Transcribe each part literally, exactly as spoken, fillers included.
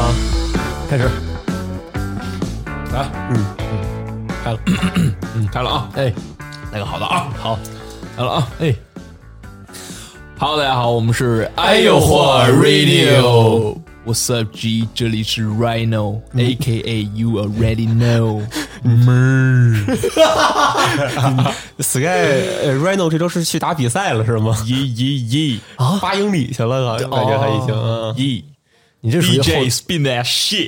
啊，开始， 来，嗯嗯，开了，嗯，开了啊， 哎， 来个好的啊， 好， 来了啊， 哎 ，Hello， 大家好，我们是哎呦嚯 Radio。What's up, G？ 这里是 Rhino，A K A You already know。 门Sky Rhino 这周是去打比赛了是吗？ 耶耶耶啊，八英里去了，感觉他已经耶。 你这属于 D J spin that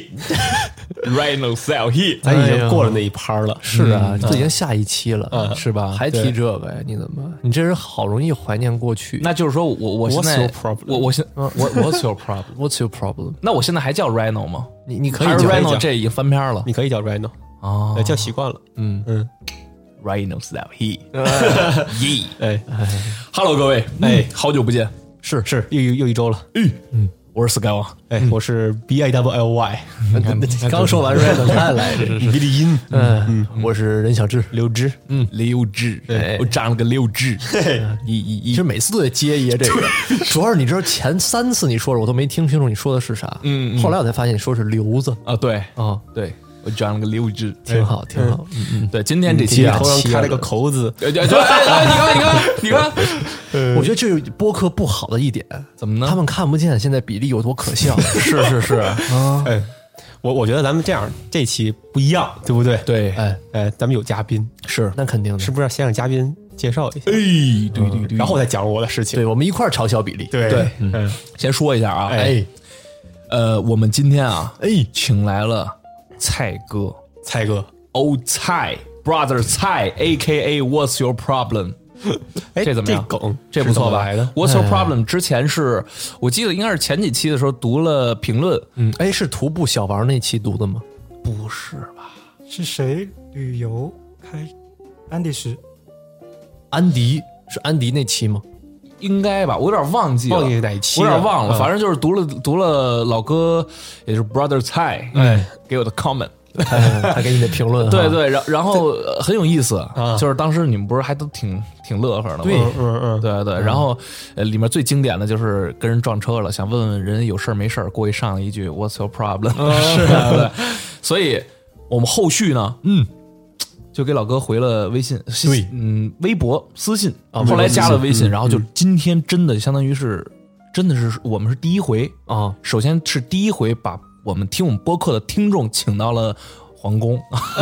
shit，Rhino sell hit， 咱已经过了那一趴了。 是啊，这已经下一期了， 嗯是吧？还提这个呀？你怎么？你这人好容易怀念过去。 那就是说我我现在 What's your problem？ 我我现我 What's your problem? What's your problem? 那我现在还叫 Rhino 吗？ 你你可以还是叫 Rhino 这已经翻篇了。 你可以叫 Rhino 哦， 叫习惯了。 嗯嗯 ，Rhino sell hit， 耶！ 哎 ，Hello 各位，哎，好久不见， 是是又又一周了。 嗯嗯，我是 Sky 王， 哎，我是 B A W L Y， 刚说完 Rhino 再来，这是比利音。 嗯，我是任小志， 刘芝。 嗯，六智，我长了个六智， 一一一，其实每次都得接一个这个，主要是你知道前三次你说的我都没听清楚你说的是啥， 嗯， 后来我才发现你说是刘子啊，对啊， 对。我长了个六智， 挺好，挺好。嗯嗯，对，今天这期头上开了个口子， 对对对，哎，你看，你看，你看， 我觉得这是播客不好的一点， 怎么呢？ 他们看不见现在比例有多可笑。 是是是啊， 哎，我我觉得咱们这样这期不一样，对不对？ 对， 哎哎，咱们有嘉宾， 是那肯定的， 是不是先让嘉宾介绍一下？ 哎，对对对， 然后我再讲我的事情。 对，我们一块儿嘲笑比例。 对对，嗯，先说一下啊， 哎， 呃，我们今天啊，哎，请来了蔡哥。 蔡哥 ，Old 蔡 ，Brother 蔡 ，A K A What's Your Problem？ 哎， 这怎么样？ 这梗这不错吧来的 ？What's Your Problem？ 之前是我记得应该是前几期的时候读了评论， 嗯，哎，是徒步小王那期读的吗？ 不是吧？ 是谁旅游开？安迪是安迪，是安迪那期吗？ 应该吧，我有点忘记了， 忘记哪一期我有点忘了， 嗯、 反正就是读了读了老哥，也就是 Brother 蔡，哎，给我的 comment。 他给你的评论， 对对，然然后很有意思，就是当时你们不是还都挺挺乐呵的吗？ 对， 嗯嗯， 对对。然后呃，里面最经典的就是跟人撞车了，想问问人有事没事，过去上一句 What's your problem？ 是啊，对。所以我们后续呢，嗯，就给老哥回了微信， 对， 嗯，微博私信，后来加了微信，然后就今天真的相当于是，真的是我们是第一回啊，首先是第一回把。我们听我们播客的听众请到了皇宫，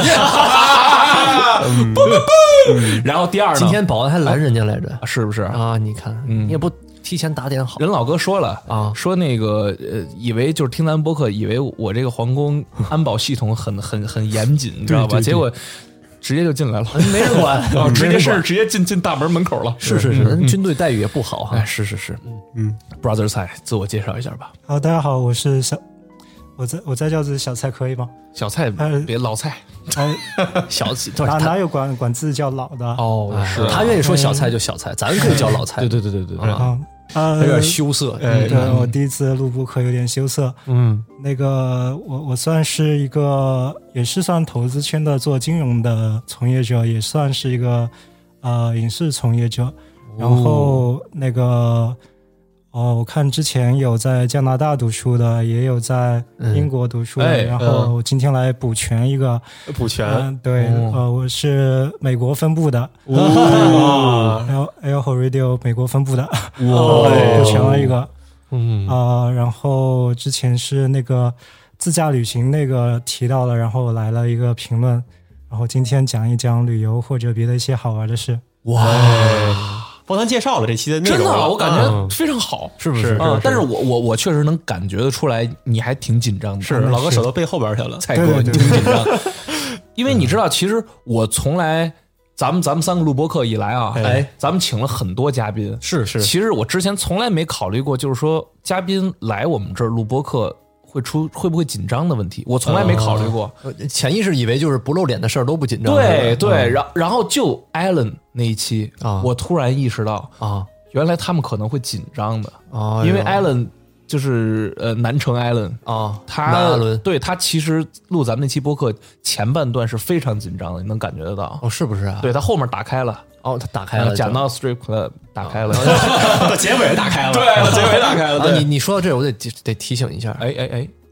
嗯、然后第二呢， 今天保安还拦人家来着， 是不是啊？你看，嗯、你也不提前打点好。 人老哥说了啊， 说那个呃，以为就是听咱播客，以为我这个皇宫安保系统很很很严谨，你知道吧？ 对对对结果直接就进来了， 没人管， 哦、直接是直接进进大门门口了。 是是是，嗯、军队待遇也不好哈。 哎，是是是，嗯 ，Brother 蔡，自我介绍一下吧。 好，大家好，我是小。我再我再叫字小蔡可以吗？ 小蔡，别老蔡， 哎， 小哪哪有管管字叫老的？ 哦，是他愿意说小蔡就小蔡，咱可以叫老蔡。 对对对对对对， 啊， 呃，有点羞涩。 对，我第一次录播客有点羞涩。 嗯， 那个我我算是一个，也是算投资圈的做金融的从业者，也算是一个呃影视从业者。然后那个。哦，我看之前有在加拿大读书的，也有在英国读书的， 嗯、 然后今天来补全一个， 补全， 嗯、对，哦、呃，我是美国分部的， 哇、 哦，然后 Air Radio 美国分部的，哇，补全了一个， 嗯啊、呃，然后之前是那个自驾旅行那个提到了，然后来了一个评论，然后今天讲一讲旅游或者别的一些好玩的事， 哇。帮咱介绍了这期的内容， 真的，我感觉非常好， 是不是？ 嗯，但是我我我确实能感觉得出来，你还挺紧张的。 是，老哥手都背后边去了， 蔡哥你挺紧张，因为你知道，其实我从来，咱们咱们三个录播客以来啊，哎，咱们请了很多嘉宾， 是是。 其实我之前从来没考虑过，就是说嘉宾来我们这儿录播客。会出会不会紧张的问题？我从来没考虑过， 呃、潜意识以为就是不露脸的事儿都不紧张。 对对，嗯、然然后就 Alan 那一期啊， 我突然意识到啊， 原来他们可能会紧张的啊， 因为 Alan 就是呃南城 Alan 啊， 他对他其实录咱们那期播客前半段是非常紧张的，你能感觉得到哦，是不是啊？ 对他后面打开了。 哦，他打开了， 讲到 Strip Club 打开了， 到结尾打开了， 对，到结尾打开了。 啊，你你说到这，我得得提醒一下， 哎哎哎，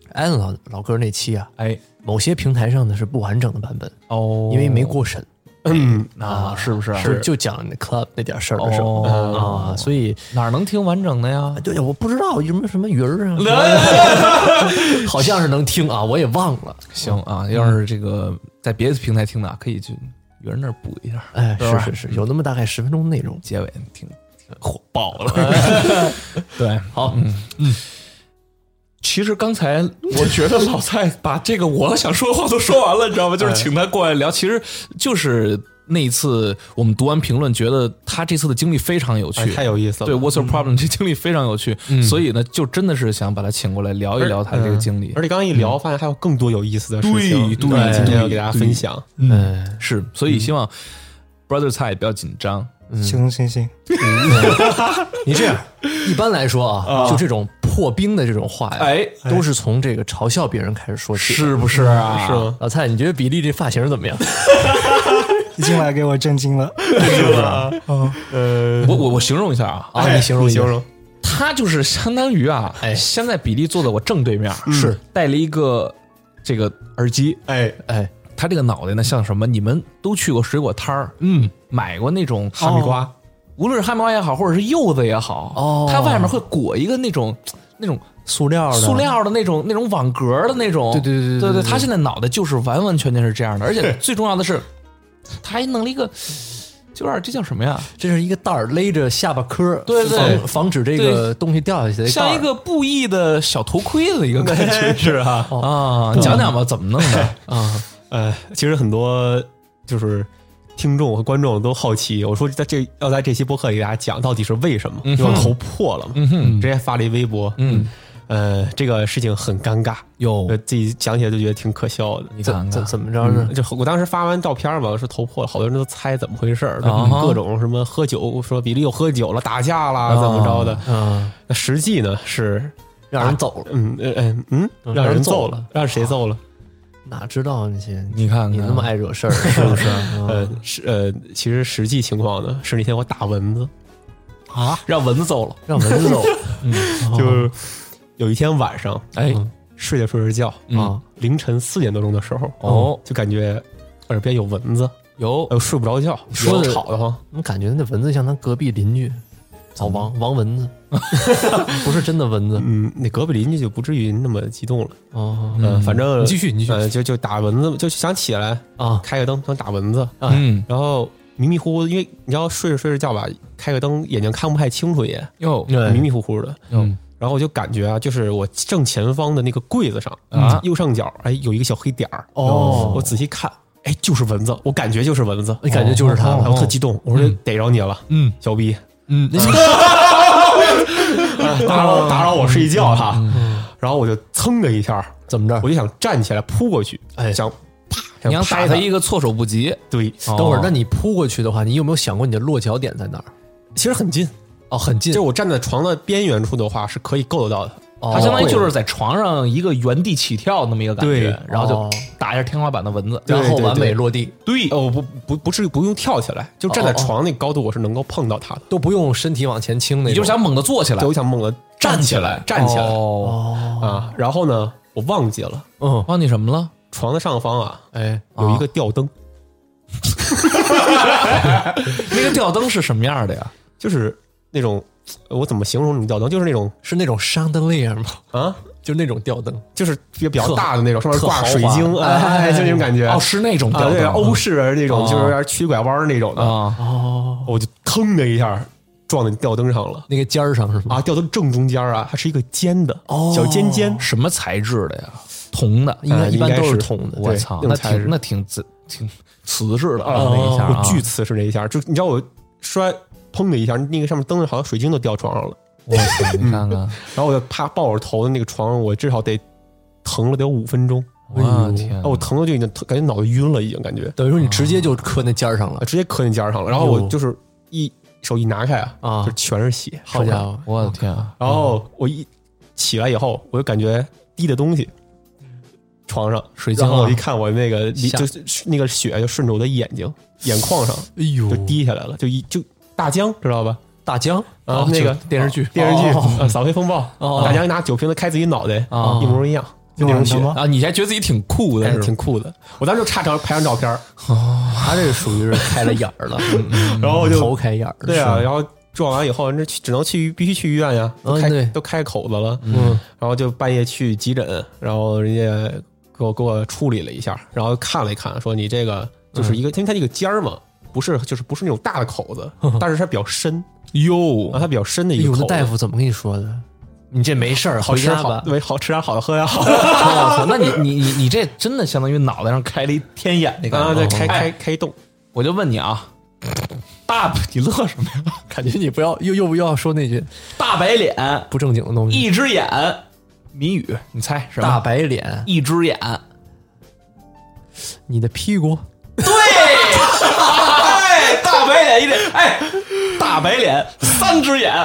艾伦老老哥那期啊， 哎， 某些平台上的是不完整的版本哦， 因为没过审。 嗯啊，是不是？ 就就讲那 club 那点事儿的时候、 哦、 啊，所以哪能听完整的呀？ 对，我不知道有什么什么鱼儿啊，好像是能听啊，我也忘了。 行啊，要是这个在别的平台听的，可以去鱼儿那儿补一下。 哎， 是是是是，有那么大概十分钟的内容， 结尾挺火爆了。对， 好， 嗯嗯。其实刚才我觉得老蔡把这个我想说的话都说完了，你知道吗？就是请他过来聊，其实就是那一次我们读完评论，觉得他这次的经历非常有趣， 哎、太有意思了。 对 ，What's your problem？、嗯、这经历非常有趣、嗯，所以呢，就真的是想把他请过来聊一聊他这个经历。 而,、嗯、而且刚刚一聊，发现还有更多有意思的事情， 对，对对今天要给大家分享。 嗯，是，所以希望 Brother 蔡不要紧张。 行行行， 你这样，一般来说啊，就这种破冰的这种话呀， 哎， 都是从这个嘲笑别人开始说起， 是不是啊？ 是吗？ 老蔡，你觉得比利这发型怎么样？ 一进来给我震惊了， 是不是？ 嗯， 呃，我我我形容一下啊， 啊，你形容一下， 形容， 他就是相当于啊，哎，现在比利坐在我正对面， 是戴了一个这个耳机， 哎哎。 他这个脑袋呢，像什么？你们都去过水果摊儿，嗯，买过那种哈密瓜， 哦、无论是哈密瓜也好，或者是柚子也好， 哦， 它外面会裹一个那种那种塑料的、 塑料的那种那种网格的那种， 对对对对对，他现在脑袋就是完完全全是这样的，而且最重要的是，他还弄了一个。就有点这叫什么呀？ 这是一个袋儿勒着下巴颏， 对对， 防防止这个东西掉下去， 像一个布艺的小头盔的一个感觉， 是啊啊，讲讲吧，怎么弄的啊？ 呃，其实很多就是听众和观众都好奇，我说在这要在这期播客里给大家讲到底是为什么，因为我头破了嘛， 嗯哼， 直接发了一微博， 嗯。 呃，这个事情很尴尬， 哟， 自己想起来就觉得挺可笑的。 你看怎怎么着呢？ 嗯、就我当时发完照片嘛，说头破了，好多人都猜怎么回事， 啊、 各种什么喝酒，说比利又喝酒了，打架了，啊、怎么着的。 嗯， 那实际呢是让人走了， 嗯嗯嗯，让人揍了，让谁揍了？ 哪知道那些？ 你看你那么爱惹事儿，是不是？ 呃，是呃，其实实际情况呢是那天我打蚊子啊， 让蚊子揍了， 让蚊子揍， 嗯，就是。有一天晚上， 哎， 睡着睡着觉啊，凌晨四点多钟的时候， 哦， 就感觉耳边有蚊子， 有， 又睡不着觉， 说吵得慌。 我感觉那蚊子像咱隔壁邻居，老王王蚊子，不是真的蚊子。 嗯，那隔壁邻居就不至于那么激动了。 哦， 嗯，反正你继续，你继续， 呃，就就打蚊子，就想起来啊， 开个灯想打蚊子， 嗯， 然后迷迷糊糊，因为你要睡着睡着觉吧，开个灯眼睛看不太清楚也， 哟， 迷迷糊糊的， 嗯。 然后我就感觉啊，就是我正前方的那个柜子上啊，右上角哎有一个小黑点儿哦， 我仔细看，哎就是蚊子，我感觉就是蚊子， 你感觉就是它， 然后特激动，我说逮着你了， 嗯， 小逼， 嗯， 打扰打扰我睡觉哈，然后我就噌的一下， 怎么着？ 我就想站起来扑过去，哎，想啪， 你想打他一个措手不及， 对， 等会儿那你扑过去的话，你有没有想过你的落脚点在哪儿？ 其实很近。 哦，很近， 就我站在床的边缘处的话，是可以够得到的。 它相当于就是在床上一个原地起跳那么一个感觉，然后就打一下天花板的蚊子， 然后完美落地。 对，哦不不不是不用跳起来，就站在床那个高度，我是能够碰到它的， 都不用身体往前倾那种。 你就想猛地坐起来， 对，我想猛地站起来，站起来。 哦啊，然后呢，我忘记了， 嗯， 忘记什么了？ 床的上方啊， 哎， 有一个吊灯。 那个吊灯是什么样的呀？ 就是那种。我怎么形容那种吊灯？就是那种是那种chandelier吗？ 啊， 就那种吊灯， 就是比较大的那种，上面挂水晶，哎，就那种感觉。 哦，是那种吊灯， 对，欧式的那种，就是有点曲拐弯那种的。 哦， 我就腾的一下撞在吊灯上了， 那个尖儿上是吗？ 啊，吊灯正中间啊，它是一个尖的，小尖尖， 什么材质的呀？铜的， 应该一般都是铜的。 我操，那挺那挺瓷挺瓷质的啊，那一下我巨瓷实那一下，就你知道我摔。砰的一下，那个上面灯好像水晶都掉床上了。 我操！你看看， 然后我就啪抱着头的那个床，我至少得疼了得有五分钟。 我天！ 我疼的就已经感觉脑袋晕了，已经感觉。 等于说你直接就磕那尖上了， 直接磕那尖上了。然后我就是一手一拿开啊， 啊， 就全是血。 好家伙！ 我的天啊！ 然后我一起来以后，我就感觉滴的东西，床上水晶。 然后我一看，我那个就是那个血就顺着我的眼睛眼眶上， 哎呦， 就滴下来了，就一就。大江知道吧？ 大江啊，那个电视剧， 电视剧《扫黑风暴》，大江拿酒瓶子开自己脑袋， 啊， 一模一样， 用完的吗？ 啊，你还觉得自己挺酷的， 哎， 是吧挺酷的。我当时就差张拍张照片儿， 他这个属于是开了眼儿了， 然后我就头开眼儿。 对啊，然后撞完以后，那只能去必须去医院呀，都开、 嗯对都开口子了， 嗯， 然后就半夜去急诊，然后人家给我给我处理了一下，然后看了一看，说你这个就是一个，因为它这个尖儿嘛，不是就是不是那种大的口子，但是它比较深， 哟然后它比较深的一有的个口子。 大夫怎么跟你说的？你这没事儿， 好吃好回家吧。 对，好吃点好的，喝点好的。 我操，那你你你你这真的相当于脑袋上开了一天眼那啊， 感觉。 对，开哎开开一洞。 我就问你啊，大你乐什么呀？ 感觉你不要又又又要说那句大白脸， 不正经的东西。 一只眼，谜语，你猜什么？ 大白脸， 一只眼， 你的屁股。 哎，大白脸一只，哎，大白脸三只眼，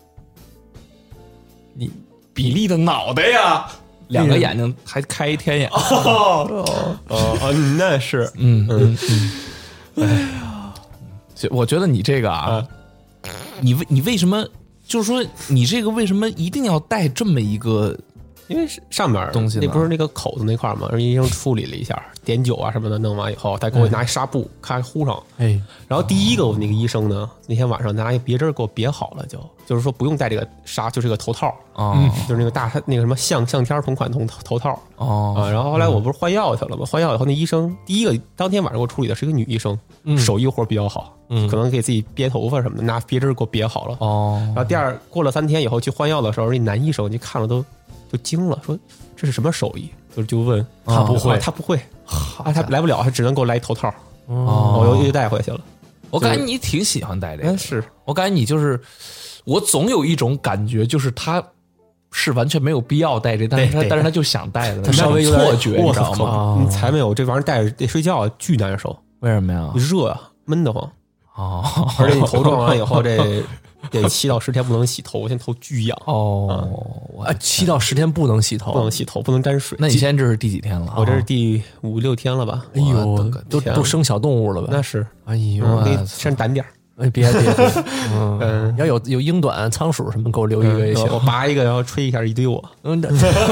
你比利的脑袋呀，两个眼睛还开一天眼。 哦哦，那是， 嗯嗯嗯，哎呀，我觉得你这个啊，你为你为什么就是说你这个为什么一定要带这么一个？ 因为是上面东西呢那不是那个口子那块嘛，医生处理了一下，碘酒啊什么的弄完以后，他给我拿一纱布，咔糊上。 哎， 然后第一个我那个医生呢，那天晚上拿一别针给我别好了就，就是说不用戴这个纱，就是个头套， 哦就是那个大那个什么相相天同款头头套哦啊。然后后来我不是换药去了吗？换药以后那医生第一个当天晚上给我处理的是一个女医生，手艺活比较好，可能给自己别头发什么的，拿别针给我别好了。 哦， 然后第二过了三天以后去换药的时候，那男医生就看了都就惊了，说这是什么手艺？就就问他不会啊他不会啊，他来不了，他只能给我来一头套， 哦我又又带回去了。 我感觉你挺喜欢戴这个， 哎是我感觉你就是，我总有一种感觉，就是他是完全没有必要戴这，但是他对对但是他就想戴的， 他稍微有点错觉，你知道吗？ 啊你才没有这玩意儿戴着得睡觉巨难受， 为什么呀？ 热啊，闷得慌， 哦而且你头撞完以后这得七到十天不能洗头，我现在头巨痒， 哦，我啊，七到十天不能洗头， 不能洗头，不能沾水。 那你现在这是第几天了？ 我这是第五六天了吧？ 哎呦我的个， 都天都生小动物了吧？ 那是， 哎呦， 嗯， 我给你先掸点儿。 哎别别别，嗯， 嗯， 要有有英短、仓鼠什么，给我留一个也行我。拔一个，然后吹一下一堆我， 嗯，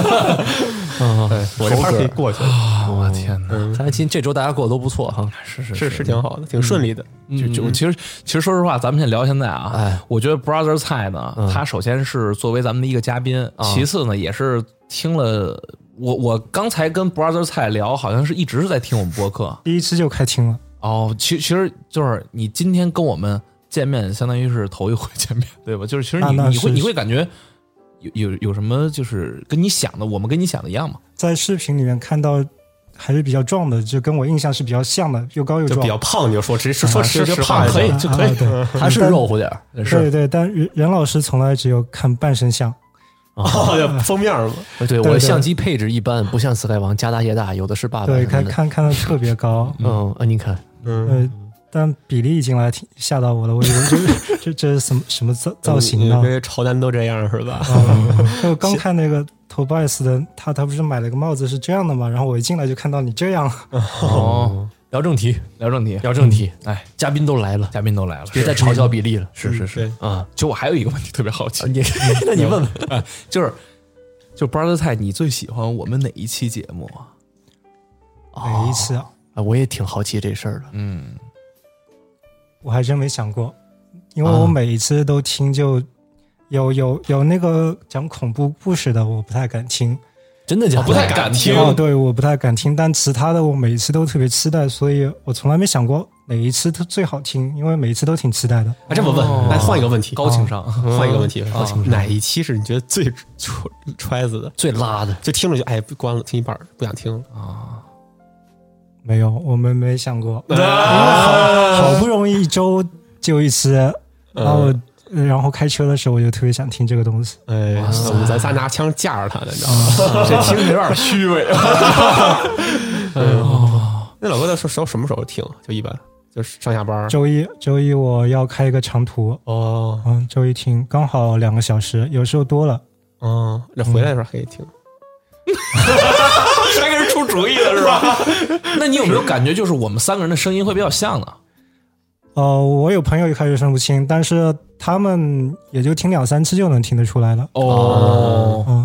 我这块儿可以过去了。 我天哪！ 看来今这周大家过得都不错哈。 是是是是挺好的，挺顺利的。 就就其实其实说实话，咱们先聊现在啊， 哎我觉得 Brother 蔡呢，他首先是作为咱们的一个嘉宾，其次呢也是听了我我刚才跟 Brother 蔡聊，好像是一直是在听我们播客第一次就开听了。 哦。其其实就是你今天跟我们见面，相当于是头一回见面，对吧？就是其实你那那是你会你会感觉有有有什么就是跟你想的，我们跟你想的一样吗？ 在视频里面看到还是比较壮的，就跟我印象是比较像的，又高又壮， 就比较胖，你就说直接说说是实话是可以就就可以啊对他是肉乎点儿， 对是对，但任任老师从来只有看半身像。 哦，封面嘛， 对对对我相机配置一般，不像 Sky 王家大业大，有的是八百对，看什么的。 看看的特别高。 嗯啊，你看， 嗯， 呃，但比例一进来挺吓到我了，我以为这这这是什么什么造造型呢？ 这些潮男都这样是吧？ 我刚看那个 Tobias 的，他他不是买了个帽子是这样的吗？然后我一进来就看到你这样， 哦， 聊正题， 聊正题， 聊正题。 哎， 嘉宾都来了， 嘉宾都来了， 别再嘲笑比利了。 是是是对啊， 其实我还有一个问题特别好奇， 你那你问问， 哎，就是就 Brother 蔡，你最喜欢我们哪一期节目啊？ 每一次啊， 啊，我也挺好奇这事儿的。 嗯， 我还真没想过，因为我每一次都听就。有有有那个讲恐怖故事的，我不太敢听， 真的假的？ 不太敢听哦，对，我不太敢听。但其他的我每一次都特别期待，所以我从来没想过哪一次它最好听，因为每一次都挺期待的。 啊，这么问，来换一个问题， 高情商， 换一个问题， 高情哪一期是你觉得最揣揣子的， 最拉的？ 就听着就哎关了，听一半不想听了啊？ 没有，我们没想过，因为好好不容易一周就一次，然后。然后开车的时候我就特别想听这个东西。 哎，我们咱仨拿枪架着他的，你知道吗？ 这听着有点虚伪。 那老哥在说时候什么时候听？就一般就是上下班。 周一周一我要开一个长途哦， 嗯，周一听刚好两个小时，有时候多了。 哦，那回来的时候可以听。 还给人出主意了是吧？那你有没有感觉就是我们三个人的声音会比较像呢？ 呃，我有朋友一开始分不清，但是他们也就听两三次就能听得出来了。 哦， 嗯，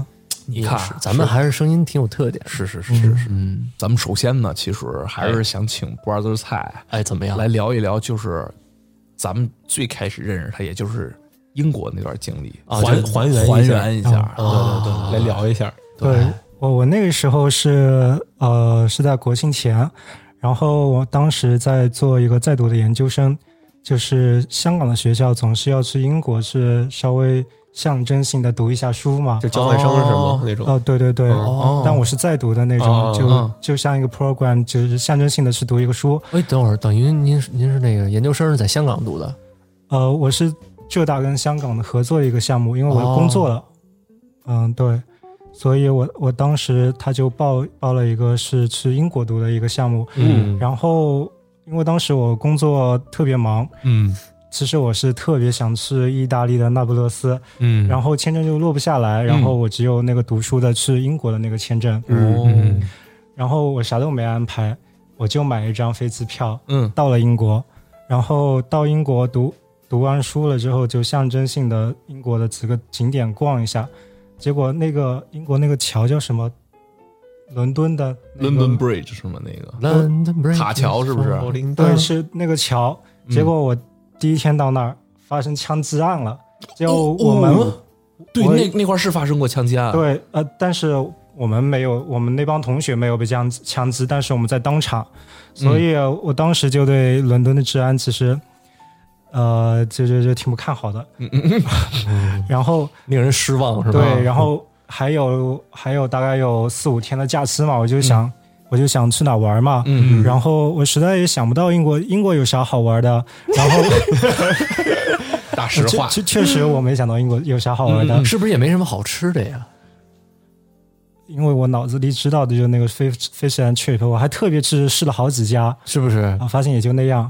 你看， 咱们还是声音挺有特点。 是是是是是，嗯，咱们首先呢，其实还是想请 Brother 蔡， 哎，怎么样来聊一聊，就是咱们最开始认识他，也就是英国那段经历， 啊、还还原还原一下， 嗯、对对对，来聊一下。 对我我那个时候是呃是在国庆前，然后我当时在做一个在读的研究生，就是香港的学校总是要去英国是稍微象征性的读一下书嘛， 就交换生是吗？ 哦、 那种哦，对对对， 哦、 但我是在读的那种， 哦、 就、 哦、 就像一个 program， 就是象征性的去读一个书。 哎，等会儿，等于您您是那个研究生是在香港读的？ 呃，我是浙大跟香港的合作的一个项目，因为我工作了，哦、嗯，对，所以我我当时他就报报了一个是去英国读的一个项目， 嗯， 然后因为当时我工作特别忙， 嗯。 其实我是特别想去意大利的那不勒斯， 嗯， 然后签证就落不下来，然后我只有那个读书的去英国的那个签证， 嗯，嗯然后我啥都没安排，我就买一张飞机票， 嗯， 到了英国，然后到英国读读完书了之后，就象征性的英国的几个景点逛一下，结果那个英国那个桥叫什么？伦敦的、那个、 London Bridge 是吗？那个 London Bridge 塔桥是不是？ 对，是那个桥。结果我第一天到那儿发生枪击案了，就我们、 哦、对那那块是发生过枪击案， 对，呃，但是我们没有，我们那帮同学没有被这样枪击，但是我们在当场，所以我当时就对伦敦的治安其实，呃，就就就挺不看好的， 嗯嗯嗯， 然后令人失望是吧？ 对，然后还有还有大概有四五天的假期嘛，我就想。嗯我就想去哪玩嘛， 嗯， 然后我实在也想不到英国英国有啥好玩的，然后大实话， 确确实我没想到英国有啥好玩的， 嗯、是不是也没什么好吃的呀？ 因为我脑子里知道的就是那个 fish fish and chip， 我还特别去试了好几家， 是不是？ 啊，发现也就那样。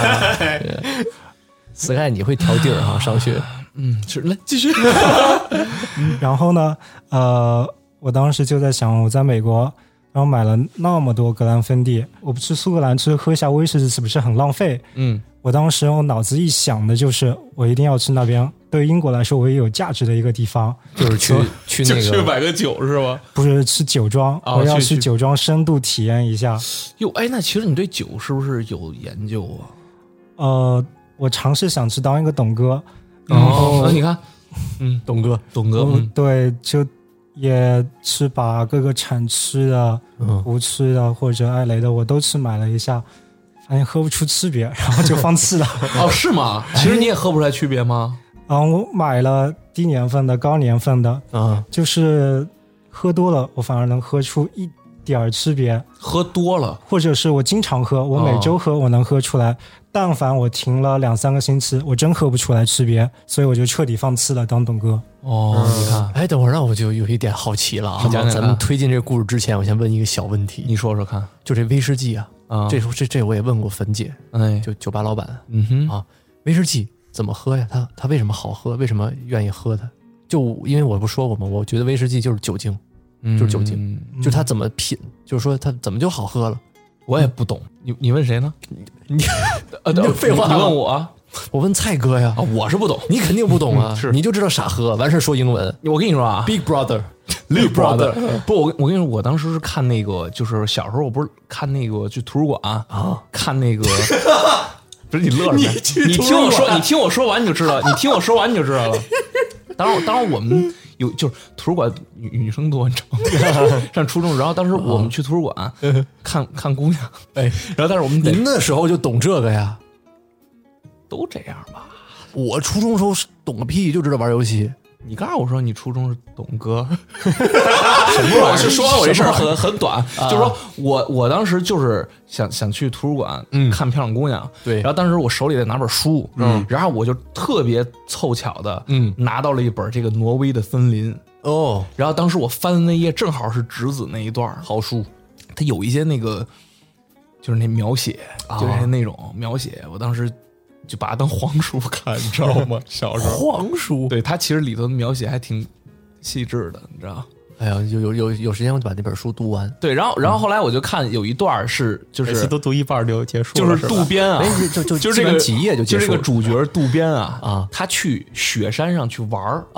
Sky 你会挑地儿哈，上学， 嗯，是来继续。 然后呢，呃，我当时就在想，我在美国。然后买了那么多格兰芬迪，我不去苏格兰去喝一下威士忌是不是很浪费？ 嗯， 我当时我脑子一想的就是我一定要去那边，对英国来说唯一有价值的一个地方， 就是去去那个就去买个酒是吗？ 不是去酒庄， 哦、 我要去酒庄深度体验一下。 哟，哎，那其实你对酒是不是有研究啊？ 呃，我尝试想去当一个董哥， 然后、哦、你看，嗯， 董哥， 董哥， 嗯、对，就。也是把各个产区的、无区的或者艾雷的，我都去买了一下，发现喝不出区别，然后就放弃了。 哦，是吗？其实你也喝不出来区别吗？ 啊、嗯，我买了低年份的、高年份的， 啊， 就是喝多了，我反而能喝出一点区别。 喝多了， 或者是我经常喝，我每周喝，我能喝出来。哦、但凡我停了两三个星期，我真喝不出来区别，所以我就彻底放弃了当董哥。 哦，嗯、你看， 哎，等会儿让我就有一点好奇了啊！咱们推进这个故事之前，我先问一个小问题， 你说说看， 就这威士忌啊， 啊， 这这这我也问过汾姐， 哎， 就酒吧老板， 嗯哼啊，威士忌怎么喝呀？它它为什么好喝？为什么愿意喝它？就因为我不说过吗？我觉得威士忌就是酒精， 嗯、 就是酒精，嗯、就是它怎么品，就是说它怎么就好喝了？ 我也不懂，你你问谁呢？ 你呃， 废话， 你问我啊。 我问蔡哥呀， 啊，我是不懂， 你肯定不懂啊， 嗯、是你就知道傻喝，完事说英文。 我跟你说啊 ，Big Brother，Big Brother， 不，我我跟你说，我当时是看那个，就是小时候我不是看那个去图书馆啊， 看那个，不是你乐什么？你听我说，你听我说完你就知道，你听我说完你就知道了。当然，当然我们有就是图书馆女女生多，你知道吗？上初中，然后当时我们去图书馆看看姑娘， 哎， 然后但是我们您那时候就懂这个呀。 都这样吧， 我初中时候懂个屁，就知道玩游戏。 你告诉我说你初中是董哥，什么玩意儿？是说我这事儿很很短，就是说我我当时就是想想去图书馆看漂亮姑娘， 对， 然后当时我手里在拿本书，嗯，然后我就特别凑巧的，嗯，拿到了一本这个挪威的森林哦， 然后当时我翻的那页正好是直子那一段好书，它有一些那个就是那描写，就是那种描写，我当时。就把它当黄书看，你知道吗？小时候黄书， 对，它其实里头的描写还挺细致的，你知道？ 哎呀，有有有有时间我就把那本书读完。 对，然后然后后来我就看有一段是就是都读一半就结束了，就是渡边啊， 就就就这个几页就结束了， 就这个主角渡边啊啊， 他去雪山上去玩啊，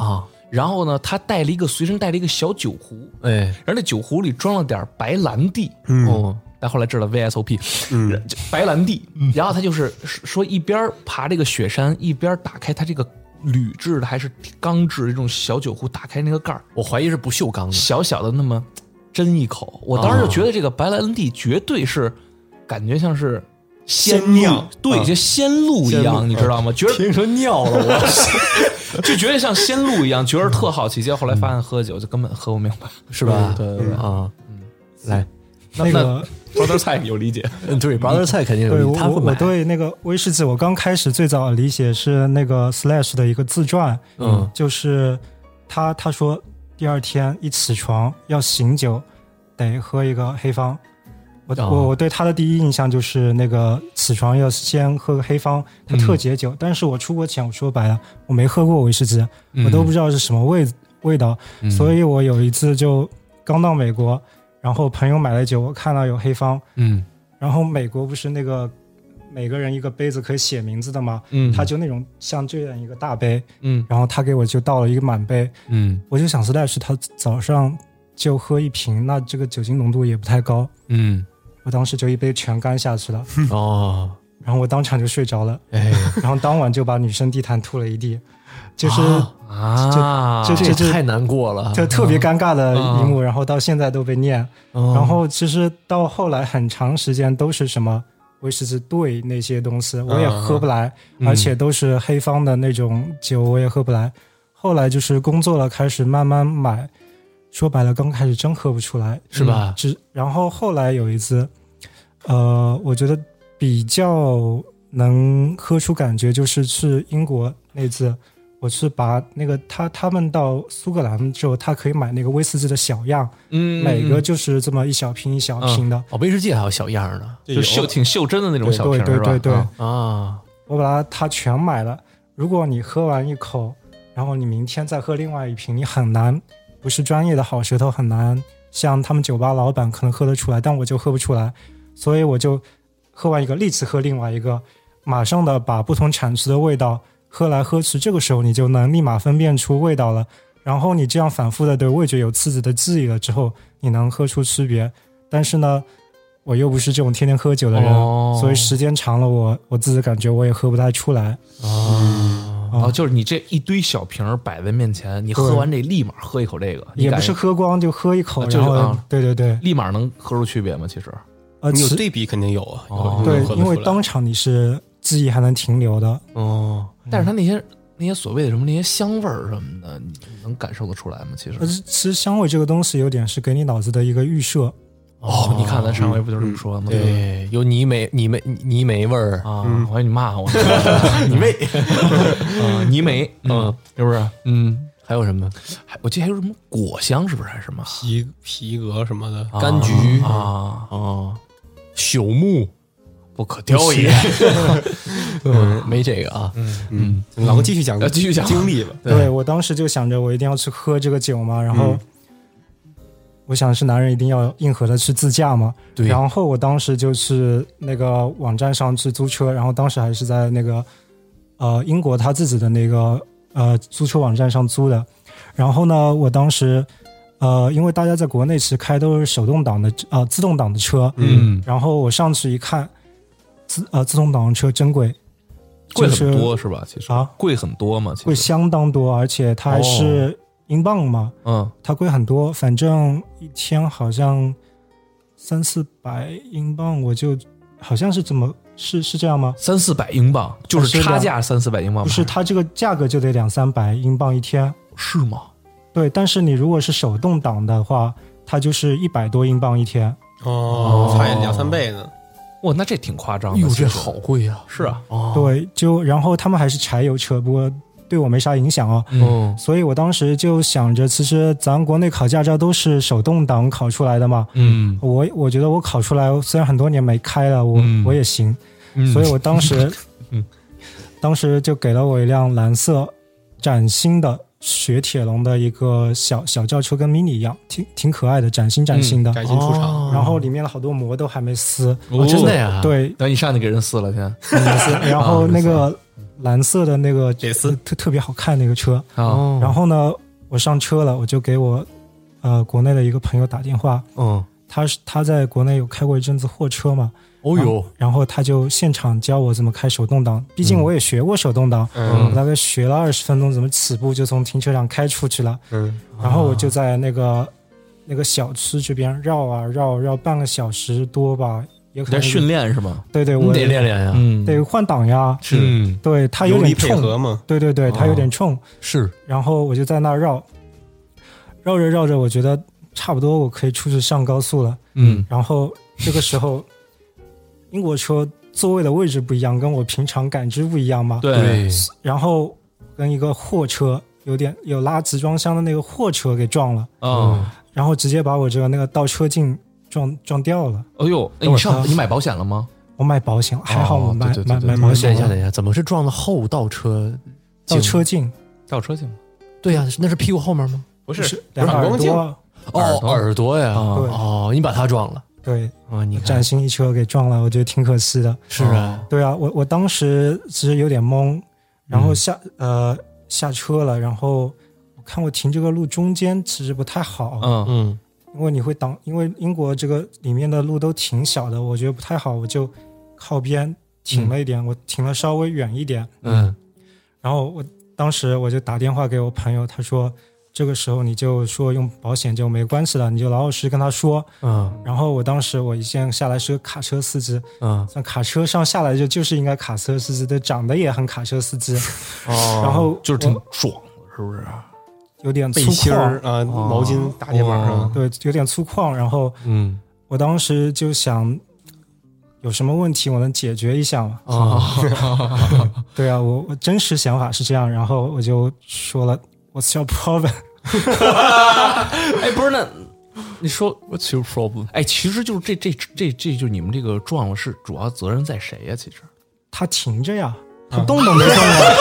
然后呢，他带了一个随身带了一个小酒壶， 哎， 然后那酒壶里装了点白兰地， 哦， 但后来知道 V S O P， 嗯，白兰地，然后他就是说一边爬这个雪山，一边打开他这个铝制的还是钢制的这种小酒壶，打开那个盖儿， 我怀疑是不锈钢的， 小小的那么斟一口，我当时就觉得这个白兰地绝对是感觉像是鲜酿， 对，就鲜露一样，你知道吗？觉得听成尿了，我就觉得像鲜露一样，觉得特好奇。结果后来发现喝酒就根本喝不明白， 是吧？ 对对对啊，嗯，来， 那个包德菜有理解， 嗯，对，包德菜肯定有理解， 对我他会买。 我对那个威士忌，我刚开始最早的理解是那个 Slash 的一个自传， 嗯， 就是他他说第二天一起床要醒酒，得喝一个黑方。我哦我我对他的第一印象就是那个起床要先喝个黑方，它特解酒。嗯、但是我出国前我说白了，我没喝过威士忌， 嗯、 我都不知道是什么味味道，嗯、所以我有一次就刚到美国，然后朋友买了酒，我看到有黑方， 嗯， 然后美国不是那个每个人一个杯子可以写名字的吗？ 嗯， 他就那种像这样一个大杯， 嗯， 然后他给我就倒了一个满杯， 嗯， 我就想实在是他早上就喝一瓶，那这个酒精浓度也不太高， 嗯。 我当时就一杯全干下去了， 哦， 然后我当场就睡着了， 哎， 然后当晚就把女生地毯吐了一地，就是啊， 这这这太难过了， 就特别尴尬的一幕，然后到现在都被念，然后其实到后来很长时间都是什么威士忌兑那些东西，我也喝不来，而且都是黑方的那种酒，我也喝不来。后来就是工作了，开始慢慢买。说白了，刚开始真喝不出来， 是吧？ 只然后后来有一次，呃，我觉得比较能喝出感觉，就是去英国那次，我是把那个他他们到苏格兰之后，他可以买那个威士忌的小样， 嗯， 每个就是这么一小瓶一小瓶的。 嗯、哦，威士忌还有小样呢， 就袖挺袖珍的那种小瓶， 对对对对啊， 我把它他全买了。如果你喝完一口，然后你明天再喝另外一瓶，你很难。不是专业的好舌头很难像他们酒吧老板可能喝得出来，但我就喝不出来，所以我就喝完一个立即喝另外一个，马上的把不同产区的味道喝来喝去，这个时候你就能立马分辨出味道了，然后你这样反复的对味觉有刺激的记忆了之后，你能喝出区别。但是呢我又不是这种天天喝酒的人、哦、所以时间长了我我自己感觉我也喝不太出来。 哦哦，就是你这一堆小瓶摆在面前，你喝完这立马喝一口这个， 也不是喝光就喝一口， 就是、啊、 对对对， 立马能喝出区别吗？其实， 呃，你有对比肯定有啊， 哦、 对，因为当场你是记忆还能停留的哦。但是它那些那些所谓的什么那些香味儿什么的，你能感受得出来吗？其实， 其实香味这个东西有点是给你脑子的一个预设。 哦，你看咱上回不就是这么说的吗？ 嗯、对，有泥煤、泥煤、泥煤味儿啊！嗯、我以为你骂我， 你妹啊！泥煤，嗯，是不是？ 嗯，还有什么？ 还我记得还有什么果香，是不是？还是什么皮皮革什么的， 啊、柑橘啊啊，朽木， 不可雕也。 嗯，没这个啊。 嗯嗯，老哥继续讲， 继续讲经历吧。 对, 对我当时就想着我一定要去喝这个酒嘛，然后。嗯我想是男人一定要硬核的去自驾嘛， 对。 然后我当时就去那个网站上去租车，然后当时还是在那个呃英国他自己的那个呃租车网站上租的。然后呢，我当时呃因为大家在国内其实开都是手动挡的啊、呃、自动挡的车， 嗯。 然后我上去一看，自呃自动挡的车真贵， 贵很多是吧？其实啊， 贵很多嘛，其实贵相当多，而且它还是。哦英镑嘛， 嗯， 它贵很多，反正一天好像三四百英镑，我就好像是怎么是是这样吗？ 三四百英镑就是差价三四百英镑， 不是它这个价格就得两三百英镑一天， 是吗？ 对，但是你如果是手动挡的话，它就是一百多英镑一天， 哦，差两三倍呢。 哇，那这挺夸张的， 哟，这好贵啊！ 是啊， 哦、 对，就然后他们还是柴油车，不过。对我没啥影响啊、 嗯， 所以我当时就想着，其实咱国内考驾照都是手动挡考出来的嘛， 嗯， 我我觉得我考出来，虽然很多年没开了，我、嗯、我也行、嗯，所以我当时，嗯，当时就给了我一辆蓝色崭新的雪铁龙的一个小小轿车，跟 mini 一样，挺挺可爱的，崭新崭新的， 崭新出厂、 哦，然后里面的好多膜都还没撕， 哦，真的呀？ 对， 等你上去给人撕了先， 然后那个。蓝色的那个这次特特别好看那个车， 哦， 然后呢， 我上车了，我就给我呃国内的一个朋友打电话， 嗯， 他是他在国内有开过一阵子货车嘛， 哦哟， 然后他就现场教我怎么开手动挡，毕竟我也学过手动挡， 嗯我大概学了二十分钟怎么起步，就从停车场开出去了。 嗯， 然后我就在那个那个小区这边绕啊绕绕半个小时多吧，也可能在训练是吗？ 对对，我你得练练呀， 嗯， 得换挡呀， 是对他有油离点冲， 配合嘛， 对对对，他有点冲， 是， 然后我就在那儿绕，绕着绕着，我觉得差不多我可以出去上高速了。 嗯， 然后这个时候，英国车座位的位置不一样，跟我平常感知不一样嘛。 对， 然后跟一个货车有点有拉集装箱的那个货车给撞了， 哦， 然后直接把我这个那个倒车镜撞撞掉了。 哎呦，哎，你上你买保险了吗？ 我买保险了，还好我买、 对对对对买买保等险了。 一下等一下，怎么是撞的后倒车镜？ 倒车镜倒车镜对呀、那是屁股后面吗？ 不不是两个耳反光镜， 朵， 哦，耳朵呀， 啊对哦，你把它撞了对， 啊？你看崭新一车给撞了，我觉得挺可惜的。 是啊， 对啊，我我当时其实有点懵，然后下、呃下车了，然后我看我停这个路中间其实不太好， 嗯嗯因为你会挡，因为英国这个里面的路都挺小的，我觉得不太好，我就靠边停了一点，我停了稍微远一点， 嗯然后我当时我就打电话给我朋友，他说这个时候你就说用保险就没关系了，你就老老实实跟他说。 嗯然后我当时我一先下来是个卡车司机， 嗯， 像卡车上下来就就是应该卡车司机，对，长得也很卡车司机， 哦， 然后就是挺我壮的，是不是？ 有点粗背心儿犷， 啊，毛巾搭肩膀上， 对，有点粗犷。然后嗯我当时就想，有什么问题我能解决一下嘛？ 啊， 对啊，我我真实想法是这样，然后我就说了 What's your problem？ 哎，不是，那你说 What's your problem？ 哎，其实就是这这这这就是你们这个撞了，是主要责任在谁呀？其实他停着呀，他动都没动啊。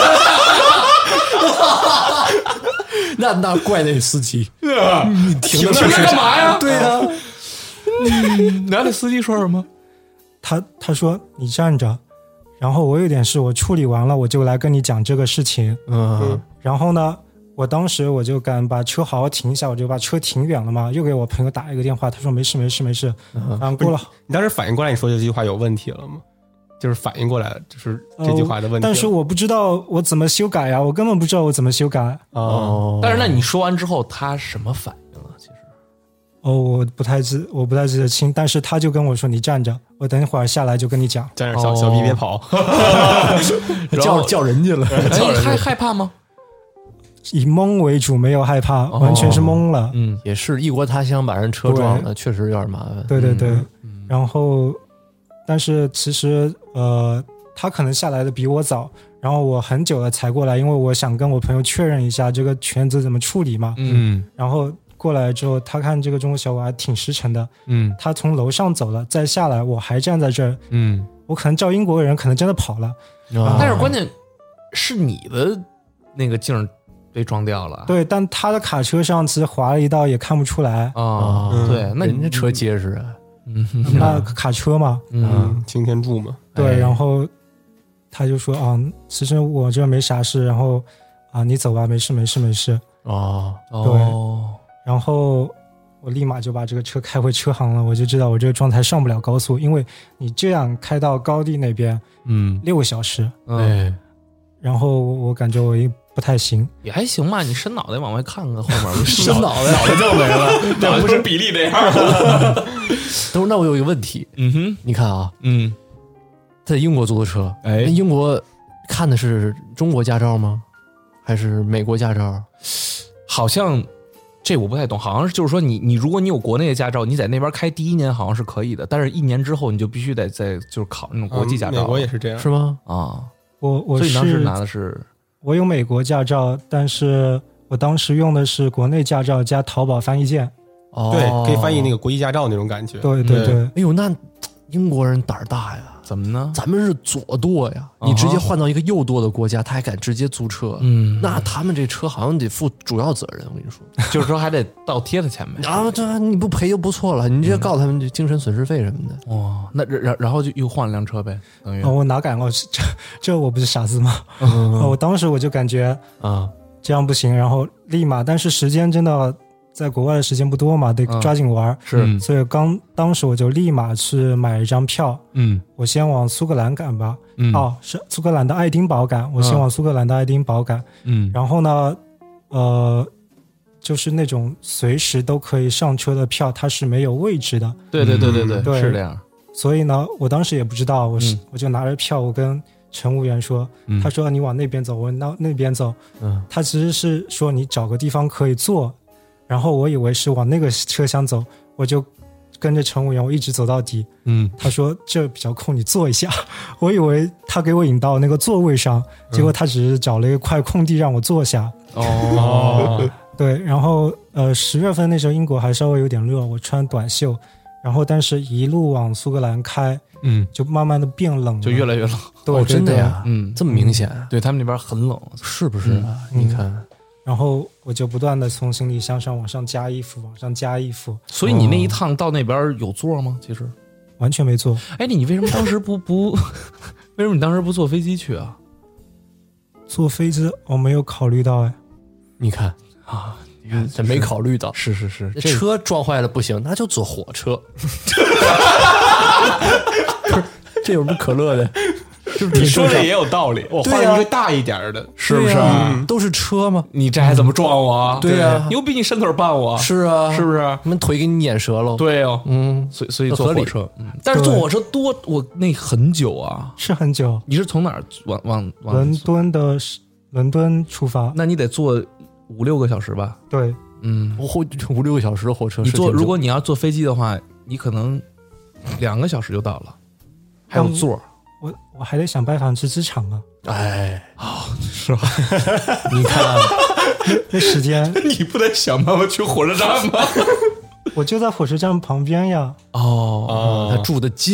那那怪那司机， 你停着干嘛呀？ 对啊， 然后那司机说什么？ 他他说你站着，然后我有点事，我处理完了我就来跟你讲这个事情。 嗯然后呢，我当时我就敢把车好好停一下，我就把车停远了嘛，又给我朋友打一个电话，他说没事没事没事。然后过了， 你当时反应过来你说这句话有问题了吗？就是反应过来了，就是这句话的问题了。 但是我不知道我怎么修改呀，我根本不知道我怎么修改。 哦， 但是那你说完之后，他什么反应了？其实哦，我不太记，我不太记得清，但是他就跟我说：“你站着，我等一会儿下来就跟你讲。 站着小小逼别跑， 叫叫人家了， 哎，害害怕吗？” 以懵为主，没有害怕，完全是懵了。 嗯， 也是异国他乡把人车撞了，确实有点麻烦。 对对对，然后，但是其实呃，他可能下来的比我早，然后我很久了才过来，因为我想跟我朋友确认一下这个圈子怎么处理嘛。 嗯然后过来之后，他看这个中国小伙还挺实诚的， 嗯他从楼上走了，再下来，我还站在这儿， 嗯， 我可能照英国人可能真的跑了。 啊但是关键是你的那个镜儿被撞掉了。 对，但他的卡车上其实划了一道，也看不出来。 啊，对，那人家车结实啊， 嗯那卡车嘛， 嗯， 擎天柱嘛， 对， 哎然后他就说啊，其实我这没啥事，然后啊，你走吧，没事没事没事。 哦， 哦， 然后我立马就把这个车开回车行了，我就知道我这个状态上不了高速，因为你这样开到高地那边嗯， 六个小时， 嗯， 哎， 然后我感觉我也不太行。 也还行吧。你伸脑袋往外看看后面， 伸脑袋脑袋就没了。 那不是比例这样。 等会儿，那我有一个问题， 嗯哼， 你看啊， 嗯， 在英国租的车， 哎那英国看的是中国驾照吗？还是美国驾照？ 好像这我不太懂，好像是就是说你你如果你有国内的驾照，你在那边开第一年好像是可以的，但是一年之后你就必须得在就是考那种国际驾照。 美国也是这样， 是吗？ 啊， 我我所以你当时是拿的是我有美国驾照，但是我当时用的是国内驾照加淘宝翻译件。 哦， 对，可以翻译那个国际驾照那种感觉。对对对对， 哎呦，那英国人胆儿大呀！ 怎么呢？ 咱们是左舵呀，你直接换到一个右舵的国家，他还敢直接租车？ 嗯， 那他们这车好像得负主要责任。我跟你说就是说还得倒贴他钱呗。 啊，这你不赔就不错了，你直接告他们这精神损失费什么的。 哦，那然然后就又换了辆车呗，等于哦，我哪敢？我这这我不是傻子吗？ 嗯哦我当时我就感觉啊， 这样不行，然后立马，但是时间真的在国外的时间不多嘛，得抓紧玩。 嗯、是， 所以刚当时我就立马去买一张票， 嗯， 我先往苏格兰赶吧， 嗯， 哦，是苏格兰的爱丁堡赶，我先往苏格兰的爱丁堡赶， 嗯， 然后呢，呃。就是那种随时都可以上车的票，它是没有位置的。 对对对对对， 对是这样。 所以呢，我当时也不知道，我是、嗯、我就拿着票，我跟乘务员说， 嗯、 他说你往那边走，我往那边走。 嗯， 他其实是说你找个地方可以坐，然后我以为是往那个车厢走，我就跟着乘务员，我一直走到底。 嗯， 他说这比较空，你坐一下。我以为他给我引到那个座位上，结果他只是找了一块空地让我坐下。 哦。 对，然后呃，十月份那时候英国还稍微有点热，我穿短袖，然后但是一路往苏格兰开， 嗯， 就慢慢的变冷了， 就越来越冷。 对， 哦、真的呀， 嗯， 这么明显、啊， 对他们那边很冷， 是不是啊？ 嗯、 你看， 然后我就不断的从行李箱上往上加衣服，往上加衣服。 所以你那一趟到那边有座吗？其实完全没坐。 哎，你为什么当时不不？为什么你当时不坐飞机去啊？ 坐飞机我没有考虑到哎， 你看。 啊，你看， 这没考虑到， 是是是， 这车撞坏了不行，那就坐火车。这有什么可乐的？ 你说的也有道理，我换一个大一点的， 是不是？ 嗯、都是车吗？ 你这还怎么撞我啊？ 对呀， 牛逼！你伸腿绊我， 是啊， 是不是？ 你们腿给你碾折了。 对哦， 嗯， 所以所以坐火车，嗯，但是坐火车多，我那很久啊， 是很久。 你是从哪儿往往往伦敦的伦敦出发？ 那你得坐五六个小时吧？ 对， 嗯， 五五六个小时的火车， 你坐如果你要坐飞机的话，你可能两个小时就到了，还有座。 我我还得想办法去机场啊！ 哎， 哦，是吧？ 你看那那时间， 你不得想办法去火车站吗？ 我就在火车站旁边呀。 哦，哦他住得近，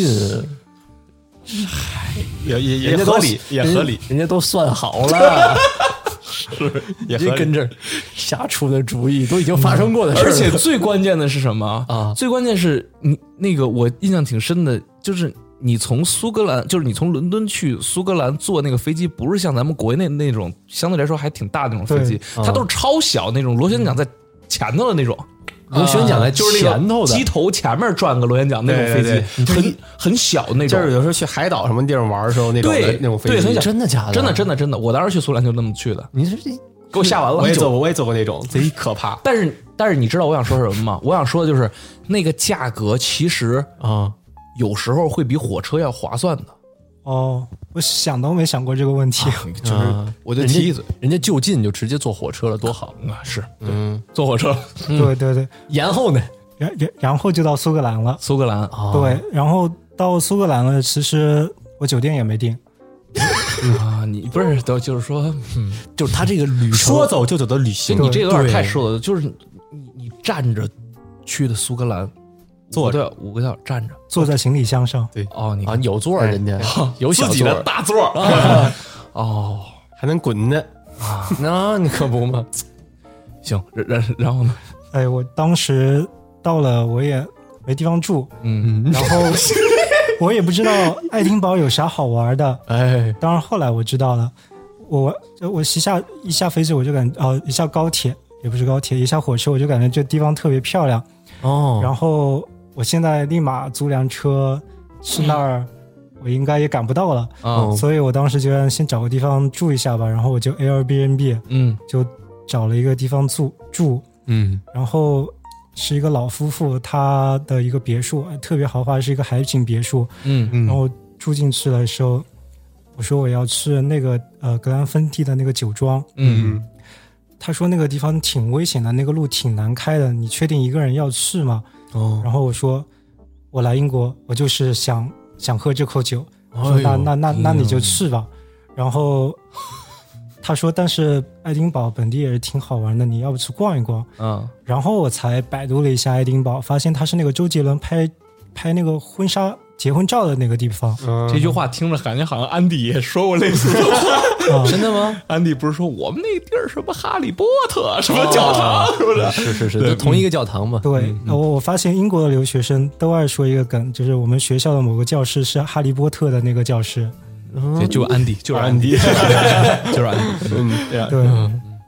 也也也合理，也合理， 人家都算好了。 是，也别跟这儿瞎出的主意，都已经发生过的事、嗯。 而且最关键的是什么啊？ 最关键是你那个我印象挺深的，就是你从苏格兰，就是你从伦敦去苏格兰坐那个飞机，不是像咱们国内那种相对来说还挺大的那种飞机，它都是超小那种螺旋桨在前头的那种。 螺旋桨在就是前头的机头前面转个螺旋桨那种飞机， 对对对很很小那种。 就是有时候去海岛什么地方玩的时候那种的那种飞机， 对，很小。 真的假的？ 真的真的真的，我当时去苏格兰就那么去的。 你这给我吓完了。 我也坐过，我也坐过那种，贼可怕。 但是但是你知道我想说什么吗？我想说的就是那个价格其实啊， 有时候会比火车要划算的。 哦，我想都没想过这个问题， 啊、就是我就提一嘴， 人家就近就直接坐火车了，多好啊！是， 嗯， 坐火车， 嗯、对对对， 然后呢， 然然然后就到苏格兰了， 苏格兰啊， 对，然后到苏格兰了，其实我酒店也没订。 啊，你不是都就是说， 嗯，就是他这个旅程说走就走的旅行， 你这个有点太说了，就是你你站着去的苏格兰， 坐着五个小时站着， 坐在行李箱上， 对， 哦，你啊有座人家有小座的大座，哦， 还能滚呢啊，那你可不嘛。 行，然然后呢？ 哎，我当时到了，我也没地方住， 嗯， 然后。我也不知道爱丁堡有啥好玩的， 哎， 当然后来我知道了，我我一下一下飞机我就感觉，哦，一下高铁也不是高铁，一下火车我就感觉这地方特别漂亮哦。 然后我现在立马租辆车去那儿，我应该也赶不到了， 哦， 所以我当时就让先找个地方住一下吧，然后我就 Airbnb， 嗯， 就找了一个地方住住， 嗯， 然后。是一个老夫妇，他的一个别墅特别豪华，是一个海景别墅。 嗯嗯。 然后住进去的时候，我说我要去那个呃格兰芬蒂的那个酒庄。 嗯。 他说那个地方挺危险的，那个路挺难开的，你确定一个人要去吗？ 哦。 然后我说我来英国，我就是想想喝这口酒。我说那那那那你就去吧。然后。他说：“但是爱丁堡本地也是挺好玩的，你要不去逛一逛？” 嗯， 然后我才百度了一下爱丁堡，发现它是那个周杰伦拍拍那个婚纱结婚照的那个地方。 嗯、这句话听着感觉好像安迪也说过类似的话， 真的吗？ 安迪不是说我们那地儿什么哈利波特什么教堂，哦、是不是？ 是是是，都同一个教堂嘛。 对，嗯、我我发现英国的留学生都爱说一个梗，就是我们学校的某个教室是哈利波特的那个教室。 对，就是安迪，就是安迪，就是安迪。 嗯，对啊。 对。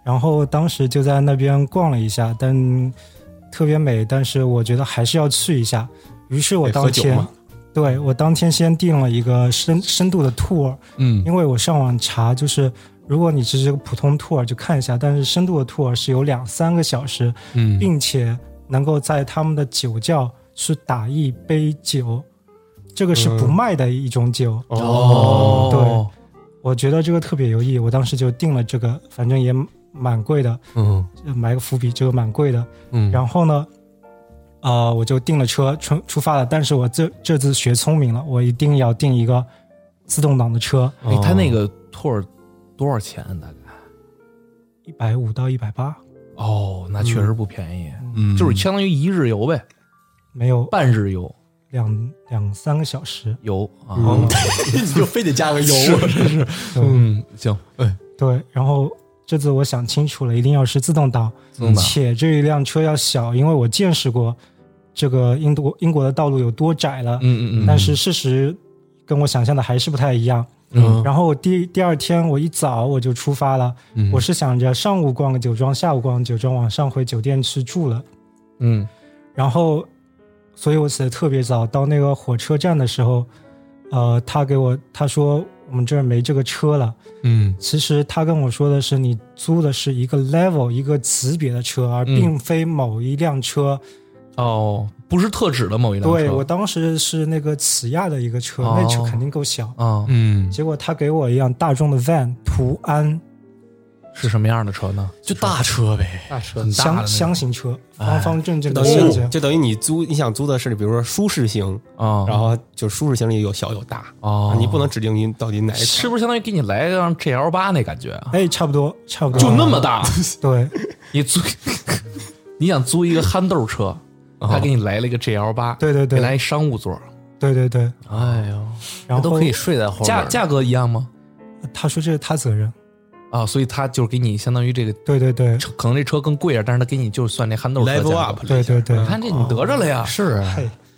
然后当时就在那边逛了一下，但特别美，但是我觉得还是要去一下。于是我当天，对我当天先订了一个深深度的 tour， 嗯， 因为我上网查，就是如果你只是个普通 tour 就看一下，但是深度的 tour 是有两三个小时， 嗯， 并且能够在他们的酒窖去打一杯酒，这个是不卖的一种酒。 嗯、哦， 对，我觉得这个特别有意义，我当时就订了这个，反正也蛮贵的， 嗯， 埋个伏笔，这个蛮贵的， 嗯， 然后呢，呃，我就订了车出出发了，但是我这这次学聪明了，我一定要订一个自动挡的车。 哎，他那个 tour 多少钱？大概一百五到一百八。 哦，那确实不便宜， 嗯， 就是相当于一日游呗， 没有半日游， 两两三个小时游啊， 嗯、你就非得加个油， 是是是，嗯，行， 对对，然后。这次我想清楚了，一定要是自动挡， 自动挡且这一辆车要小，因为我见识过这个英国英国的道路有多窄了。 嗯嗯嗯。 但是事实跟我想象的还是不太一样。 嗯。 然后第第二天我一早我就出发了， 嗯、 我是想着上午逛个酒庄，下午逛酒庄，晚上回酒店去住了。 嗯。 然后，所以我起得特别早，到那个火车站的时候，呃，他给我他说我们这儿没这个车了。 嗯， 其实他跟我说的是，你租的是一个 level 一个级别的车，而并非某一辆车。 嗯、哦，不是特指的某一辆车。 对，我当时是那个起亚的一个车，哦、那车肯定够小。 哦、嗯， 结果他给我一辆大众的 van 途安。 是什么样的车呢？ 就大车呗， 大车， 很大箱箱型车，方方正正的箱型， 就等于你租，你想租的是比如说舒适型啊、哦， 然后就舒适型里有小有大哦， 你不能指定你到底哪一款， 是不是相当于给你来个 G L 八那感觉啊？ 哎，差不多，差不多， 就那么大。 对， 你租，你想租一个憨豆车，他给你来了一个 G L 八， 对对对， 给来一商务座， 对对对， 哎呦， 然后都可以睡在后面， 价价格一样吗？ 他说这是他责任。 啊，所以他就是给你相当于这个， 对对对， 可能这车更贵点，但是他给你就是算那憨豆车 level up， 对对对， 你看这你得着了呀， 哦、是啊，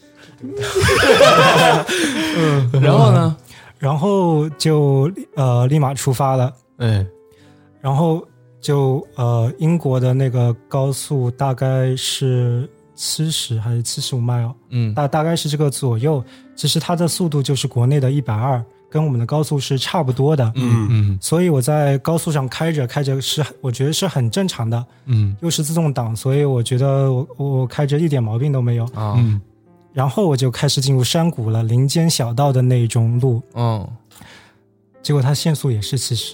嗯，然后呢， 然后就呃立马出发了， 哎， 然后就呃英国的那个高速大概是七十还是七十五迈哦， 嗯， 大大概是这个左右，其实它的速度就是国内的一百二。跟我们的高速是差不多的， 嗯嗯， 所以我在高速上开着开着是，我觉得是很正常的， 嗯， 又是自动挡，所以我觉得我我开着一点毛病都没有啊。嗯， 然后我就开始进入山谷了，林间小道的那种路， 嗯， 结果它限速也是七十，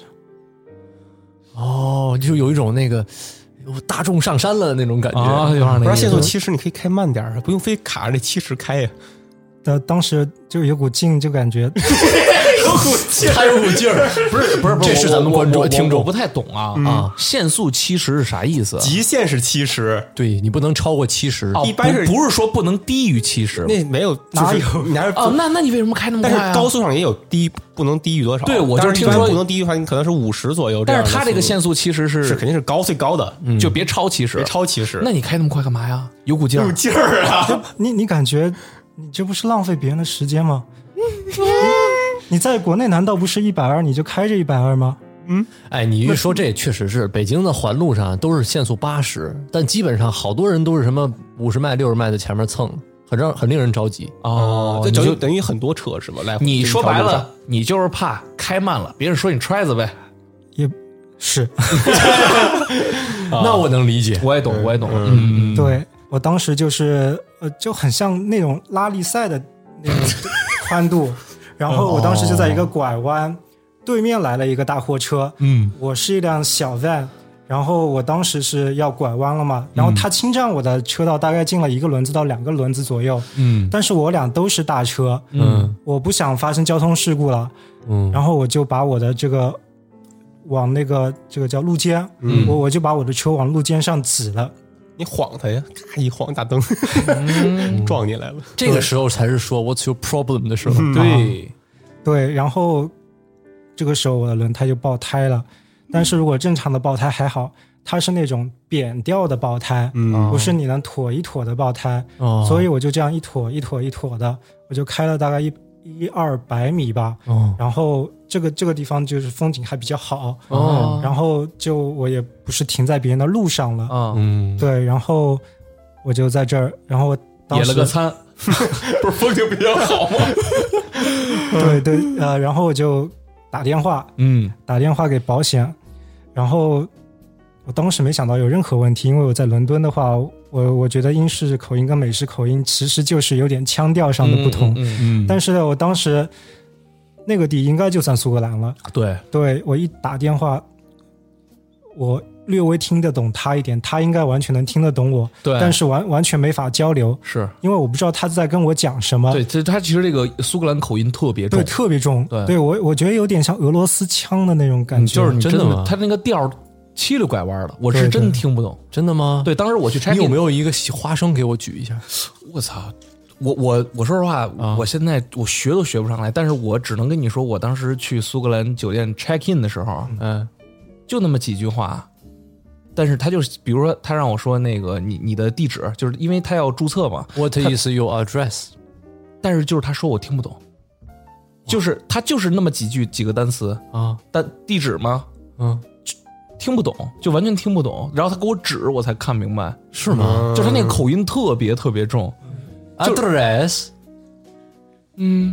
哦，就有一种那个大众上山了的那种感觉啊，有点那个。不是限速七十，你可以开慢点啊，不用非卡着这七十开呀。 的当时就有股劲，就感觉有股劲，还有股劲儿， 不是不是不是， 这是咱们观众听众我不太懂啊、嗯、啊！限速七十是啥意思？ 极限是七十， 对你不能超过七十、 哦， 一般是不是说不能低于七十？ 那没有， 哪有？ 你还是哦，那那你为什么开那么快、啊？ 但是高速上也有低，不能低于多少？ 对，我就是听说不能低于的话，你可能是五十左右。 但是它这个限速其实是是肯定是高最高的， 嗯、就别超七十， 别超七十。 那你开那么快干嘛呀？有股劲儿， 有劲儿啊！ 你你感觉？你这不是浪费别人的时间吗？你, 你在国内难道不是一百二你就开着一百二吗？ 嗯，哎，你一说这确实是，北京的环路上都是限速八十，但基本上好多人都是什么五十迈、六十迈在前面蹭，很让很令人着急。 哦， 这就等于很多车是吧？来， 你说白了，你就是怕开慢了，别人说你揣子呗。 也是， 那我能理解， 我也懂，我也懂。 嗯，对。我当时就是呃，就很像那种拉力赛的那种宽度，然后我当时就在一个拐弯，哦、对面来了一个大货车， 嗯， 我是一辆小 van， 然后我当时是要拐弯了嘛，然后他侵占我的车道，大概进了一个轮子到两个轮子左右， 嗯， 但是我俩都是大车， 嗯， 我不想发生交通事故了， 嗯， 然后我就把我的这个往那个这个叫路肩，嗯，我我就把我的车往路肩上挤了。 你晃他呀，咔一晃大灯，嗯、撞进来了。 这个时候才是说 "What's your problem" 的时候。 嗯、对， 对，然后这个时候我的轮胎就爆胎了。但是如果正常的爆胎还好，它是那种扁掉的爆胎，嗯、不是你能妥一妥的爆胎。哦、所以我就这样一妥一妥一妥的，我就开了大概一一二百米吧。哦、然后这个这个地方就是风景还比较好哦然后就我也不是停在别人的路上了， 啊， 嗯， 对，然后我就在这儿，然后我当时野了个餐，不是风景比较好吗？ 对对呃，然后我就打电话嗯打电话给保险，然后我当时没想到有任何问题，因为我在伦敦的话，我我觉得英式口音跟美式口音其实就是有点腔调上的不同， 嗯嗯， 但是呢，我当时那个地应该就算苏格兰了， 对， 对我一打电话，我略微听得懂他一点，他应该完全能听得懂我， 对但是完完全没法交流， 是因为我不知道他在跟我讲什么。 对，其实他其实这个苏格兰口音特别重对，，特别重。 对我我觉得有点像俄罗斯腔的那种感觉。 就是你真真的吗他那个调儿七里拐弯的，我是对对真听不懂。 真的吗？， 对，当时我去拆， 你有没有一个花生给我举一下？ 我操！我我我说实话， 啊我现在我学都学不上来，但是我只能跟你说，我当时去苏格兰酒店 check in 的时候， 嗯就那么几句话。但是他就是，比如说他让我说那个你你的地址，就是因为他要注册嘛， ，What is your address？ 但是就是他说我听不懂，就是他就是那么几句几个单词， 啊， 但地址吗？ 嗯， 听不懂，就完全听不懂。然后他给我指，我才看明白， 是吗就他那个口音特别特别重。 ？Address 嗯，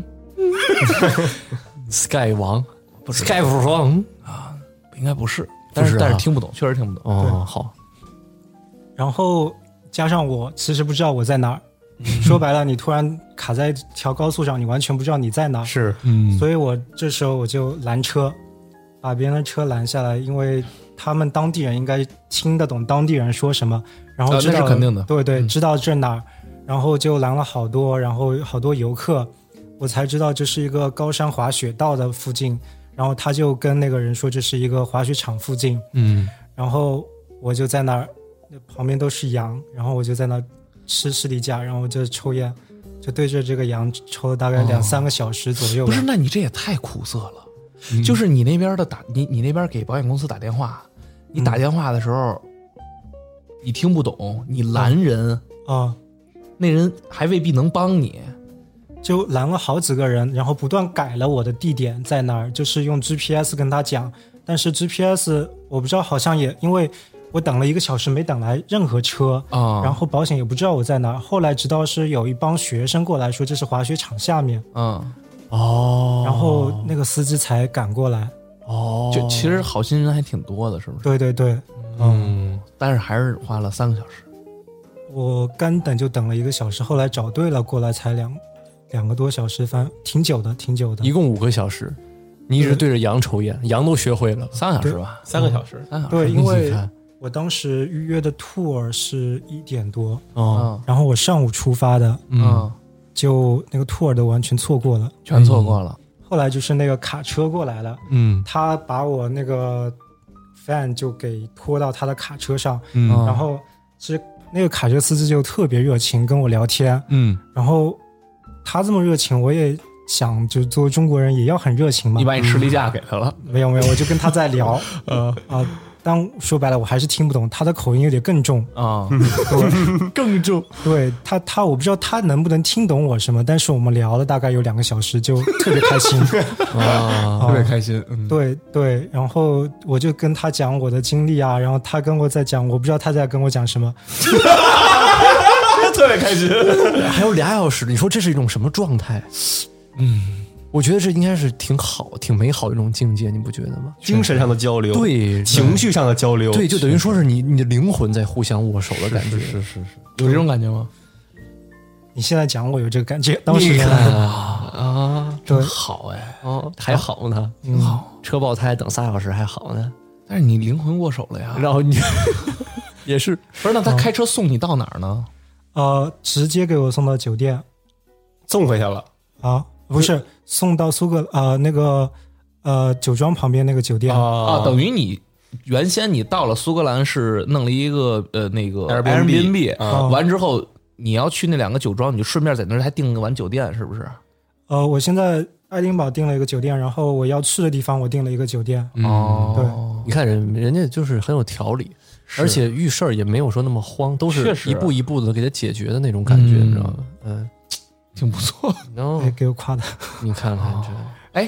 Sky 王不是 Sky 王应该不是，但是不是啊但是听不懂，确实听不懂。 哦，好， 然后加上我其实不知道我在哪儿，说白了，你突然卡在一条高速上，你完全不知道你在哪儿。 是嗯所以我这时候我就拦车，把别人的车拦下来，因为他们当地人应该听得懂当地人说什么，然后啊知道、 那是肯定的对对， 嗯知道这哪儿，然后就拦了好多，然后好多游客，我才知道这是一个高山滑雪道的附近，然后他就跟那个人说这是一个滑雪场附近， 嗯然后我就在那儿，旁边都是羊，然后我就在那儿吃士力架，然后我就抽烟，就对着这个羊抽了大概两、 哦三个小时左右吧。 不是，那你这也太苦涩了。 嗯就是你那边的打你你那边给保险公司打电话，你打电话的时候，你听不懂，你拦人， 啊、 那人还未必能帮你。 就拦了好几个人，然后不断改了我的地点在哪儿，就是用 G P S 跟他讲，但是 G P S 我不知道，好像也因为我等了一个小时没等来任何车， 啊然后保险也不知道我在哪儿。后来直到是有一帮学生过来说这是滑雪场下面， 嗯， 哦， 然后那个司机才赶过来。 哦， 就其实好心人还挺多的，是不是？ 对对对， 嗯但是还是花了三个小时。 我干等就等了一个小时，后来找对了过来才两两个多小时，反正挺久的，挺久的一。共五个小时，你一直对着羊抽烟，羊都学会了。 三个小时吧， 三个小时， 三个小时。 对，因为你看我当时预约的 tour 是一点多， 哦， 嗯然后我上午出发的， 嗯嗯， 就那个 tour 都完全错过了。 全错过了。 后来就是那个卡车过来了， 嗯他把我那个 van 就给拖到他的卡车上， 嗯嗯然后是那个卡车司机就特别热情跟我聊天， 嗯， 然后他这么热情，我也想就作为中国人也要很热情嘛你。把你士力架给他了。 没有没有，我就跟他在聊，呃啊，当说白了我还是听不懂，他的口音有点更重， 啊， 更重。 对他他我不知道他能不能听懂我什么，但是我们聊了大概有两个小时，就特别开心。 啊， 特别开心。嗯， 对对，然后我就跟他讲我的经历啊，然后他跟我在讲，我不知道他在跟我讲什么。 特别开心。 还有俩小时，你说这是一种什么状态？ 嗯， 我觉得这应该是挺好、挺美好的一种境界，你不觉得吗？ 精神上的交流，， 对， 情绪上的交流， 对，就等于说是你你的灵魂在互相握手的感觉。 是是是，有这种感觉吗？ 你现在讲我有这个感觉，当时你看啊啊， 对好哎， 哦，还好呢， 嗯好。 车爆胎等仨小时还好呢， 但是你灵魂握手了呀。 然后你也是不是，那他开车送你到哪儿呢？ 呃直接给我送到酒店送回去了。 啊，不是送到苏格呃那个呃酒庄旁边那个酒店。 啊，等于你原先你到了苏格兰是弄了一个呃那个 Airbnb Airbnb， 啊完之后你要去那两个酒庄，你就顺便在那儿还订完酒店，是不是？ 呃，我现在爱丁堡订了一个酒店，然后我要去的地方我订了一个酒店。 哦， 你看人人家就是很有条理，而且遇事儿也没有说那么慌，都是确实一步一步的给他解决的那种感觉， 嗯你知道吗？嗯， 挺不错。 然后哎，给我夸的。 你看看这， 哎，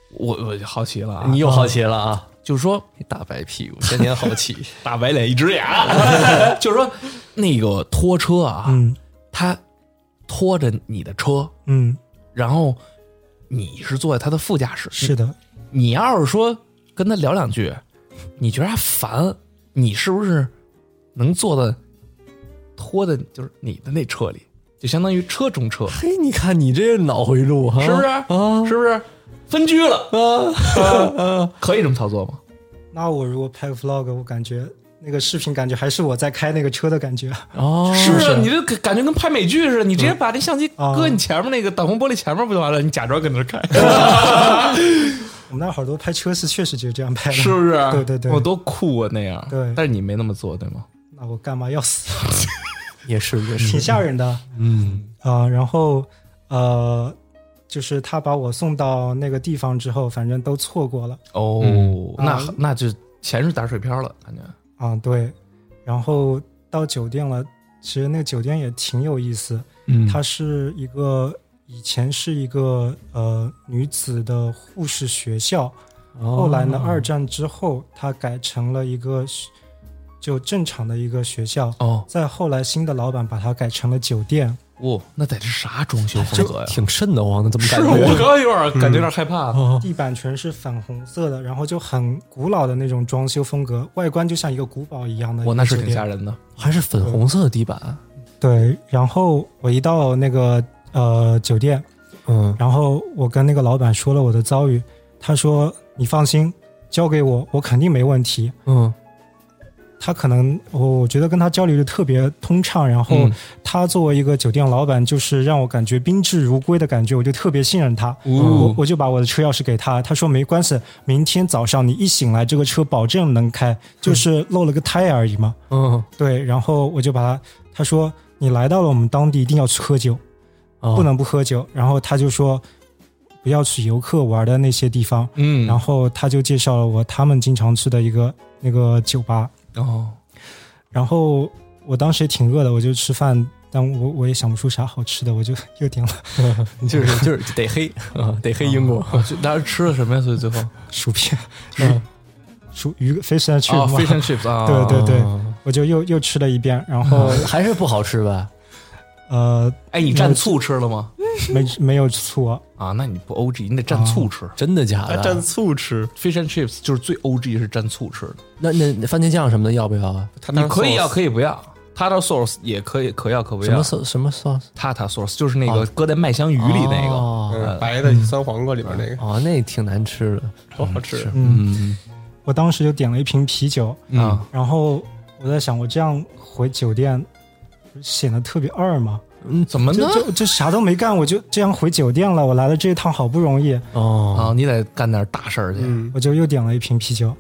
我我就好奇了啊， 你又好奇了啊？ 就是说大白屁股，天天好奇。 大白脸一只眼，就是说那个拖车啊， 嗯他拖着你的车， 嗯， 然后你是坐在他的副驾驶， 是的， 你要是说跟他聊两句，你觉得他烦，你是不是能坐的拖的，就是你的那车里，就相当于车中车， 嘿，你看你这脑回路哈， 是不是？ 啊， 是不是分居了啊？可以这么操作吗？ 那我如果拍个 vlog，我感觉那个视频感觉还是我在开那个车的感觉。 哦， 是不是？你这感觉跟拍美剧似的，你直接把这相机啊搁你前面那个挡风玻璃前面不就完了？你假装跟那开， 我们那好多拍车是确实就是这样拍的， 是不是？ 对对对我多酷啊那样。 对但是你没那么做，对吗？ 那我干嘛要死？ 也是也是挺吓人的。 嗯啊、然后呃，就是他把我送到那个地方之后，反正都错过了哦， 嗯那啊那就钱是打水漂了，感觉。 啊、对，然后到酒店了，其实那个酒店也挺有意思， 嗯， 它是一个以前是一个呃女子的护士学校，后来呢，二战之后它改成了一个就正常的一个学校， 哦， 再后来新的老板把它改成了酒店。 哇，那得是啥装修风格呀？ 挺瘆得慌的，怎么是感觉？ 我刚有点感觉有点害怕。 哦地板全是粉红色的，然后就很古老的那种装修风格，外观就像一个古堡一样的。 哇，那是挺吓。人的。 还是粉红色的地板？ 对，然后我一到那个呃酒店， 嗯然后我跟那个老板说了我的遭遇，他说你放心，交给我，我肯定没问题。 嗯他可能我我觉得跟他交流的特别通畅，然后嗯他作为一个酒店老板，就是让我感觉宾至如归的感觉，我就特别信任他。 哦我我就把我的车钥匙给他，他说没关系，明天早上你一醒来，这个车保证能开，就是漏了个胎而已嘛。 嗯， 对，然后我就把他，他说你来到了我们当地一定要去喝酒， 哦不能不喝酒。然后他就说不要去游客玩的那些地方， 嗯， 然后他就介绍了我他们经常去的一个那个酒吧。 哦， 然后我当时也挺饿的，我就吃饭，但我我也想不出啥好吃的，我就又点了就是就是得黑啊，得黑英国。 哦就当时吃了什么呀？所以最后薯片，嗯，薯鱼 fish and chip 啊嘛， ，fish and chips 啊， 对对对哦我就又又吃了一遍，然后还是不好吃呗？ 呃哎，你蘸醋吃了吗？ 没没有醋啊， 啊，那你不 O G，你得蘸醋吃。 真的假的？ 还蘸醋吃， fish and chips 就是最 O G 是蘸醋吃的， 那那那番茄酱什么的要不要啊？ 他你可以要以可以不要，tartar sauce 也可以可要可不什么要。 sauce 什么 sauce？ tartar sauce 就是那个哦搁在麦香鱼里那个， 哦嗯白的酸黄瓜里边那个哦，那挺难吃的。 多好吃。 嗯， 嗯我当时就点了一瓶啤酒， 啊， 然后我在想，我这样回酒店显得特别二嘛， 嗯， 怎么呢就？就就啥都没干，我就这样回酒店了。我来了这一趟好不容易， 哦， 啊，你得干点大事儿去。 嗯， 我就又点了一瓶啤酒。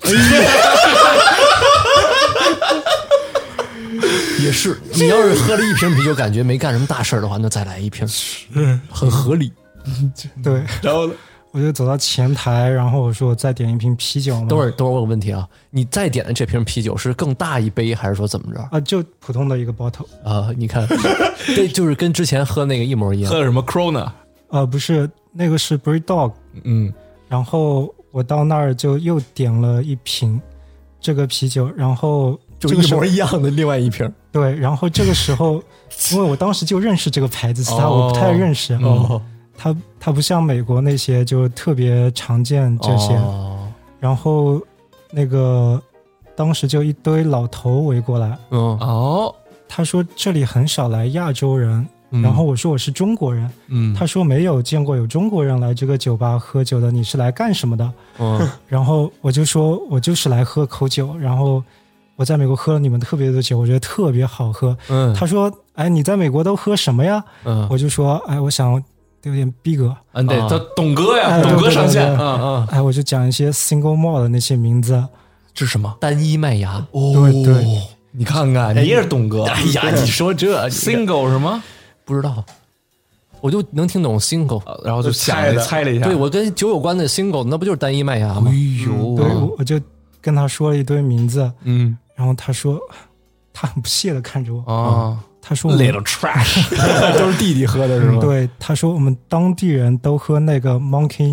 也是。你要是喝了一瓶啤酒，感觉没干什么大事儿的话，那再来一瓶，很合理。 对， 然后呢？ 我就走到前台，然后我说我再点一瓶啤酒嘛。 等会儿，等会儿，我有个问题啊，你再点的这瓶啤酒是更大一杯，还是说怎么着啊，就普通的一个 bottle。 啊？你看，对，就是跟之前喝那个一模一样。 喝的什么 Corona？ 呃，不是，那个是 Breed Dog。 嗯， 然后我到那儿就又点了一瓶这个啤酒，然后就这个时候一模一样的另外一瓶。 对，然后这个时候，因为我当时就认识这个牌子，其他我不太认识。 哦， 它它不像美国那些就特别常见这些。 哦， 然后那个当时就一堆老头围过来， 嗯， 哦， 他说这里很少来亚洲人， 嗯然后我说我是中国人， 嗯， 他说没有见过有中国人来这个酒吧喝酒的，你是来干什么的？ 嗯， 然后我就说我就是来喝口酒，然后我在美国喝了你们特别多酒，我觉得特别好喝。 嗯， 他说哎你在美国都喝什么呀？ 嗯， 我就说哎我想有点逼格， 嗯，对， 啊他董哥呀， 哎董哥对对上线， 对对嗯嗯， 哎我就讲一些 single malt 的那些名字。 这是什么？ 单一麦芽。 哦对对， 你看看，你也是董哥。 哎呀，你说这 single 是吗？ 不知道，我就能听懂 single。 呃然后就想了猜的猜了一下， 对，我跟酒有关的 single，那不就是单一麦芽吗哎？呦， 对，我我就跟他说了一堆名字， 嗯然后他说他很不屑的看着我， 啊他说我们 ，little trash， 都是弟弟喝的是吗？ 对，他说我们当地人都喝那个 Monkey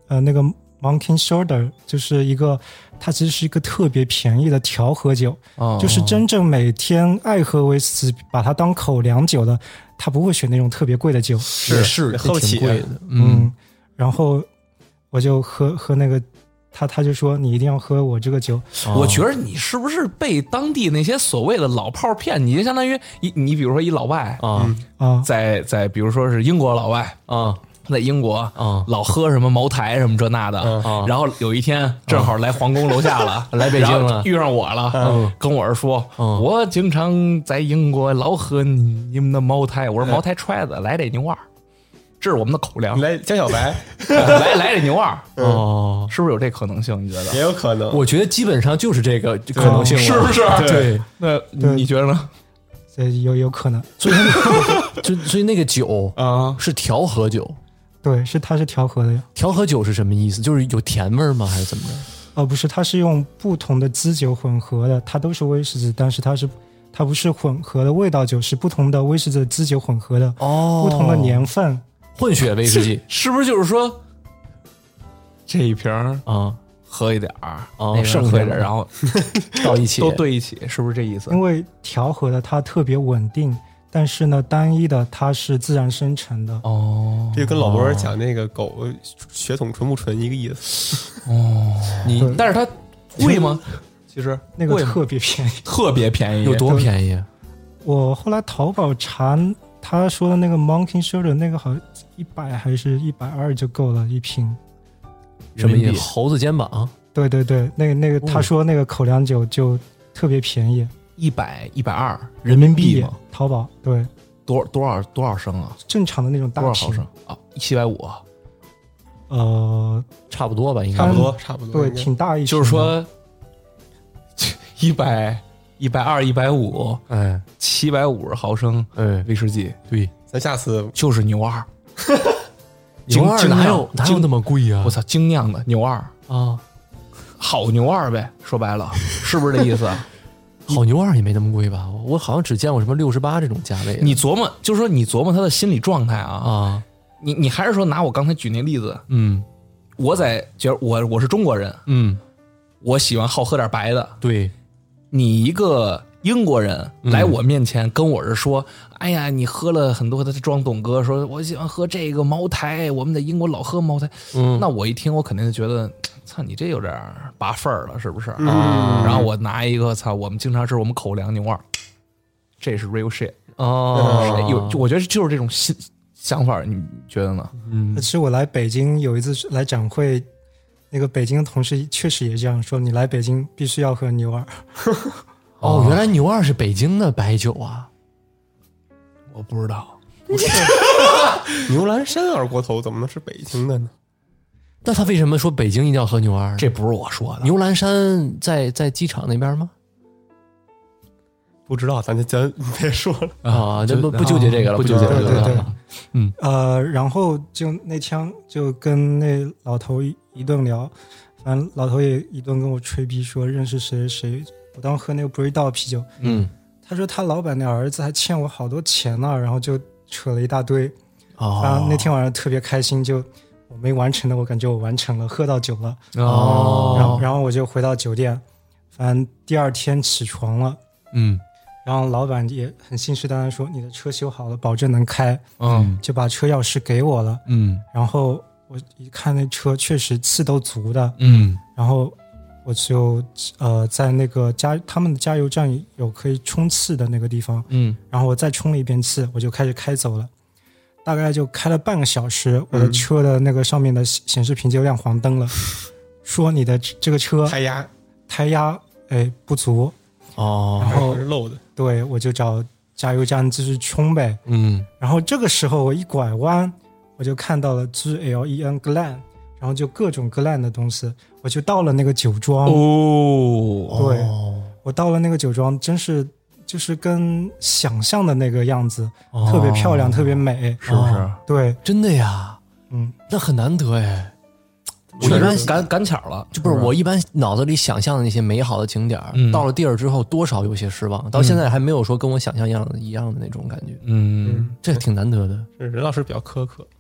呃那个 Monkey Shoulder， 就是一个它其实是一个特别便宜的调和酒， 哦、 就是真正每天爱喝威士忌把它当口粮酒的，他不会选那种特别贵的酒。 是是喝不起挺贵的， 嗯，嗯然后我就喝喝那个。他他就说你一定要喝我这个酒， 我觉得你是不是被当地那些所谓的老炮骗？你就相当于你你比如说一老外啊啊， 在在比如说是英国老外啊， 在英国啊老喝什么茅台什么这那的， 啊然后有一天正好来皇宫楼下了， 来北京了， 遇上我了，跟我说我经常在英国老喝你们的茅台，我说茅台揣子来这牛二。这是我们的口粮， 来江小白， 来来这牛二哦， 是不是有这可能性？你觉得？ 也有可能， 我觉得基本上就是这个可能性了， 是不是？ 对， 那你觉得呢？ 对，有有可能。 所以，就所以那个酒啊是调和酒， 对，是它是调和的呀。 调和酒是什么意思？就是有甜味吗？还是怎么着？ 哦，不是，它是用不同的基酒混合的，它都是威士忌，但是它是它不是混合的味道酒，是不同的威士忌的基酒混合的， 哦， 不同的年份。 混血威士忌是不是就是说，这一瓶啊喝一点儿， 啊剩喝一点，然后到一起都兑一起，是不是这意思？ 因为调和的它特别稳定，但是呢，单一的它是自然生成的。 哦， 这就跟老博讲那个狗血统纯不纯一个意思。 哦，你但是它贵吗？其实那个特别便宜， 特别便宜， 有多便宜？ 我后来淘宝查。他说的那个 Monkey Shoulder 那个好像一百还是一百二就够了一瓶， 什么意思？猴子肩膀？ 对对对，那个那个他说那个口粮酒就特别便宜， 一百一百二人民币吗？ 淘宝对， 多多少多少升啊？ 正常的那种大瓶， 多少毫升啊？七百五， 呃， 差不多吧，应该差不多差不多， 对，挺大一瓶。 就是说一百。一百二、一百五， 哎， 七百五十毫升， 哎， 威士忌， 对， 咱下次就是牛二， 牛二哪有哪有那么贵呀？ 我操，精酿的牛二啊， 好牛二呗，说白了，是不是这意思？ 好牛二也没那么贵吧？我好像只见过什么六十八这种价位。 你琢磨，就是说你琢磨他的心理状态啊啊， 你你还是说拿我刚才举那例子， 嗯， 我在觉得我我是中国人， 嗯， 我喜欢好喝点白的， 对。 你一个英国人来我面前跟我是说，嗯、哎呀，你喝了很多，他装懂哥，说我喜欢喝这个茅台，我们在英国老喝茅台。嗯，那我一听，我肯定就觉得，操，你这有点拔份儿了，是不是？ 嗯、 然后我拿一个，操，我们经常吃我们口粮牛二，这是 real shit 哦。 有，我觉得就是这种心想法，你觉得呢？ 嗯，其实我来北京有一次来展会。那个北京的同事确实也这样说，你来北京必须要喝牛二。 哦，原来牛二是北京的白酒啊！ 我不知道。 牛栏山二锅头怎么能是北京的呢？ 那他为什么说北京一定要喝牛二？ 这不是我说的。 牛栏山在在机场那边吗？ 不知道，咱就咱别说了啊，就不不纠结这个了，不纠结这个了。 对对对， 嗯呃，然后就那天就跟那老头一一顿聊，反正老头也一顿跟我吹逼说认识谁谁，我当时喝那个 Breedal 啤酒， 嗯， 他说他老板那儿子还欠我好多钱呢，然后就扯了一大堆。 哦， 然后那天晚上特别开心，就我没完成的，我感觉我完成了，喝到酒了。 哦， 然后然后我就回到酒店，反正第二天起床了， 嗯。 然后老板也很信誓旦旦说你的车修好了，保证能开， 嗯， 就把车钥匙给我了， 嗯， 然后我一看那车确实气都足的， 嗯， 然后我就呃在那个加他们的加油站有可以充气的那个地方， 嗯， 然后我再充了一遍气，我就开始开走了，大概就开了半个小时，我的车的那个上面的显示屏就亮黄灯了，说你的这个车胎压胎压哎不足。 哦， 然后是漏的， 对，我就找加油站继续充呗。 嗯， 然后这个时候我一拐弯，我就看到了 G L E N Glen， 然后就各种 Glen 的东西，我就到了那个酒庄。 哦， 对，我到了那个酒庄，真是就是跟想象的那个样子， 哦、 特别漂亮，特别美， 是不是？ 哦、对， 真的呀， 嗯， 那很难得哎。 我一般赶赶巧了， 就不是我一般脑子里想象的那些美好的景点，嗯、到了地儿之后多少有些失望，到现在还没有说跟我想象一样的一样的那种感觉。 嗯， 这挺难得的。 任老师比较苛刻，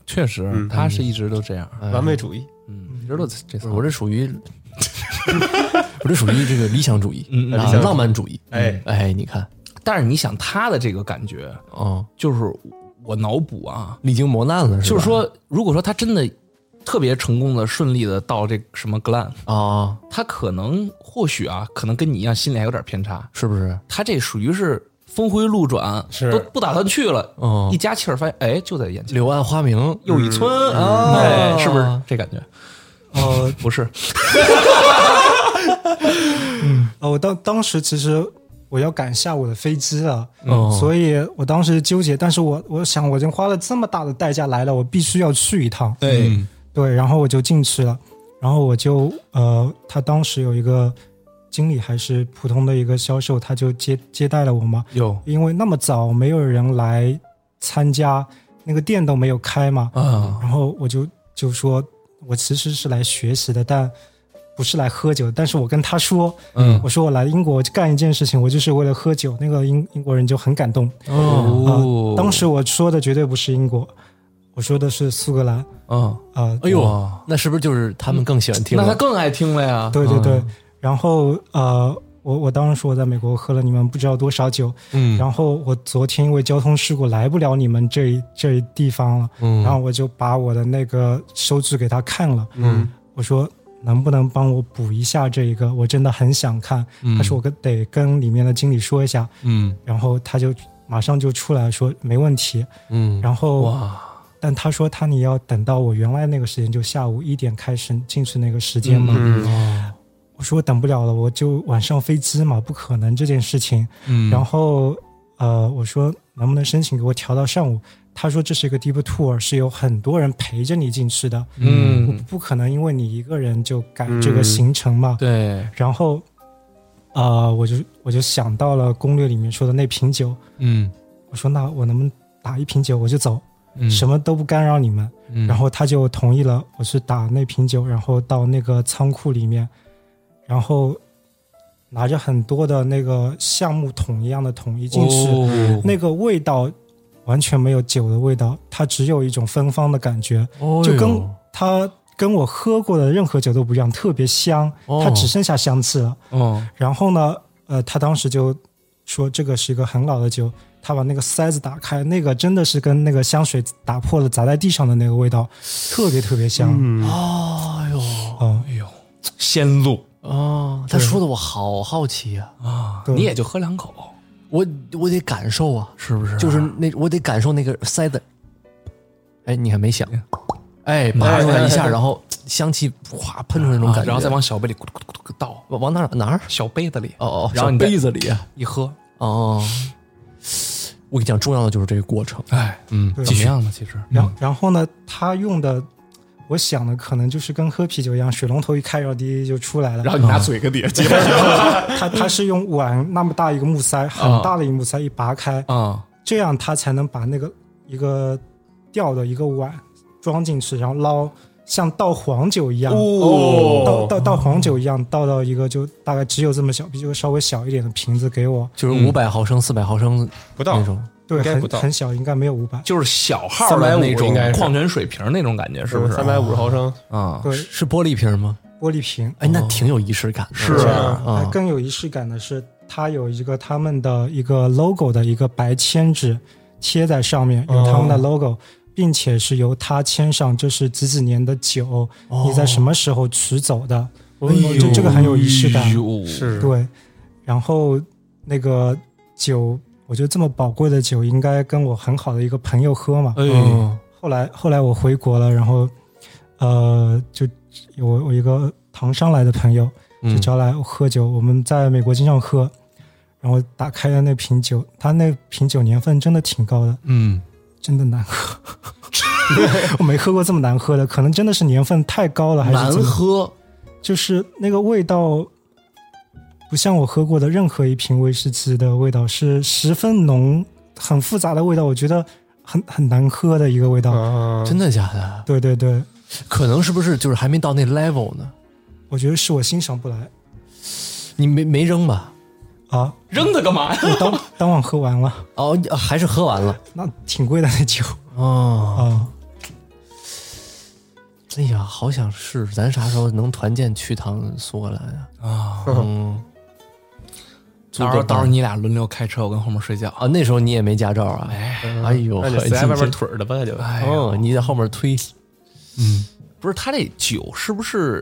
确实， 嗯他是一直都这样， 完美主义。 嗯，一直都这我这属于，我这属于这个理想主义， 嗯啊浪漫主义。 哎哎，你看， 但是你想他的这个感觉， 哦， 就是我脑补啊， 历经磨难了，是吧？ 就是说，如果说他真的特别成功的、顺利的到这什么格兰， 啊， 他可能或许啊，可能跟你一样，心里还有点偏差， 是不是？ 他这属于是峰回路转， 是都不打算去了， 哦一加气儿发现，哎，就在眼前， 柳暗花明又一村， 哦哎，是不是这感觉？ 呃不是， 呃，我当当时其实我要赶下午的飞机了， 哦所以我当时纠结，但是我我想我已经花了这么大的代价来了，我必须要去一趟。 对， 对，然后我就进去了，然后我就呃，他当时有一个经理还是普通的一个销售，他就接接待了我嘛， 有因为那么早没有人来参加，那个店都没有开嘛， 啊， 然后我就就说我其实是来学习的，但不是来喝酒的，但是我跟他说， 嗯， 我说我来英国干一件事情，我就是为了喝酒，那个英英国人就很感动。 哦呃，当时我说的绝对不是英国，我说的是苏格兰。 嗯， 呃， 哎呦哇， 那是不是就是他们更喜欢听了？ 那他更爱听了呀， 对对对，然后呃，我我当时说我在美国喝了你们不知道多少酒， 嗯， 然后我昨天因为交通事故来不了你们这一这一地方了， 嗯然后我就把我的那个收据给他看了， 嗯， 我说能不能帮我补一下这一个，我真的很想看，他说我跟得跟里面的经理说一下， 嗯然后他就马上就出来说没问题， 嗯， 然后哇， 但他说他你要等到我原来那个时间，就下午一点开始进去那个时间嘛。 嗯我说我等不了了，我就晚上飞机嘛，不可能这件事情。 嗯然后呃，我说能不能申请给我调到上午？他说这是一个 deep tour，是有很多人陪着你进去的。 嗯我不可能因为你一个人就改这个行程嘛。 对， 然后呃，我就我就想到了攻略里面说的那瓶酒， 嗯我说那我能不能打一瓶酒我就走？ 嗯什么都不干扰你们， 嗯然后他就同意了。我是打那瓶酒，然后到那个仓库里面，然后拿着很多的那个橡木桶一样的桶一进去， 哦那个味道完全没有酒的味道，它只有一种芬芳的感觉， 哦就跟哟它跟我喝过的任何酒都不一样，特别香， 哦它只剩下香气了。 哦， 然后呢，呃，他当时就说这个是一个很老的酒，他把那个塞子打开，那个真的是跟那个香水打破了砸在地上的那个味道，特别特别香。 嗯， 哦哟嗯， 哎呦，仙路哦，他说的我好好奇呀， 啊， 对你也就喝两口， 我我得感受啊， 是不是？ 就是那我得感受那个塞的，哎，你还没想，哎，拔出来一下，然后香气哗喷出来那种感觉， 啊然后再往小杯里咕嘟咕嘟咕嘟倒， 往往哪儿哪儿？ 小杯子里， 哦哦， 然后你再小杯子里啊一喝， 哦。我跟你讲，重要的就是这个过程。 哎， 嗯， 对怎么样呢？其实， 然后然后呢，他用的，我想的可能就是跟喝啤酒一样，水龙头一开，然后滴就出来了。 然后你拿嘴跟底下接他他是用碗那么大一个木塞，很大的一个木塞一拔开， 啊， 这样他才能把那个一个吊的一个碗装进去，然后捞，像倒黄酒一样， 哦倒倒倒黄酒一样，倒到一个就大概只有这么小，比这个稍微小一点的瓶子给我。 就是五百毫升、四百毫升不到那种。 对，很应该不到很小，应该没有五百。 就是小号的那三百五种应该是矿泉水瓶那种感觉，是不是？ 三百五十毫升？ 啊， 对， 是玻璃瓶吗？ 玻璃瓶。 哎，那挺有仪式感的。 是而且啊还更有仪式感的是，它有一个他们的一个 logo 的一个白签纸贴在上面，有他们的 logo，、并且是由他签上，这是几几年的酒，你在什么时候取走的， 哎呦这这个很有仪式感。 哎呦是， 对，然后那个酒，我觉得这么宝贵的酒，应该跟我很好的一个朋友喝嘛。 哎， 嗯后来后来我回国了，然后呃，就有我我一个唐山来的朋友就嗯招来我喝酒，我们在美国经常喝，然后打开了那瓶酒，他那瓶酒年份真的挺高的， 嗯， 真的难喝，我没喝过这么难喝的，可能真的是年份太高了，还是难怎么， 喝， 就是那个味道。不像我喝过的任何一瓶威士忌的味道，是十分浓、很复杂的味道，我觉得很很难喝的一个味道。 啊， 真的假的？ 对对对， 可能是不是就是还没到那 level 呢？ 我觉得是我欣赏不来你没没扔吧？ 啊！ 扔它干嘛呀？ 我当当晚喝完了， 哦，还是喝完了那挺贵的那酒哦。 啊。 哎呀，好想试，咱啥时候能团建去趟苏格兰呀？ 啊， 嗯， 到时候到时候你俩轮流开车，我跟后面睡觉啊。那时候你也没驾照啊？ 哎， 哎呦， 那就塞在外边腿儿的吧，就哎哦，你在后面推。 嗯，不是他这酒是不是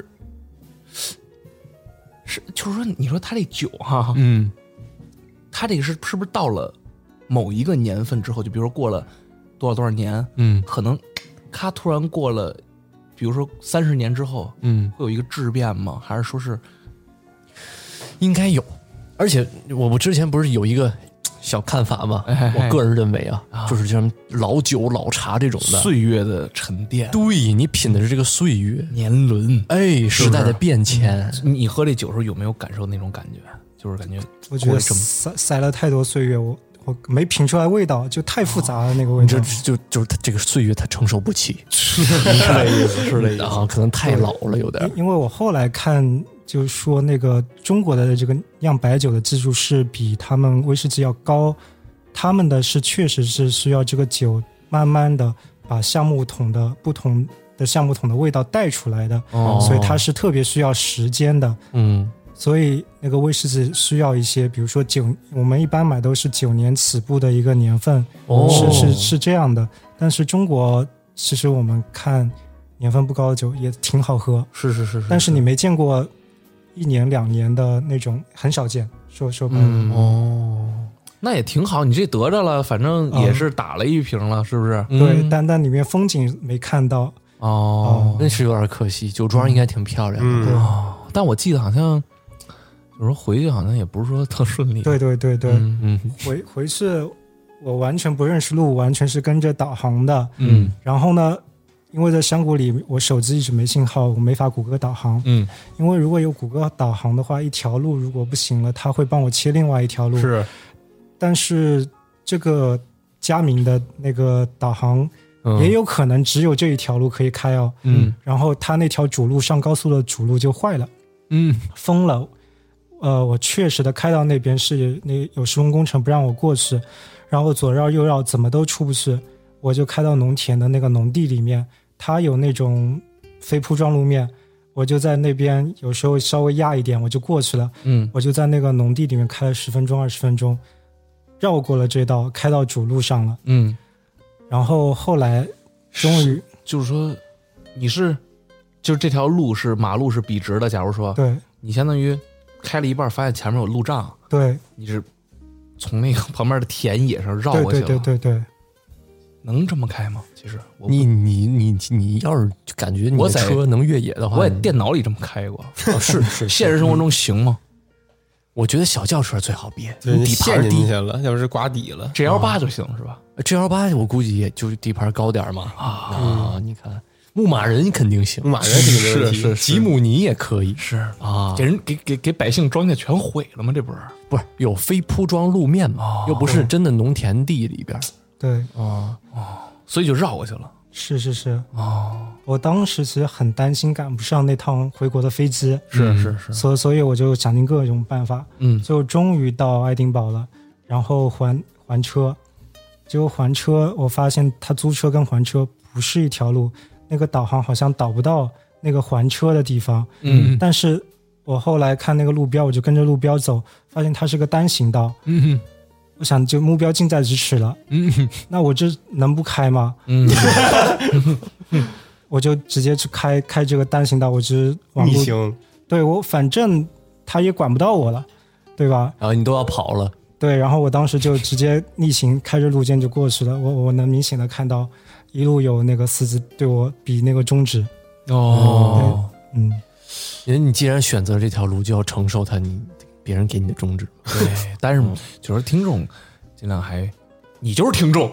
是？就是说，你说他这酒哈， 嗯， 他这个是是不是到了某一个年份之后，就比如说过了多少多少年， 嗯， 可能他突然过了，比如说三十年之后， 嗯， 会有一个质变吗？还是说是应该有？而且我我之前不是有一个小看法吗？ 哎我个人认为啊，啊就是像老酒、老茶这种的岁月的沉淀， 对你品的是这个岁月年轮， 哎，时代的变迁。 嗯、你喝这酒时候有没有感受那种感觉？就是感觉， 我觉得塞塞了太多岁月，我我没品出来味道，就太复杂了那个味道。 就就就是它这个岁月它承受不起， 是这意思，是这意思啊，可能太老了有点。 因为我后来看。就是说，那个中国的这个酿白酒的技术是比他们威士忌要高，他们的是确实是需要这个酒慢慢的把橡木桶的不同的橡木桶的味道带出来的， 哦、 所以它是特别需要时间的。 嗯， 所以那个威士忌需要一些，比如说九，我们一般买都是九年起步的一个年份， 哦、 是是是这样的。但是中国其实我们看年份不高的酒也挺好喝， 是是 是, 是， 但是你没见过。一年两年的那种很少见，说说白了、 嗯、哦，那也挺好，你这得着了，反正也是打了一瓶了，嗯、是不是？ 对， 嗯、 但但里面风景没看到， 哦， 哦那是有点可惜。酒庄应该挺漂亮的， 嗯哦、但我记得好像有时候回去好像也不是说特顺利。 对对对对， 嗯嗯， 回回去我完全不认识路，完全是跟着导航的， 嗯， 然后呢？因为在山谷里，我手机一直没信号，我没法谷歌导航。 嗯， 因为如果有谷歌导航的话，一条路如果不行了，它会帮我切另外一条路。 是， 但是这个佳明的那个导航也有可能只有这一条路可以开哦。 嗯， 然后它那条主路上高速的主路就坏了， 嗯， 封了。呃，我确实的开到那边是那有施工工程不让我过去，然后左绕右绕怎么都出不去。我就开到农田的那个农地里面，它有那种非铺装路面，我就在那边有时候稍微压一点我就过去了。 嗯， 我就在那个农地里面开了十分钟二十分钟，绕过了这道，开到主路上了。 嗯， 然后后来终于就是说你是就是这条路是马路是笔直的，假如说对你相当于开了一半发现前面有路障， 对， 你是从那个旁边的田野上绕过去了。 对对对对对。 能这么开吗？其实你你你你要是感觉你的车能越野的话， 我也电脑里这么开过。 哦、是是， 现实生活中行吗？ 我觉得小轿车最好别， 对底盘低了，要不是刮底了 ，G L 八就行是吧 ？G L 八我估计也就是底盘高点嘛。啊啊，你看牧马人肯定行， 牧马人肯定没问题， 是吉姆尼也可以， 是啊， 给人给给给百姓庄稼全毁了吗？这不是不是有非铺装路面嘛？ 哦、 又不是真的农田地里边。 对啊哦，所以就绕过去了。 是是是哦， 我当时其实很担心赶不上那趟回国的飞机， 是是是， 所所以我就想尽各种办法， 嗯， 就终于到爱丁堡了，然后还还车，结果还车我发现他租车跟还车不是一条路，那个导航好像导不到那个还车的地方， 嗯， 但是我后来看那个路标，我就跟着路标走，发现它是个单行道， 嗯。 我想就目标近在咫尺了， 嗯， 那我这能不开吗？ 嗯， 我就直接去开开这个单行道，我只往路，对我反正他也管不到我了，对吧？ 然后你都要跑了， 对，然后我当时就直接逆行开着路肩就过去了，我我能明显的看到一路有那个司机对我比那个中指。 哦， 嗯， 因为你既然选择这条路，就要承受它你。别人给你的中指， 对，但是就是听众尽量还，你就是听众，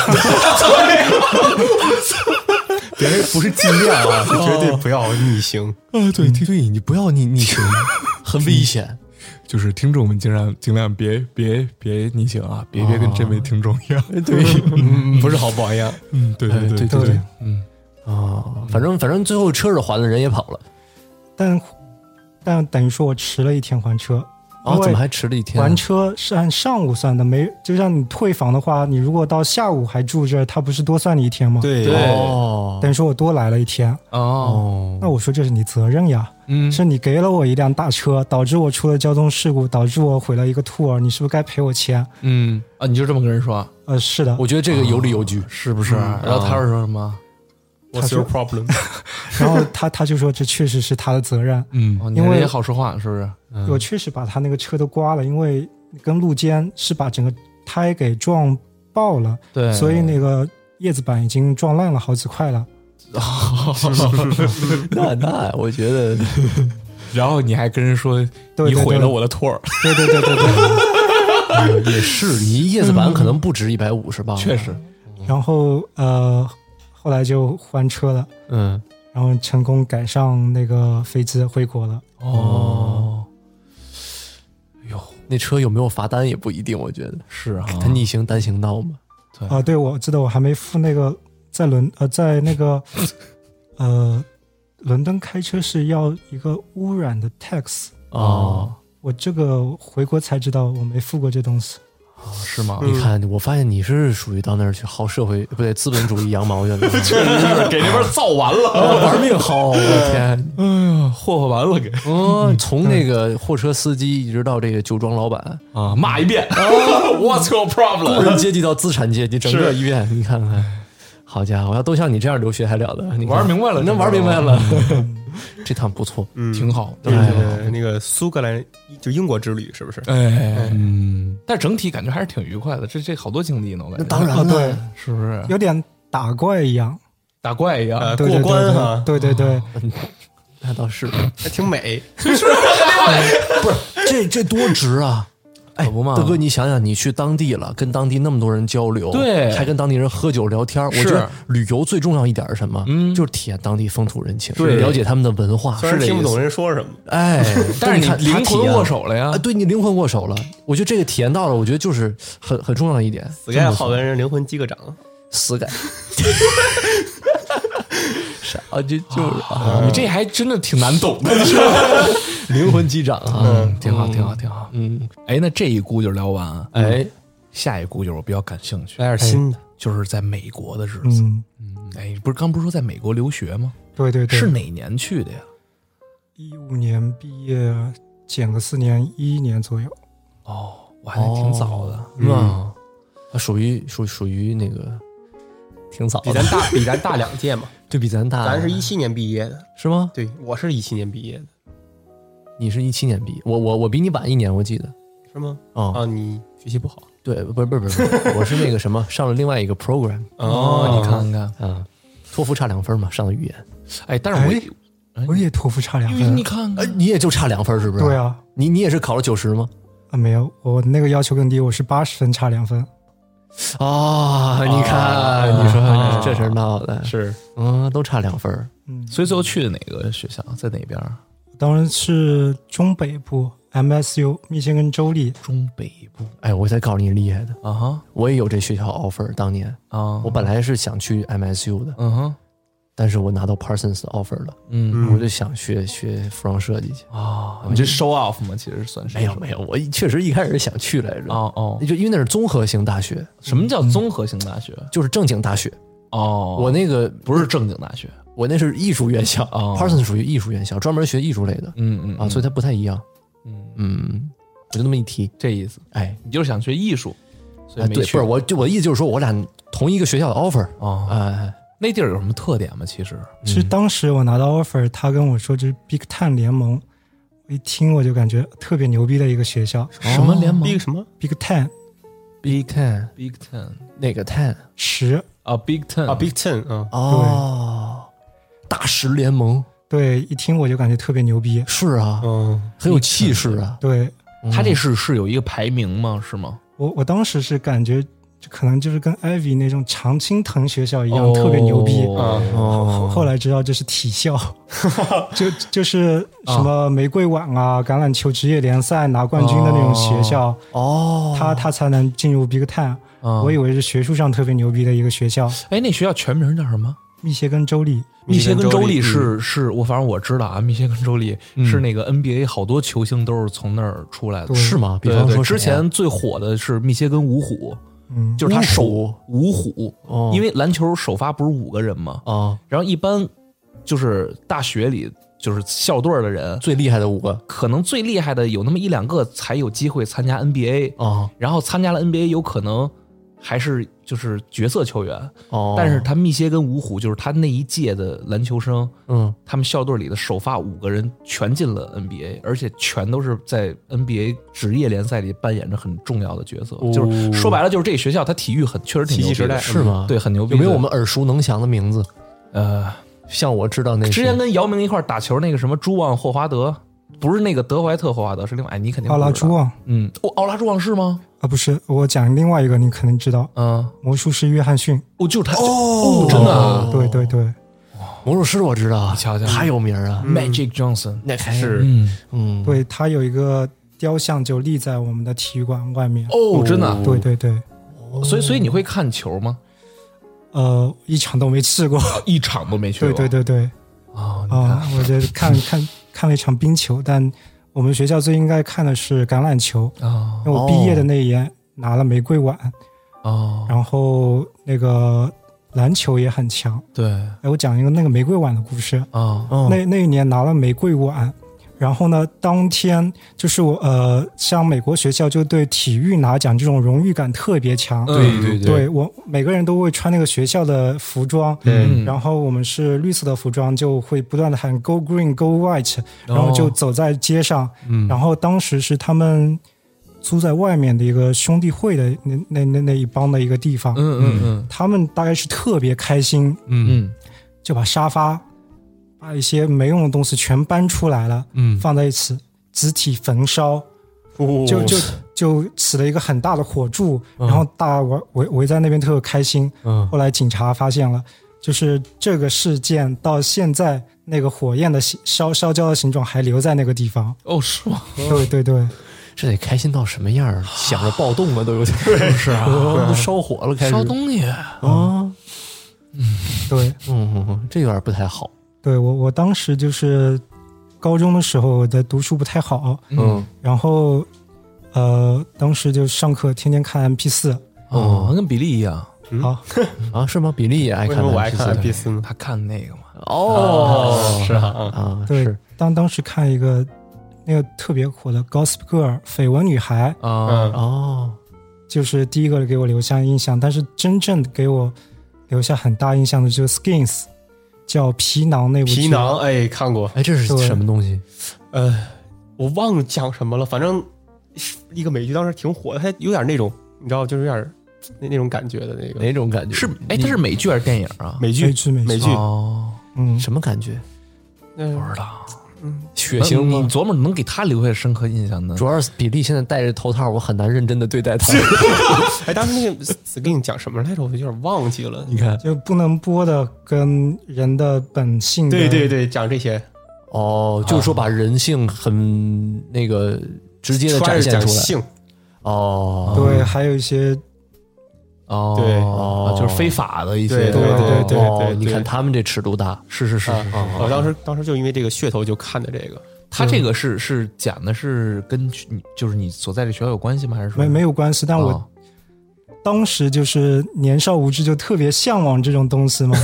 别人不是尽量啊，绝对不要逆行啊！对对，你不要逆逆行，很危险。 就是听众们尽量尽量别别别逆行啊，别别跟这位听众一样， 对，不是好榜样。 嗯，对对对对对， 嗯啊，反正反正最后车是还了，人也跑了， 但但等于说我迟了一天还车。 哦，怎么还迟了一天？ 还车是按上午算的，没就像你退房的话，你如果到下午还住这儿，他不是多算你一天吗？ 对哦， 等于说我多来了一天。 哦， 那我说这是你责任呀， 嗯， 是你给了我一辆大车，导致我出了交通事故，导致我毁了一个 tour， 你是不是该赔我钱？ 嗯啊，你就这么跟人说？ 呃，是的。 我觉得这个有理有据， 是不是？然后他是说什么？ What's your problem？ 然后他他就说这确实是他的责任， 嗯，哦、 因为也好说话，是不是？ 嗯、 我确实把他那个车都刮了，因为跟路肩是把整个胎给撞爆了， 对， 所以那个叶子板已经撞烂了好几块了。 那那我觉得， 然后你还跟人说对对对你毁了我的 tour， 对对对对对， 嗯、也是，你叶子板可能不止一百五十磅， 确实。 然后呃，后来就还车了， 嗯， 然后成功赶上那个飞机回国了。 哦， 哟，那车有没有罚单也不一定，我觉得是啊， 它逆行单行道嘛。 对啊，对，我记得我还没付那个在伦呃在那个呃伦敦开车是要一个污染的 tax 哦， 我这个回国才知道我没付过这东西。 是吗？ 你看，我发现你是属于到那儿去薅社会不对资本主义羊毛去了， 确实是给那边造完了， 玩命薅，我的天！ 哎呀，霍霍完了给， 哦，从那个货车司机一直到这个酒庄老板啊，骂一遍，What's your 工 problem？ 人阶级到资产阶级，整个一遍，你看看，好家伙，要都像你这样留学还了得？你玩明白了， 那玩明白了，这趟不错， 嗯， 挺好。 那个那个苏格兰就英国之旅是不是？ 哎，嗯，但整体感觉还是挺愉快的。这这好多经历呢，我感觉。 那当然了， 对， 是不是有点打怪一样， 打怪一样呃对过关哈？ 对对对， 那倒是， 还挺美。 不是这这多值啊！哎， 不嘛， 大哥，你想想，你去当地了，跟当地那么多人交流， 对， 还跟当地人喝酒聊天。我觉得旅游最重要一点是什么？嗯，就是体验当地风土人情， 对， 了解他们的文化。 虽然听不懂人说什么， 哎， 但是你灵魂握手了呀， 啊，对你灵魂握手了。我觉得这个体验到了，我觉得就是很很重要的一点。 死盖好跟人灵魂击个掌， 死盖。啥？这就是啊， 你这还真的挺难懂的， 灵魂击掌啊， 嗯，挺好，挺好，挺好。 嗯， 哎，那这一估就聊完， 哎， 下一估就是我比较感兴趣， 来点新的， 就是在美国的日子。 嗯， 哎，不是刚不是说在美国留学吗？ 对对对， 是哪年去的呀？ 一五年毕业，减个四年，一一年左右。 哦，我还挺早的， 嗯，属于属属于那个挺早的， 比咱大比咱大两届嘛， 对比咱大， 咱是一七年毕业的， 是吗？ 对，我是一七年毕业的， 你是一七年毕业，我我我比你晚一年，我记得是吗？ 哦啊，你学习不好， 对，不是不是不是，我是那个什么上了另外一个 program， 哦，你看看啊，托福差两分嘛，上的语言， 哎，但是我我也托福差两分， 你看看，你也就差两分是不是？ 对啊， 你你也是考了九十吗？ 啊，没有，我那个要求更低，我是八十分差两分。 啊，你看，你说这事闹的是， 嗯，都差两分。 嗯， 所以最后去的哪个学校，在哪边？ 当然是中北部 M S U 密歇根州立。 中北部， 哎，我再告诉你厉害的啊哈， 我也有这学校 offer，当年啊， 我本来是想去 M S U 的， 嗯哼。 但是我拿到 Parsons offer 了， 嗯， 我就想学学服装设计去啊。你这 show off 吗？其实算是没有没有，我确实一开始想去来着。 哦哦， 就因为那是综合性大学。 什么叫综合性大学？ 就是正经大学。 哦， 我那个不是正经大学， 我那是艺术院校。 哦 Parsons 属于艺术院校，专门学艺术类的。 嗯嗯啊，所以它不太一样。 嗯嗯，我就那么一提， 这意思。 哎， 你就是想学艺术，所以哎，对，不是我，就我的意思就是说我俩同一个学校的 offer 啊， 哎。 那地儿有什么特点吗？其实， 其实当时我拿到 offer，他跟我说这是 Big Ten 联盟，我一听我就感觉特别牛逼的一个学校。 什么联盟 ？Big 什么 ？Big Ten。Big Ten，Big Ten， 那个 Ten 十啊 ，Big Ten 啊 ，Big Ten 啊， 哦，大十联盟。 对，一听我就感觉特别牛逼。 是啊， 嗯， 很有气势啊。 对， 他这是是有一个排名吗？是吗？ 我我当时是感觉。可能就是跟 Ivy 那种常青藤学校一样、哦、特别牛逼啊！ 哦、 后来知道这是体校，就就是什么玫瑰碗啊、橄榄球职业联赛拿冠军的那种学校哦， 他他才能进入 Big Ten、哦。我以为是学术上特别牛逼的一个学校。 哎，那学校全名叫什么？ 密歇根州立。 密歇根州立是嗯是我反正我知道啊，密歇根州立是那个 N B A 好多球星都是从那儿出来的， 是吗？比对对， 方说之前最火的是密歇根五虎， 嗯， 就是他首五五虎， 哦因为篮球首发不是五个人吗？ 啊， 然后一般就是大学里就是校队的人， 最厉害的五个可能最厉害的有那么一两个才有机会参加 N B A 啊， 然后参加了 N B A 有可能还是就是角色球员， 哦， 但是他密歇根五虎就是他那一届的篮球生， 嗯， 他们校队里的首发五个人全进了 N B A， 而且全都是在 N B A 职业联赛里扮演着很重要的角色， 哦就是说白了就是这个学校他体育很确实挺牛逼的， 奇迹时代是吗？ 对，很牛逼的。 有没有我们耳熟能详的名字？ 呃， 像我知道那之前跟姚明一块打球那个什么朱旺霍华德，不是那个德怀特霍华德，是另外，哎，你肯定奥拉不知道朱旺嗯，哦，奥拉朱旺是吗？ 啊，不是，我讲另外一个，你可能知道， 嗯， 魔术师约翰逊。 哦，就是他，哦，真的啊， 对对对， 魔术师我知道， 你瞧瞧太有名啊， Magic Johnson， 那还是嗯， 嗯， 对他有一个雕像就立在我们的体育馆外面。 哦，真的啊， 对对对， 所以所以你会看球吗？ 呃，一场都没去过。 一场都没去过。 对对对对， 啊，你啊、 看我觉得看看看了一场冰球，但我们学校最应该看的是橄榄球， 啊因为我毕业的那一年拿了玫瑰碗， 啊， 然后那个篮球也很强。 对哎，我讲一个那个玫瑰碗的故事。 啊， 哦那那一年拿了玫瑰碗，然后呢，当天就是我呃，像美国学校就对体育拿奖这种荣誉感特别强。 对对对我每个人都会穿那个学校的服装， 嗯然后我们是绿色的服装，就会不断的喊 Go Green Go White，然后就走在街上， 嗯然后当时是他们租在外面的一个兄弟会的那那那那一帮的一个地方， 嗯嗯嗯他们大概是特别开心， 嗯嗯就把沙发把一些没用的东西全搬出来了， 嗯放在一起集体焚烧， 哦就就就起了一个很大的火柱，然后大家围围围在那边特别开心。 嗯后来警察发现了，就是这个事件到现在那个火焰的形烧烧焦的形状还留在那个地方。 哦，是吗？ 对对对， 这得开心到什么样儿？想着暴动了都有点，是啊，都烧火了，开始烧东西啊， 对嗯嗯嗯，这有点不太好， 对，我我当时就是高中的时候我的读书不太好， 嗯然后呃当时就上课天天看 M P 四。 哦，跟比利一样， 好， 啊，是吗？比利也爱为看， 什么我爱看 M P 四呢？ 他看那个嘛， 哦， 是啊， 啊， 对是， 当当时看一个那个特别火的《Gossip Girl》绯闻女孩， 啊嗯哦， 就是第一个给我留下印象，但是真正给我留下很大印象的就是 Skins， 叫皮囊那部剧。 皮囊，哎，看过， 哎，这是对什么东西？ 呃，我忘了讲什么了，反正一个美剧当时挺火的，它有点那种，你知道，就是有点那那种感觉的那个哪种感觉？ 是哎，它是美剧还是电影啊？ 美剧美剧美剧美剧， 哦， 嗯， 什么感觉？ 嗯不知道， 血腥吗？ 你琢磨能给他留下深刻印象的主要是比利现在戴着头套，我很难认真的对待他。 哎，当时那个 Skin 讲什么来着？我有点忘记了。 你看， 就不能播的跟人的本性的。 对对对，讲这些， 哦，就是说把人性很那个直接的穿着展现出来。 讲性， 哦， 对，还有一些哦， 对哦就是非法的一些， 对对哦对对哦对你看他们这尺度大， 是是是啊是， 我当时当时就因为这个噱头就看的这个， 他这个是是讲的是跟你就是你所在的学校有关系吗？还是说没没有关系，但我哦当时就是年少无知，就特别向往这种东西嘛。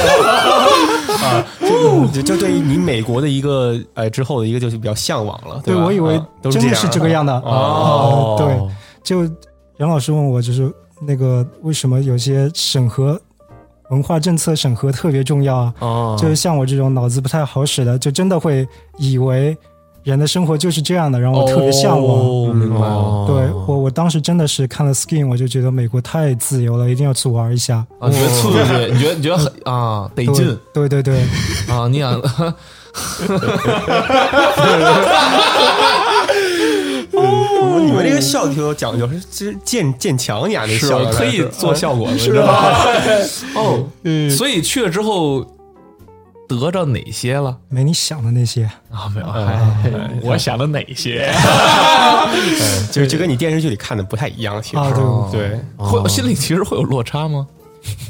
就就对于你美国的一个呃之后的一个就是比较向往了，吧？ 对我以为啊都真的这样是这个样的。 哦， 对，就杨老师问我，就是那个为什么有些审核文化政策审核特别重要啊？ 哦， 就是像我这种脑子不太好使的，就真的会以为人的生活就是这样的，然后我特别向往。 哦，明白了。 哦对我，我当时真的是看了 Skin， 我就觉得美国太自由了，一定要去玩一下。 啊，你觉得刺激？你觉得你觉得很啊得劲对对对， 啊？你想你们这个笑挺有讲究，是是建建强呀，那是笑可以做效果的， 是吧？ 哦，所以去了之后得着哪些了没你想的那些。 啊？没有，哎我想的哪些？ 就是就跟你电视剧里看的不太一样，其实啊对对， 会心里其实会有落差吗？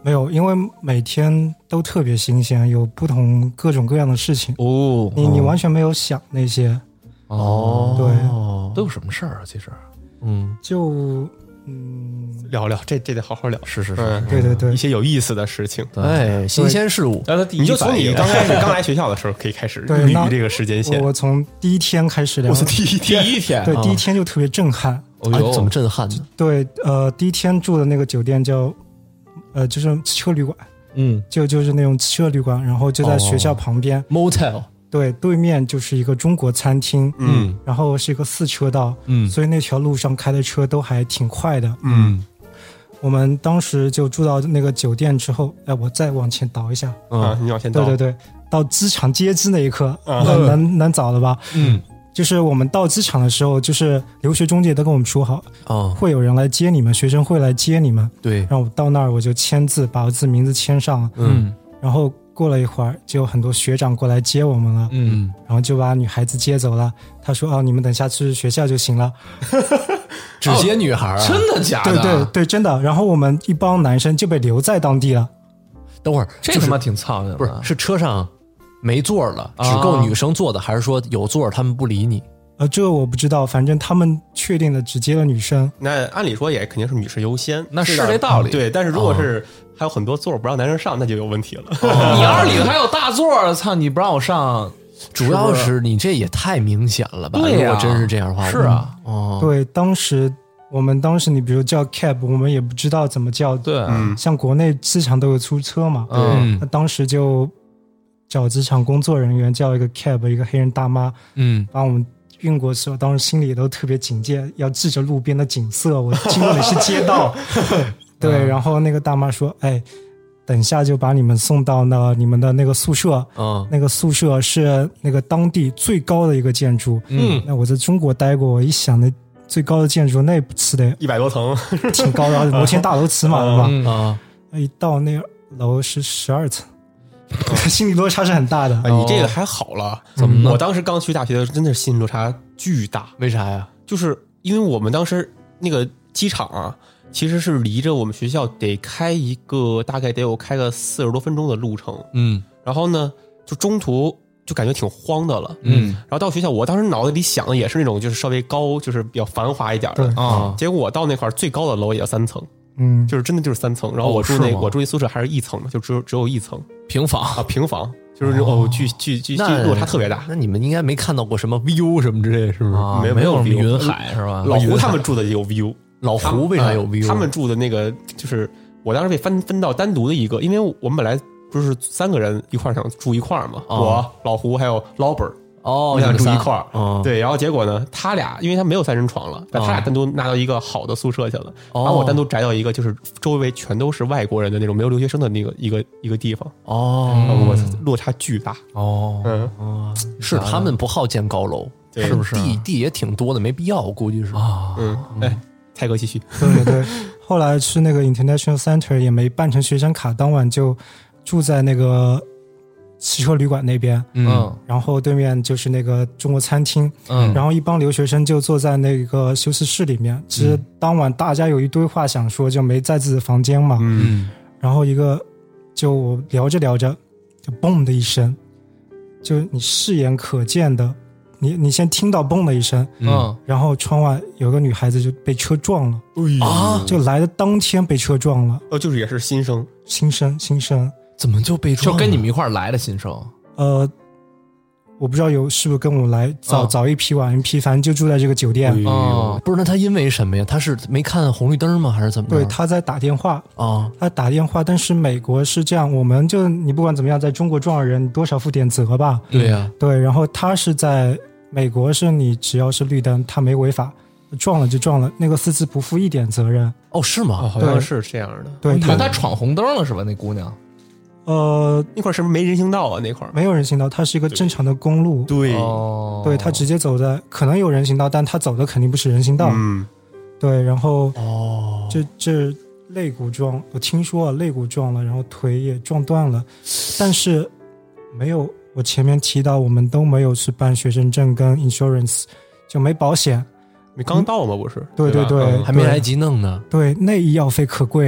没有，因为每天都特别新鲜，有不同各种各样的事情。 哦， 你你完全没有想那些。 哦， 对， 都有什么事儿啊？其实， 嗯， 就嗯， 聊聊这这得好好聊， 是是是， 嗯， 对对对一，些有意思的事情。 哎，新鲜事物， 但他第一你就从你反应刚开始刚来学校的时候可以开始对那捋这个时间线。 我我从第一天开始聊我，是第一天， 第一天， 对， 啊第一天就特别震撼。 哎哦呦， 怎么震撼呢？ 对，呃，第一天住的那个酒店叫，呃，就是汽车旅馆， 嗯就就是那种汽车旅馆，然后就在学校旁边， motel， 对，对面就是一个中国餐厅， 嗯然后是一个四车道， 嗯所以那条路上开的车都还挺快的。 嗯我们当时就住到那个酒店之后，哎，我再往前倒一下， 啊，你往前倒， 对对对，到机场接机那一刻， 啊能能能早了吧？ 嗯就是我们到机场的时候，就是留学中介都跟我们说好， 啊， 会有人来接你们，学生会来接你们。 对， 然后我到那儿我就签字，把我自己名字签上， 嗯然后过了一会儿，就有很多学长过来接我们了， 嗯， 然后就把女孩子接走了。他说：“哦，你们等下去学校就行了。 只接女孩啊？ 真的假的？ 对对对，真的。然后我们一帮男生就被留在当地了。 等会儿就是这他妈挺操心的， 不是是车上没座了，只够女生坐的，还是说有座他们不理你？ 呃，这个我不知道，反正他们确定的只接了女生。 那按理说也肯定是女士优先， 那是的这道理对，但是如果是还有很多座不让男生上，那就有问题了。 你要是里头还有大座儿，操，你不让我上， 主要是你这也太明显了吧？ 对呀如果真是这样的话， 是啊， 哦， 对，当时我们当时你比如叫 cab，我们也不知道怎么叫。 对， 嗯像国内机场都有出车嘛， 嗯那当时就找机场工作人员叫一个 cab，一个黑人大妈嗯， 把我们运过去，我当时心里都特别警戒，要记着路边的景色，我经过的是街道。对，然后那个大妈说：“哎，等下就把你们送到那你们的那个宿舍， 嗯那个宿舍是那个当地最高的一个建筑。 嗯， 那我在中国待过，我一想那最高的建筑那不是得一百多层， 挺高的，摩天大楼起码的吧？ 嗯啊， 一到那楼是十二层，心理落差是很大的。 啊，你这个还好了， 怎么呢我当时刚去大学的时候，真的是心理落差巨大， 为啥呀？ 就是因为我们当时那个机场啊，其实是离着我们学校得开一个大概得有开个四十多分钟的路程， 嗯然后呢，就中途就感觉挺慌的了， 嗯然后到学校，我当时脑子里想的也是那种就是稍微高，就是比较繁华一点的对啊， 结果我到那块儿最高的楼也要三层， 嗯， 就是真的就是三层，然后我住那、 哦是吗我住那宿舍还是一层的，就只有只有一层平房啊，平房，就是那种哦，巨巨巨巨那落差特别大。 那你们应该没看到过什么 view 什么之类的，是不是？ 啊， 没有没有什么没有云海是吧？ 老胡他们住的有 view， 老他们胡为啥有呃 view？ 他们住的那个就是我当时被分分到单独的一个，因为我们本来不是三个人一块儿想住一块儿嘛， 哦我老胡还有老本儿。 哦， 我想你们仨住一块儿， 哦， 对，然后结果呢，他俩因为他没有三人床了，但他俩单独拿到一个好的宿舍去了， 哦把我单独宅到一个就是周围全都是外国人的那种没有留学生的那个一个一个地方， 哦， 我落差巨大， 哦， 嗯是他们不好建高楼， 对是不是？地地也挺多的，没必要，我估计是啊， 嗯，哎，蔡哥继续， 对对。后来去那个 International Center 也没办成学生卡，当晚就住在那个汽车旅馆那边， 嗯然后对面就是那个中国餐厅， 嗯， 然后一帮留学生就坐在那个休息室里面。其实当晚大家有一堆话想说，就没在自己的房间嘛。 嗯然后一个就聊着聊着，就嘣的一声，就你视眼可见的，你你先听到嘣的一声， 嗯然后窗外有个女孩子就被车撞了， 啊， 就来的当天被车撞了， 哦，就是也是新生， 新生新生， 怎么就被就撞了？ 跟你们一块儿来的新生， 呃。我不知道有是不是跟我来早、 哦早一批晚一批，反正就住在这个酒店。 哦， 不是，那他因为什么呀？他是没看红绿灯吗？还是怎么着？ 对，他在打电话， 啊， 他打电话，但是美国是这样，我们就你不管怎么样，在中国撞了人，你多少负点责吧？ 对呀， 对，然后他是在美国，是你只要是绿灯，他没违法，撞了就撞了，那个司机不负一点责任。 哦，是吗？ 哦，好像是这样的， 对他， 他他闯红灯了是吧？那姑娘， 呃， 那块儿是不是没人行道啊？那块儿， 没有人行道，它是一个正常的公路。 对， 哦， 对他直接走在，可能有人行道，但他走的肯定不是人行道。 嗯， 对，然后哦， 这这肋骨撞，我听说啊，肋骨撞了，然后腿也撞断了，但是没有我前面提到，我们都没有去办学生证跟 insurance， 就没保险。 你刚到吗？不是？ 对对吧对对嗯还没来及弄呢。 对，那医药费可贵了。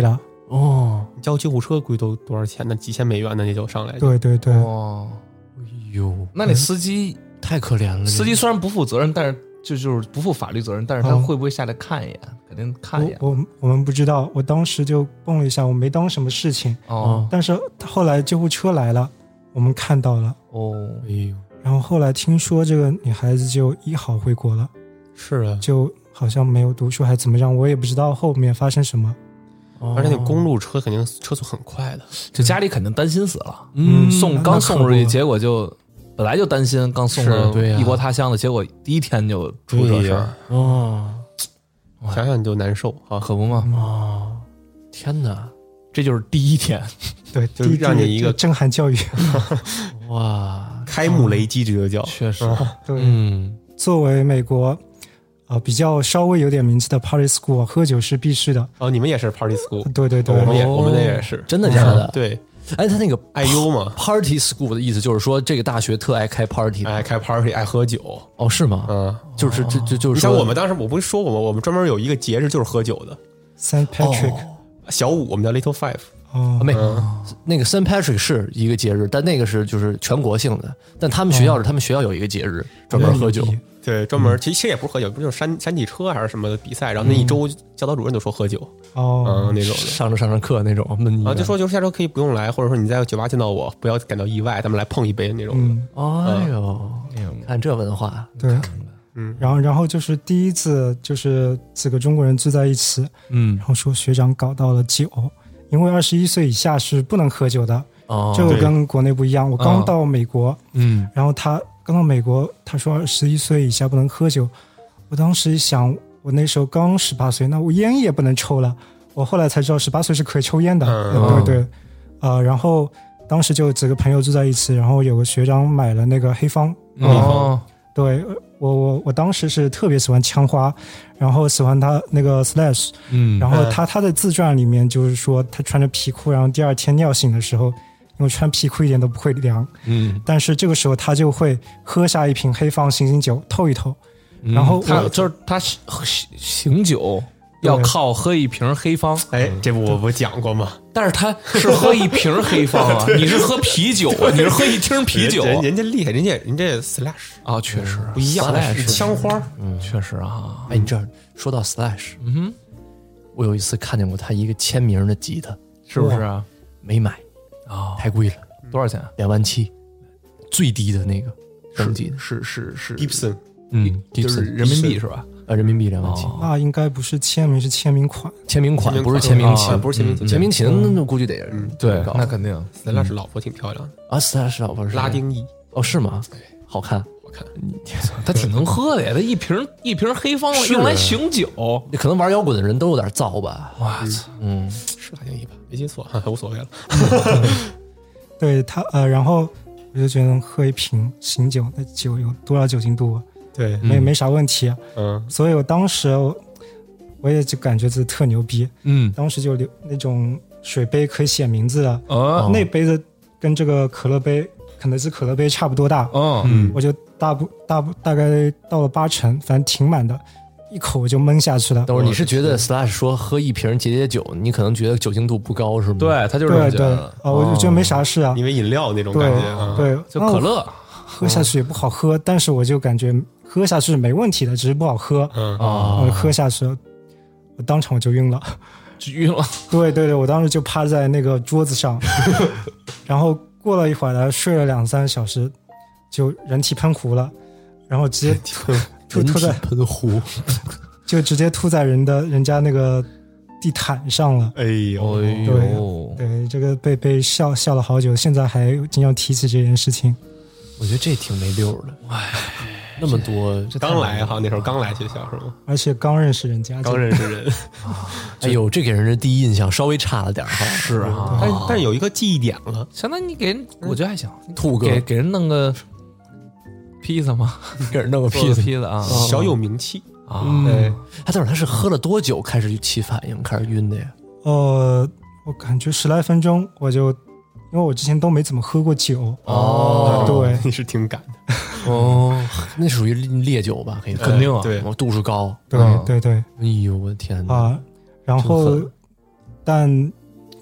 哦， 你叫救护车估计都多少钱呢？几千美元呢，也就上来就。 对对对， 哇， 哎呦， 那你司机太可怜了。 司机虽然不负责任，但是就就是不负法律责任，但是他嗯会不会下来看一眼？肯定看一眼。 我我我们不知道，我当时就蹦了一下，我没当什么事情。 哦但是后来救护车来了，我们看到了。 哦， 哎呦， 然后后来听说这个女孩子就医好回国了， 是啊， 就好像没有读书还怎么样，我也不知道后面发生什么。 而且那公路车肯定车速很快的。 这家里肯定担心死了。 嗯送那刚送出去， 那可不结果就本来就担心，刚送到是对呀异国他乡的，结果第一天就出这事儿， 哦想想你就难受啊！ 可不吗？ 哦，天哪， 这就是第一天。 对， 就是第让你一个震撼教育。 哇， 开幕雷击，这就叫。 确实， 对， 嗯， 作为美国啊、呃比较稍微有点名气的 Party School，喝酒是必须的。 哦，你们也是 Party School？ 对对对， 我们也哦我们那也是。 真的假的？ 对， 哎，他那个 I U 嘛， party school 的意思就是说，这个大学特爱开 party。 爱开 party，爱喝酒。 哦，是吗？ 嗯， 就是这这就是你像说我们当时我不是说过吗？我们专门有一个节日就是喝酒的， Saint Patrick， 小五我们叫 Little Five。 哦， 没那个 Saint Patrick 是一个节日，但那个是就是全国性的。但他们学校是他们学校有一个节日专门喝酒。 对，专门其实其实也不是喝酒，不就是山山地车还是什么的比赛，然后那一周教导主任都说喝酒， 哦， 嗯，那种的。 上着上着课那种闷啊，就说就是下周可以不用来，或者说你在酒吧见到我，不要感到意外，咱们来碰一杯那种的。 嗯， 哎呦，看这文化， 对， 嗯， 然后然后就是第一次就是几个中国人聚在一起， 嗯然后说学长搞到了酒，因为二十一岁以下是不能喝酒的， 哦， 这个跟国内不一样。我刚到美国， 嗯然后他刚到美国，他说二十一岁以下不能喝酒，我当时一想，我那时候刚十八岁，那我烟也不能抽了。我后来才知道十八岁是可以抽烟的， 嗯对对，呃，然后当时就几个朋友住在一起，然后有个学长买了那个黑方， 哦， 对我我我当时是特别喜欢枪花，然后喜欢他那个 Slash， 嗯然后他他的自传里面就是说他穿着皮裤，然后第二天尿醒的时候，因为穿皮裤一点都不会凉， 嗯， 但是这个时候他就会喝下一瓶黑方醒醒酒透一透， 嗯然后我他就是他醒醒酒要靠喝一瓶黑方， 哎，这不我不讲过吗？ 但是他是喝一瓶黑方啊，你是喝啤酒啊，你是喝一听啤酒人人家厉害，人家人家 Slash 啊，确实不一样， Slash 枪花。 嗯，确实啊， 哎，你这说到 Slash， 嗯哼， 我有一次看见过他一个签名的吉他， 是不是啊？ 没买， 啊， 太贵了， 多少钱？ 两万七，最低的那个升级的， 是是是， Gibson 嗯， 就是人民币是吧？ 呃人民币两万七， 哦那应该不是签名，是签名款。 签名款签名款不是签名啊琴， 不是签名琴签名琴那估计得嗯对， 高那肯定。 Slash 老婆挺漂亮的， 啊，Slash 老婆是拉丁裔， 哦是吗？好看， 我看他挺能喝的呀，他一瓶一瓶黑方是用来醒酒， 可能玩摇滚的人都有点燥吧。 我操！ 嗯， 是拉丁裔吧？没记错，无所谓了。 对他呃，然后我就觉得喝一瓶醒酒的酒有多少酒精度啊， 对， 没没啥问题啊。 嗯， 所以我当时我我也就感觉自己特牛逼， 嗯， 当时就留那种水杯可以写名字的， 哦， 那杯子跟这个可乐杯肯德基可乐杯差不多大， 嗯， 我就大不大不大概到了八成，反正挺满的，一口我就闷下去了。 等会儿你是觉得 Slash 说喝一瓶解解酒，你可能觉得酒精度不高是吗？， 对他就是这么对对觉得啊，我就觉得没啥事啊。 因为饮料那种对感觉啊， 对，那我就可乐喝下去也不好喝，但是我就感觉喝下去是没问题的，只是不好喝。 嗯啊我喝下去，我当场我就晕了。 就晕了。 对对对，我当时就趴在那个桌子上，然后过了一会儿呢，睡了两三个小时，就人体喷壶了，然后直接吐吐吐在喷壶， 就直接吐在人的人家那个地毯上了。 哎呦， 哎呦， 对，这个被被笑笑了好久，现在还经常提起这件事情。 我觉得这挺没溜的。哎，那么多， 刚来哈，那时候刚来学校是吗？ 而且刚认识人家， 刚认识人， 哎呦，这给人的第一印象稍微差了点儿哈。 是啊， 但但有一个记忆点了， 相当于你给人，我觉得还行， 兔哥给给人弄个披萨吗？ 给人弄个做披萨， 个披萨啊小有名气。 啊！ 对， 他等会儿他是喝了多久开始起反应，开始晕的呀？ 呃，我感觉十来分钟我就，因为我之前都没怎么喝过酒。 哦对， 你是挺赶的。 哦，那属于烈酒吧？可以肯定啊对， 我度数高。 对嗯对对哎呦，我的天哪！ 啊，然真后狠但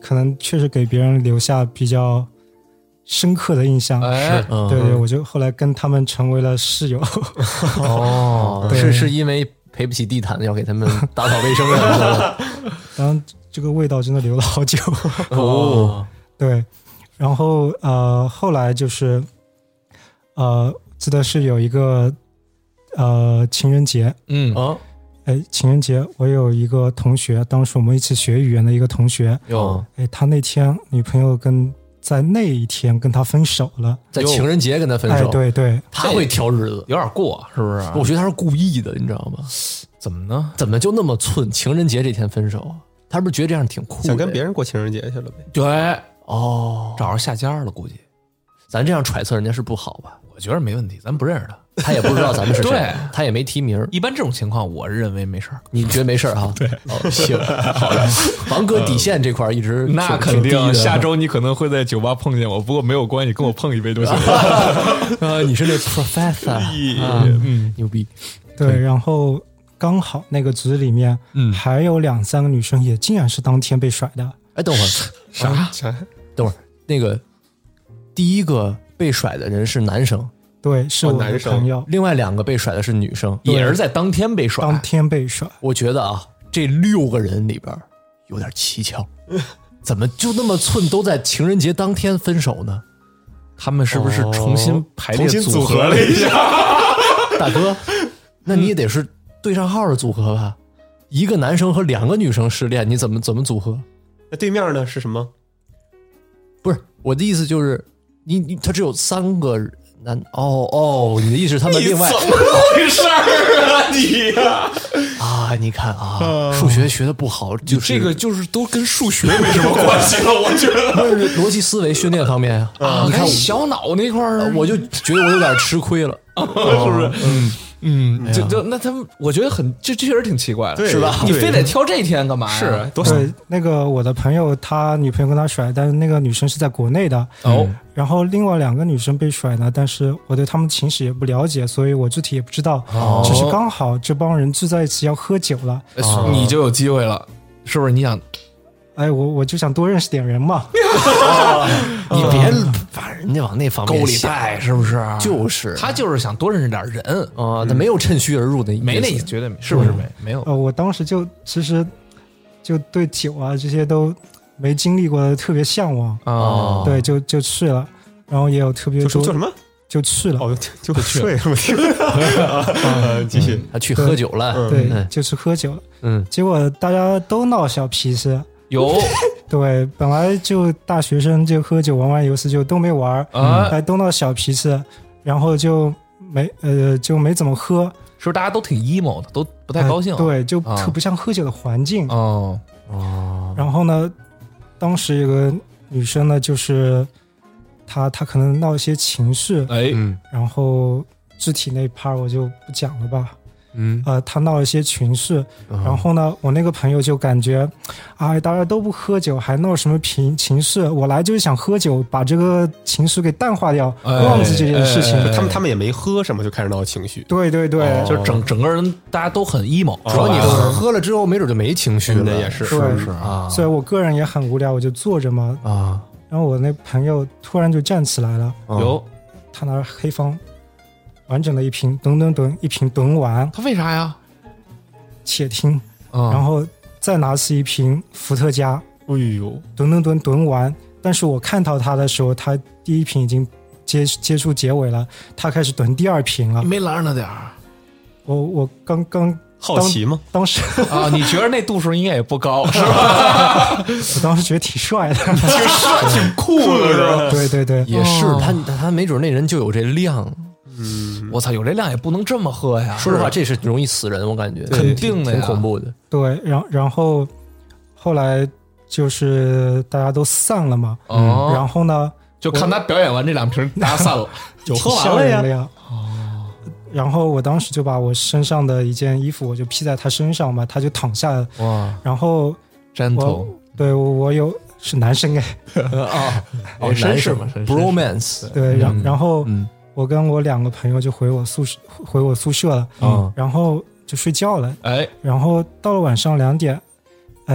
可能确实给别人留下比较深刻的印象。 哎， 嗯对对，我就后来跟他们成为了室友。 哦， 对是是因为赔不起地毯，要给他们打扫卫生的。 然后这个味道真的留了好久。 哦， 对，然后呃，后来就是呃，记得是有一个呃情人节， 嗯啊， 哎，情人节我有一个同学，当时我们一起学语言的一个同学， 哟， 哎，他那天女朋友跟在那一天跟他分手了。 在情人节跟他分哎， 手， 对对， 他会挑日子， 有点过，是不是？ 我觉得他是故意的，你知道吗？ 怎么呢？ 怎么就那么寸？情人节这天分手，他是不是觉得这样挺酷的？ 想跟别人过情人节去了呗？ 对， 哦， 找着下家了，估计。 咱这样揣测人家是不好吧？ 我觉得没问题，咱不认识他。 他也不知道咱们是谁， 对他也没提名儿。 一般这种情况，我认为没事儿。 你觉得没事儿哈？对，哦，行，好的。王哥底线这块儿一直挺那肯挺低的定，下周你可能会在酒吧碰见我，不过没有关系，跟我碰一杯就行。 啊，你是那 professor，啊嗯牛逼。 对，然后刚好那个组里面， 嗯还有两三个女生也竟然是当天被甩的。 哎，等会儿， 啥啥？ 等会儿，那个第一个被甩的人是男生， 对，是我的哦男生朋友， 另外两个被甩的是女生。 也是在当天被甩。 当天被甩。 我觉得啊，这六个人里边有点蹊跷，怎么就那么寸都在情人节当天分手呢？ 他们是不是重新排列重新组合合了一下？ 大哥，那你也得是对上号的组合吧？一个男生和两个女生失恋，你怎么怎么组合？ 那对面呢是什么？ 不是我的意思，就是你你他只有三个男哦哦，你的意思是他们另外怎么回事儿啊你呀？ 啊？你看啊，数学学的不好，就是这个就是都跟数学没什么关系了，我觉得。 不是逻辑思维训练方面啊。 你看小脑那块儿， 我就觉得我有点吃亏了， 是不是？嗯嗯，就就那他们，我觉得很这这确实挺奇怪的， 对是吧？你对非得挑这天干嘛呀？ 是多对，那个我的朋友他女朋友跟他甩，但是那个女生是在国内的。 哦， 然后另外两个女生被甩呢，但是我对他们情史也不了解，所以我具体也不知道。 哦只是刚好这帮人聚在一起要喝酒了， 呃你就有机会了，是不是？你想哎，我我就想多认识点人嘛。 你别把人家往那方面沟里想带，是不是？ 就是他就是想多认识点人， 啊，他没有趁虚而入的意思， 没那绝对没，是不是没没有？ 呃，我当时就其实就对酒啊这些都没经历过的特别向往， 哦， 对，就就去了，然后也有特别多就说叫什么？ 就去了， 哦，就就睡了。我听啊继续。 他去喝酒了， 对， 嗯就去喝酒了。 嗯， 结果大家都闹小脾气， 有对，本来就大学生就喝酒玩玩游戏就都没玩， 啊， 还都闹小脾气，然后就没呃就没怎么喝， 是不是大家都挺 emo 的，都不太高兴？ 哎对，就啊特不像喝酒的环境。 哦， 哦， 然后呢，当时有个女生呢，就是她她可能闹一些情绪， 哎， 嗯然后肢体那 part 我就不讲了吧。 嗯， 呃，她闹了一些情绪，然后呢，我那个朋友就感觉，哎，大家都不喝酒，还闹什么情情绪？我来就是想喝酒，把这个情绪给淡化掉， 哎忘记这件事情。 哎他们他们也没喝什么，就开始闹情绪。 对对对， 就是整整个人大家都很 emo， 主要你是吧喝了之后，没准就没情绪了， 那也是是不是对啊？ 所以我个人也很无聊，我就坐着嘛。 啊， 然后我那朋友突然就站起来了， 有他拿黑方完整的一瓶吨吨吨一瓶吨完， 他为啥呀？ 且听， 嗯然后再拿起一瓶伏特加， 哎呦， 吨吨吨吨完。但是我看到他的时候，他第一瓶已经接接触结尾了，他开始囤第二瓶了你。没拦着他点儿我我刚刚好奇吗？ 当时啊？你觉得那度数应该也不高，是吧？ 我当时觉得挺帅的， 挺酷的是吧？ 对对对， 也是哦他他没准那人就有这量。 嗯， 我操，有这量也不能这么喝呀！ 说实话，这是容易死人，我感觉肯定的呀挺恐怖的。 对，然然后后来就是大家都散了嘛， 哦， 然后呢就看他表演完这两瓶，大家散了。 酒喝挺完了呀吓人的。呀。哦，然后我当时就把我身上的一件衣服我就披在他身上嘛，他就躺下了。 哇然后 ，gentle 我对我我有是男生哎， 啊， 哦绅士绅士嘛绅士 ，bromance， 对，然嗯然后嗯我跟我两个朋友就回我宿舍回我宿舍了， 嗯然后就睡觉了。 哎， 然后到了晚上两点，哎，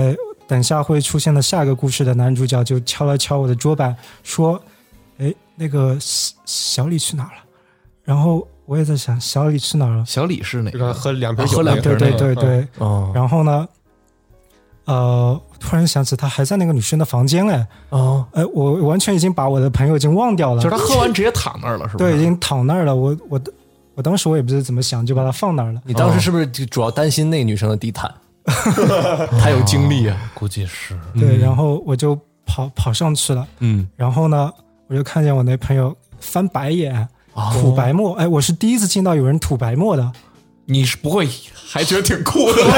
等下会出现的下一个故事的男主角就敲了敲我的桌板，说：“哎，那个小小李去哪儿了？”然后我也在想，小李去哪儿了？ 小李是哪这个？ 个喝两瓶酒喝两瓶对那个对对对。 哦然后呢，呃，突然想起他还在那个女生的房间哎， 哦， 哎，我完全已经把我的朋友已经忘掉了， 就是他喝完直接躺那儿了，是不是？ 对，已经躺那儿了。我我我当时我也不知道怎么想，就把他放那儿了。 你当时是不是就主要担心那女生的地毯？她有经历啊， 估计是。 对，然后我就跑跑上去了， 嗯， 然后呢，我就看见我那朋友翻白眼， 哦吐白沫。哎，我是第一次见到有人吐白沫的。 你是不会还觉得挺酷的？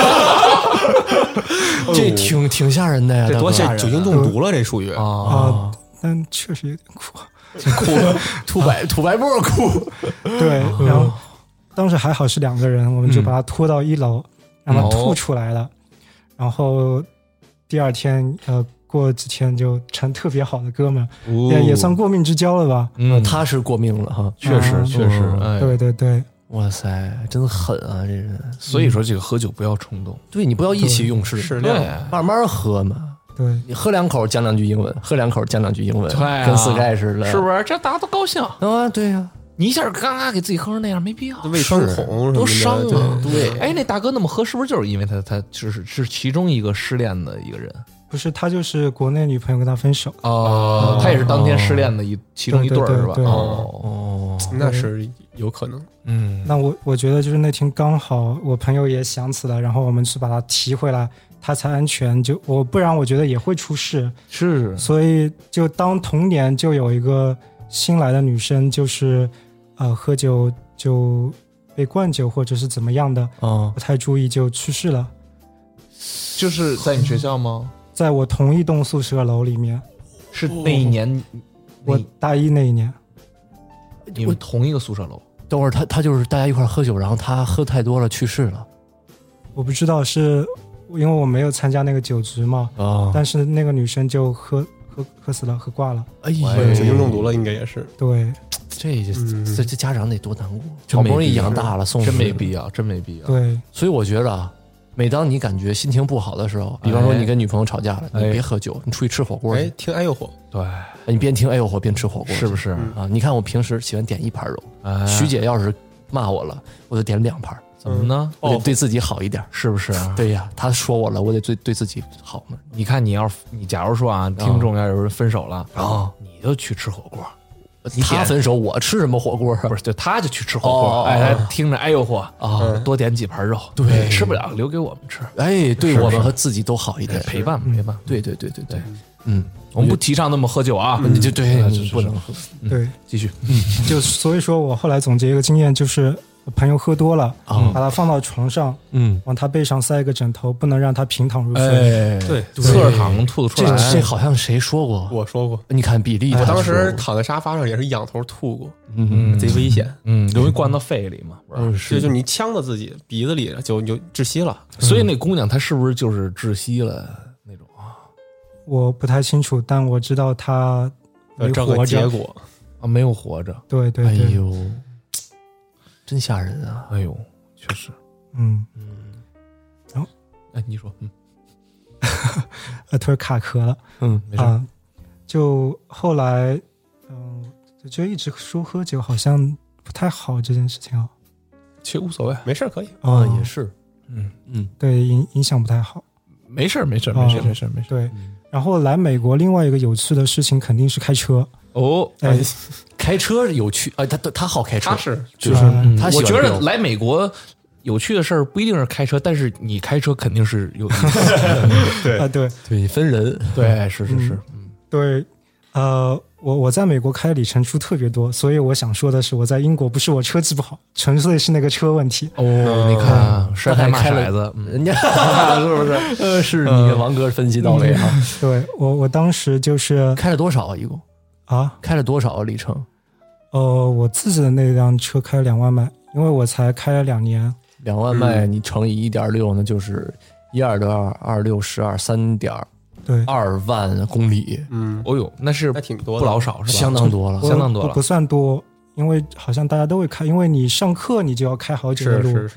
这挺挺吓人的呀， 这多大哥吓酒精中毒了，这属于啊， 啊，但确实有点酷。 酷，吐白吐白沫酷， 对，然后当时还好是两个人，我们就把他拖到一楼，让他吐出来了。然后第二天，呃，过几天就成特别好的哥们儿，也也算过命之交了吧？ 嗯， 他是过命了哈， 确实嗯确实，哎， 对对对， 哇塞，真狠啊，这人。 所以说这个喝酒不要冲动， 对你不要意气用事， 适对量。 慢慢喝嘛。 对， 你喝两口讲两句英文，喝两口讲两句英文， 对啊跟 Sky 似的， 是不是？这大家都高兴。 啊，对呀， 你一下刚刚给自己喝成那样，没必要， 胃穿孔什么的多伤啊！ 对哎，那大哥那么喝，是不是就是因为他他就是是其中一个失恋的一个人？ 不是他就是国内女朋友跟他分手。 哦，他也是当天失恋的一其中一对儿是吧？ 对对对哦， 哦， 那是有可能。 嗯， 那我我觉得就是那天刚好我朋友也想起了，然后我们去把他提回来，他才安全。就我不然我觉得也会出事。 是， 所以就当同年就有一个新来的女生，就是呃喝酒就被灌酒或者是怎么样的， 哦不太注意就去世了， 就是在你学校吗？ 在我同一栋宿舍楼里面， 是那一年， 我大一那一年。 你们同一个宿舍楼？ 等会儿他他就是大家一块儿喝酒，然后他喝太多了去世了。 我不知道是因为我没有参加那个酒局嘛， 啊， 但是那个女生就喝喝喝死了，喝挂了。 哎酒精中毒了，应该也是。 对这这嗯这这家长得多难过， 真没好不容易必要养大了，送真没要。 必要，真没必要。 对， 所以我觉得啊，每当你感觉心情不好的时候，比方说你跟女朋友吵架了， 哎你别喝酒，你出去吃火锅哎去，， 听哎呦火， 对， 你边听哎呦火边吃火锅去， 是不是？ 啊？你看我平时喜欢点一盘肉， 哎徐姐要是骂我了，我就点两盘， 怎么呢？ 我得对自己好一点。 是不是啊？ 对呀，她说我了，我得对对自己好嘛。 你看，你要是你假如说啊，听众要有人分手了啊， 你就去吃火锅。你点他分手，我吃什么火锅啊？ 不是，就他就去吃火锅， 哦哎，他听着，哎呦嚯啊， 多点几盘肉， 对吃不了留给我们吃， 哎，对是我们和自己都好一点， 陪伴陪伴。 对对对对对，嗯， 我们不提倡那么喝酒啊， 你就对是你不能喝， 对， 继续。 就所以说我后来总结一个经验，就是朋友喝多了， 啊把他放到床上， 嗯， 往他背上塞一个枕头，不能让他平躺入睡。 哎， 对侧着躺能吐得出这来。 这好像谁说过？ 我说过， 你看比利， 我当他说过时躺在沙发上也是仰头吐过， 嗯贼危险。 嗯，容易灌到肺里嘛，不是？ 嗯就就你呛到自己鼻子里，就你就窒息了。 所以那姑娘她是不是就是窒息了那种啊？ 我不太清楚，但我知道他没这个活着。 结果， 啊，没有活着。 哎对对对， 呦，真吓人啊！ 哎呦，确实。 嗯， 哎，你说，嗯， 呃，突然卡壳了嗯， 没事。 啊。就后来，嗯、就就一直说喝酒好像不太好这件事情啊。 其实无所谓， 没事可以。 啊，也是， 嗯嗯， 对，影影响不太好。 没事没事没事哦没事没事。 对，然后来美国另外一个有趣的事情肯定是开车。 哦， 哎， 开车有趣啊，他他他好开车， 他是就是嗯他喜欢我觉这种得来美国有趣的事儿不一定是开车，但是你开车肯定是有意思。 啊，对对分人， 对，是是是， 对，呃，我我在美国开的里程数特别多，所以我想说的是，我在英国不是我车技不好，纯粹是那个车问题。 哦，你看，摔牌骂开了骰子，嗯人家是不是？呃，是你跟王哥分析到位啊。 对我我当时就是开了多少啊？一共啊， 开了多少里程？ 呃，我自己的那辆车开了两万迈，因为我才开了两年。 两万迈，你乘以一点六，那就是一二得二，二六十二，三点对， 二万公里， 嗯， 哦呦，那是还挺多的， 不老少是吧？ 相当多了我。 相当多了不不算多，因为好像大家都会开，因为你上课你就要开好久的路， 是是是，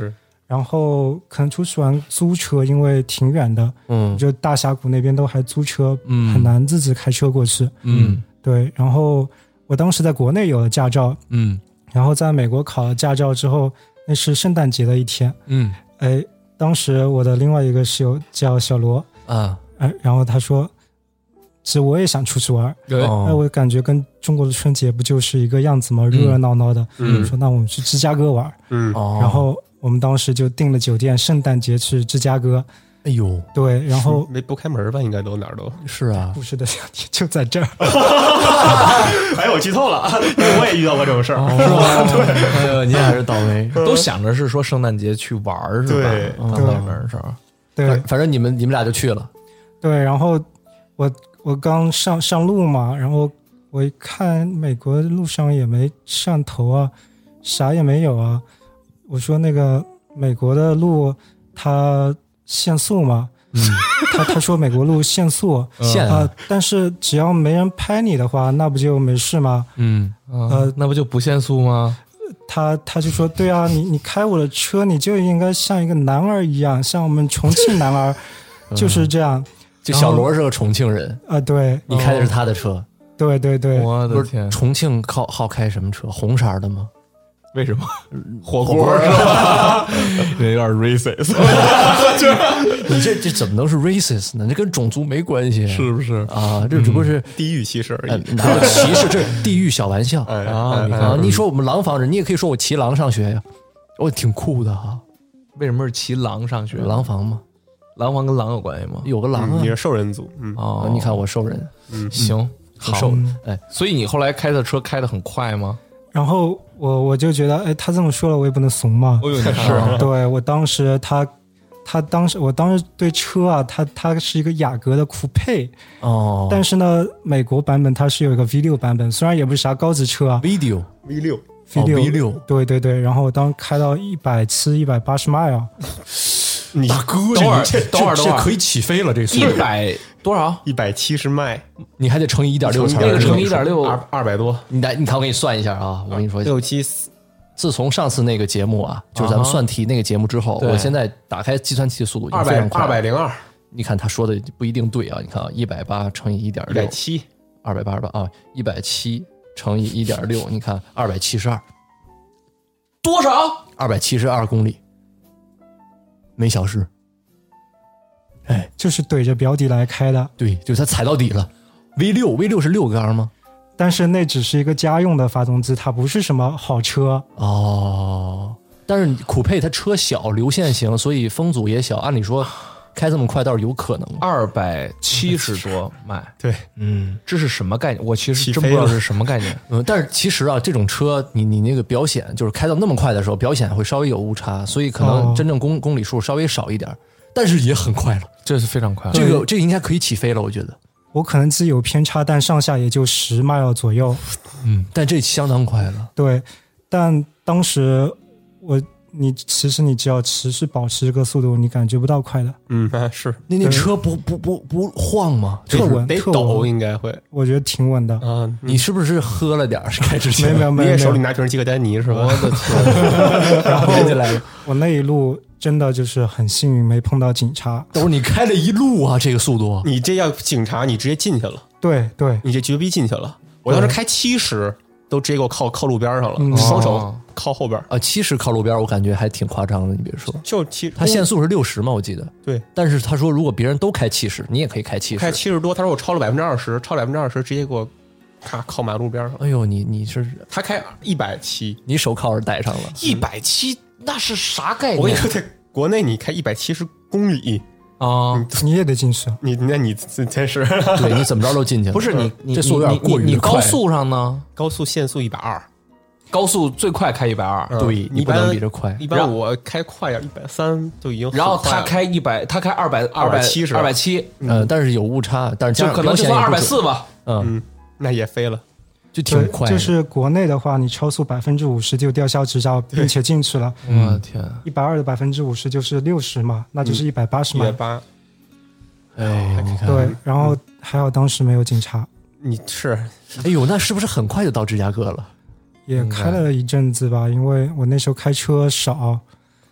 然后可能出去玩租车，因为挺远的， 嗯就大峡谷那边都还租车， 嗯很难自己开车过去。 嗯对，然后我当时在国内有了驾照， 嗯然后在美国考了驾照之后，那是圣诞节的一天， 嗯哎，当时我的另外一个室友叫小罗， 啊哎，然后他说，其实我也想出去玩，哎， 哦我感觉跟中国的春节不就是一个样子吗？热热闹闹的， 嗯说那我们去芝加哥玩， 嗯哦， 然后我们当时就订了酒店，圣诞节去芝加哥， 哎呦对，然后没不开门吧？应该都哪儿都。 是啊， 故事的小点就在这儿， 哎，我剧透了，因为我也遇到过这种事儿。 是吧？对，哎呦，你还是倒霉。 都想着是说圣诞节去玩儿是吧？ 对刚到那儿的时候， 对反反正你们你们俩就去了， 对，然后我我刚上上路嘛，然后我一看美国路上也没摄像头啊，啥也没有啊，我说那个美国的路它限速嘛， 嗯， 他他说美国路限速限啊、但是只要没人拍你的话，那不就没事吗？ 嗯呃，那不就不限速吗？ 他他就说对啊，你你开我的车，你就应该像一个男儿一样，像我们重庆男儿，就是这样。 就小罗是个重庆人， 啊、对你开的是他的车， 对对对， 不是我的天， 重庆好好开什么车？红色的吗？ 为什么？火锅是吧？有点 racist， 你这这怎么能是 racist 呢？这跟种族没关系， 是不是？ 啊？这只不过是地域歧视而呃已。 哪有歧视？这是地域小玩笑哎啊你看啊！你说我们廊坊人，你也可以说我骑狼上学呀，我挺酷的哈。 为什么是骑狼上学？ 廊坊嘛， 狼王跟狼有关系吗？ 有个狼啊你。是兽人族，嗯， 哦， 你看我兽人， 行，好很瘦，哎， 所以你后来开的车开得很快吗？ 然后我我就觉得，哎，他这么说了，我也不能怂嘛。 哦呦，你看是对我当时他他当时我当时对车啊，它它是一个雅阁的酷配， 哦， 但是呢，美国版本它是有一个 V 六版本，虽然也不是啥高级车啊 video V 六， ，V 六、 哦 V 六对对对，然后我当时开到一百七、一百八十迈啊， 你大哥， 等会儿这等会儿等会儿这这可以起飞了，这速一度百多少？ 一百七十迈， 你还得乘以一点六才那个乘以一点六， 二二百多， 你来，你看我给你算一下啊，我跟你说， 六七自从上次那个节目啊，就是咱们算题那个节目之后， 对我现在打开计算器的速度已经二百非常快了。 二百零二， 你看他说的不一定对啊，你看啊，一百八乘以一点一百六， 七， 二百八十八啊，一百七乘以一点六，你看二百七十二， 多少？ 二百七十二公里每小时。哎， 就是怼着表底来开的， 对，就是他踩到底了。V 六 V 六是六缸吗？ 但是那只是一个家用的发动机，它不是什么好车。 哦，但是酷配它车小，流线型，所以风阻也小，按理说开这么快倒是有可能。 二百七十多迈， 对， 嗯这是什么概念？我其实起飞了真不知道是什么概念。 嗯，但是其实啊，这种车你你那个表显就是开到那么快的时候，表显会稍微有误差，所以可能哦真正公公里数稍微少一点，但是也很快了。 这是非常快， 这个这个应该可以起飞了，我觉得。 我可能自己有偏差，但上下也就十迈左右。 嗯，但这相当快了。 对，但当时我你其实你只要持续保持这个速度，你感觉不到快的。 嗯，啊是， 那那车不不不不晃吗？ 特稳特得抖， 稳应该会我觉得挺稳的。 啊。 你是不是喝了点儿开之前？ 没有没有没有没有你也手里，拿瓶基格丹尼是吧？ 我的天， 然后编进来了。 我那一路真的就是很幸运，没碰到警察。 等会儿你开了一路啊，这个速度。 你这要警察，你直接进去了， 对对， 你这绝逼进去了。我当时开七十，都直接给我靠靠路边上了， 嗯双手哦靠后边， 啊，七十靠路边，我感觉还挺夸张的。你别说， 就七， 他限速是六十嘛，我记得。 对， 但是他说，如果别人都开七十，你也可以开七开十。 七十多，他说我超了百分之二十，超百分之二十，直接给我咔靠马路边上。 哎呦，你你是他开一百七， 你手铐是戴上了。 一百七那是啥概念我跟你说，在国内你开一百七十公里， 啊？ 你也得进去。 你那你真是对你怎么着都进去了。 不是你你这速度有点过于你你你快高速上呢？ 高速限速一百二， 高速最快开一百二， 对一你不能般比这快一然后般我开快点，一百三就已经很然后他快了开一百，他开二百二百七十二百七， 嗯，但是有误差，但是加上就可能就表显也不准算二百四，吧。 嗯， 嗯，那也飞了。 就挺快的。 就是国内的话，你超速百分之五十就吊销执照，并且进去了。 我的天， 一百二的百分之五十就是六十嘛，那就是一百八十嘛。 一百八， 哎，你看， 对，然后还好当时没有警察， 你是哎呦，那是不是很快就到芝加哥了？ 也开了一阵子吧，因为我那时候开车少，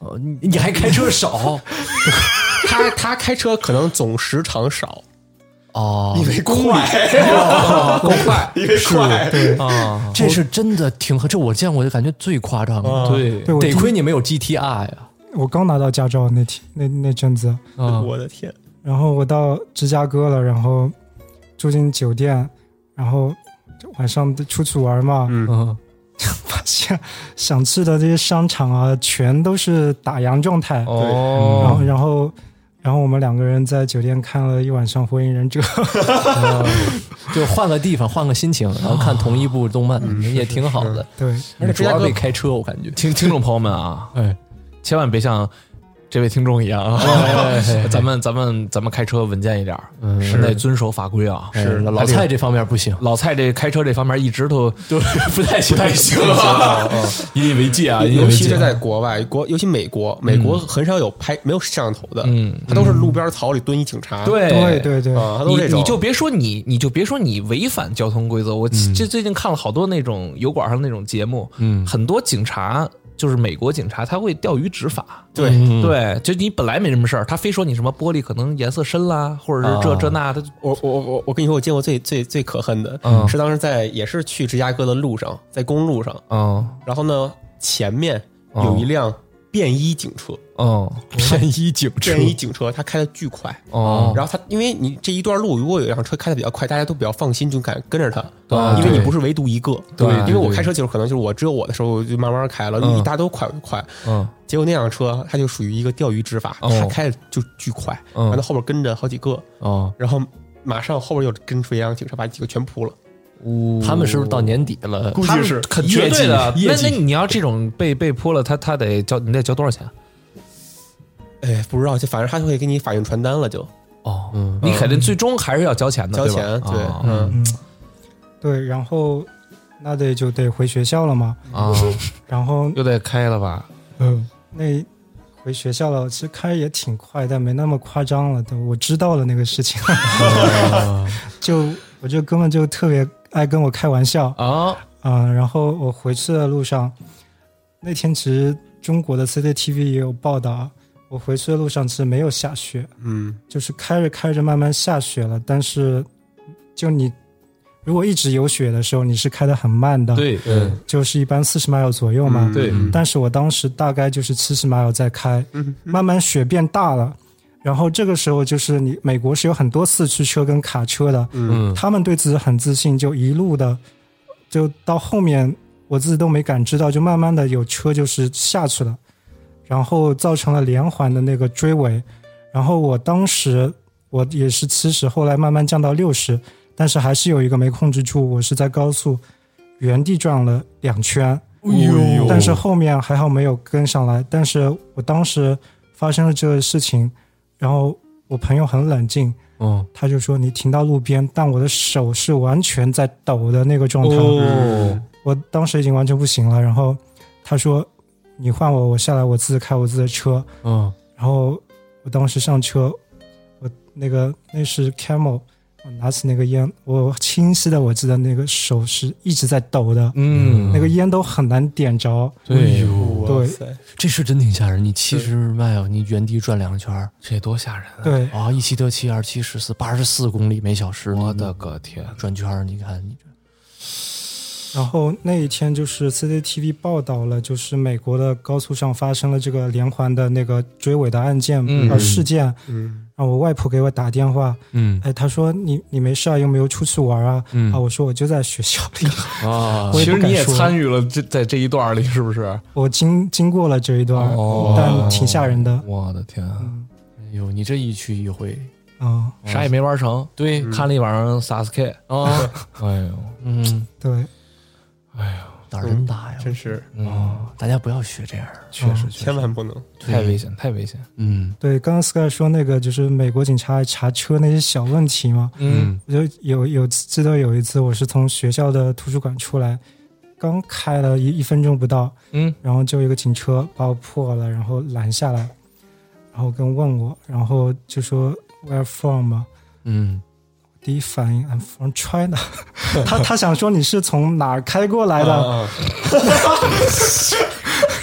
哦你你还开车少他他开车可能总时长少， 哦， 因为快，够快，因为快， 对啊， 这是真的挺这我见过就感觉最夸张的， 啊对， 对，我第得亏你没有 G T R 呀。 我刚拿到驾照那天那那阵子， 啊我的天， 然后我到芝加哥了，然后住进酒店，然后就晚上出去玩嘛， 嗯嗯发现想去的这些商场啊，全都是打烊状态。然后哦， 然后然后我们两个人在酒店看了一晚上《火影忍者》 就换个地方，换个心情，然后看同一部动漫，也挺好的。 对， 而且主要得开车，我感觉。 听听众朋友们啊， 哎， 千万别像这位听众一样啊，咱们咱们咱们开车稳健一点， 嗯是得遵守法规啊。 是老蔡这方面不行， 老蔡这开车这方面一直都对，不太行，不太行啊，引以为戒啊，引以尤为戒。 其是在国外，国尤其美国，美国很少有拍没有摄像头的， 嗯， 他都是路边草里蹲一警察， 对对对对， 啊，他都你这种， 你就别说你，你就别说你违反交通规则。我这最近看了好多那种油管上那种节目， 嗯很多警察就是美国警察，他会钓鱼执法。 对对，就你本来没什么事儿，他非说你什么玻璃可能颜色深啦，或者是这啊这那，他我我我我跟你说，我见过最最最可恨的， 嗯是当时在也是去芝加哥的路上，在公路上， 嗯然后呢，前面有一辆便衣警车， 嗯便衣警车便衣警车，他开的巨快， 哦， 然后他因为你这一段路如果有一辆车开的比较快，大家都比较放心，就敢跟着他， 对因为你不是唯独一个， 对因为我对开车就是可能就是我只有我的时候我就慢慢开了， 嗯你大家都快我就快， 嗯结果那辆车它就属于一个钓鱼执法， 哦他开的就巨快， 嗯完了后边跟着好几个， 哦， 然后马上后边又跟出一辆警车，把几个全扑了。 他们是不是到年底了？ 估计是很绝对的。那业绩那你要这种被被泼了，他他得交你得交多少钱？ 哎，不知道，就反正他就会给你法院传单了，就哦， 嗯你肯定最终还是要交钱的， 交对吧钱，对， 哦嗯， 嗯，对，然后那得就得回学校了嘛， 啊， 然后又得开了吧？ 嗯，那回学校了，其实开也挺快，但没那么夸张了。对，我知道了那个事情，就我就根本就特别爱跟我开玩笑啊， 啊、然后我回去的路上，那天其实中国的 C C T V 也有报道，我回去的路上其实没有下雪， 嗯， 就是开着开着慢慢下雪了，但是就你如果一直有雪的时候，你是开得很慢的，， 对对就是一般四十 mile 左右嘛， 嗯对但是我当时大概就是七十 mile 在开， 嗯慢慢雪变大了，然后这个时候就是你美国是有很多四驱车跟卡车的， 嗯他们对自己很自信，就一路的就到后面我自己都没感知到，就慢慢的有车就是下去了，然后造成了连环的那个追尾，然后我当时我也是七十，后来慢慢降到六十，但是还是有一个没控制住，我是在高速原地转了两圈， 哎呦但是后面还好没有跟上来，但是我当时发生了这个事情，然后我朋友很冷静， 嗯他就说你停到路边，但我的手是完全在抖的那个状态， 哦， 我当时已经完全不行了，然后他说你换我，我下来我自己开我自己的车， 嗯然后我当时上车，我那个那是 Camel， 我拿起那个烟，我清晰的我记得那个手是一直在抖的， 嗯那个烟都很难点着， 对哟， 哇塞， 这是真挺吓人。你七十迈啊，你原地转两圈儿这多吓人啊！ 对， 啊，一七得七，二七十四，八十四公里每小时， 我的个天！ 转圈儿，你看你这， 然后那一天就是 C C T V 报道了，就是美国的高速上发生了这个连环的那个追尾的案件嗯呃事件， 嗯， 然后我外婆给我打电话， 嗯哎，她说你你没事啊，有没有出去玩啊？ 嗯啊，我说我就在学校里， 啊我也其实你也不敢说参与了这在这一段里，是不是？ 我经经过了这一段， 哦但挺吓人的。 我的天啊！ 嗯哎呦，你这一去一回， 啊， 啥也没玩成， 对看了一晚上 Sasuke， 啊， 哎呦， 嗯， 对， 胆儿真大呀！ 真是， 嗯， 大家不要学这样的， 确实，确实千万不能， 太危险，太危险。 嗯对，刚刚 Sky 说那个就是美国警察查车那些小问题嘛， 嗯我就有有记得有一次我是从学校的图书馆出来，刚开了一一分钟不到， 嗯然后就有一个警车把我破了，然后拦下来，然后跟问我，然后就说 Where from 嘛， 嗯， 第一反应 I'm from China， 他他想说你是从哪儿开过来的， 啊那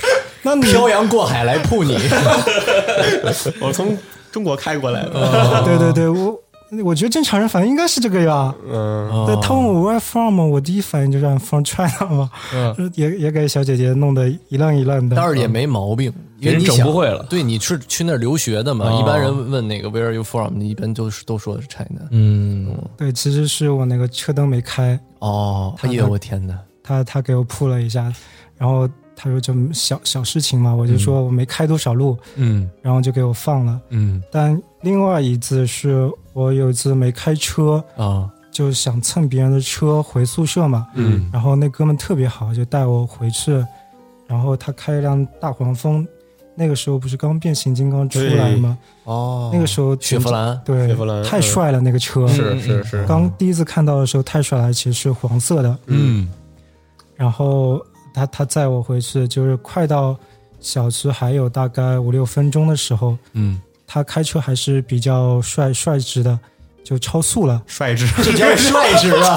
那你漂洋过海来扑你。 我从中国开过来的。 哦对对对，我我觉得正常人反应应该是这个呀。 嗯， 对，他问我 where from， 我第一反应就是 I'm from China 嘛， 嗯也也给小姐姐弄得一愣一愣的。 倒是也没毛病，因为人你想整不会了对，你是去那儿留学的嘛？ 哦一般人问那个 Where are you from， 你一般都是都说的是 China。 嗯， 对，其实是我那个车灯没开， 哦，哎呦我天哪！ 他他给我扑了一下，然后他说这么小小事情嘛，我就说我没开多少路， 嗯然后就给我放了。 嗯但另外一次是我有一次没开车， 啊， 就想蹭别人的车回宿舍嘛， 嗯然后那哥们特别好，就带我回去，然后他开一辆大黄蜂，那个时候不是刚变形金刚出来吗？ 哦， 那个时候雪佛兰， 对， 雪佛兰太帅了那个车， 是是是， 刚第一次看到的时候太帅了，其实是黄色的， 嗯然后他他载我回去，就是快到小区还有大概五六分钟的时候， 嗯， 他开车还是比较帅帅直的，就超速了。 帅直， 这叫帅直啊！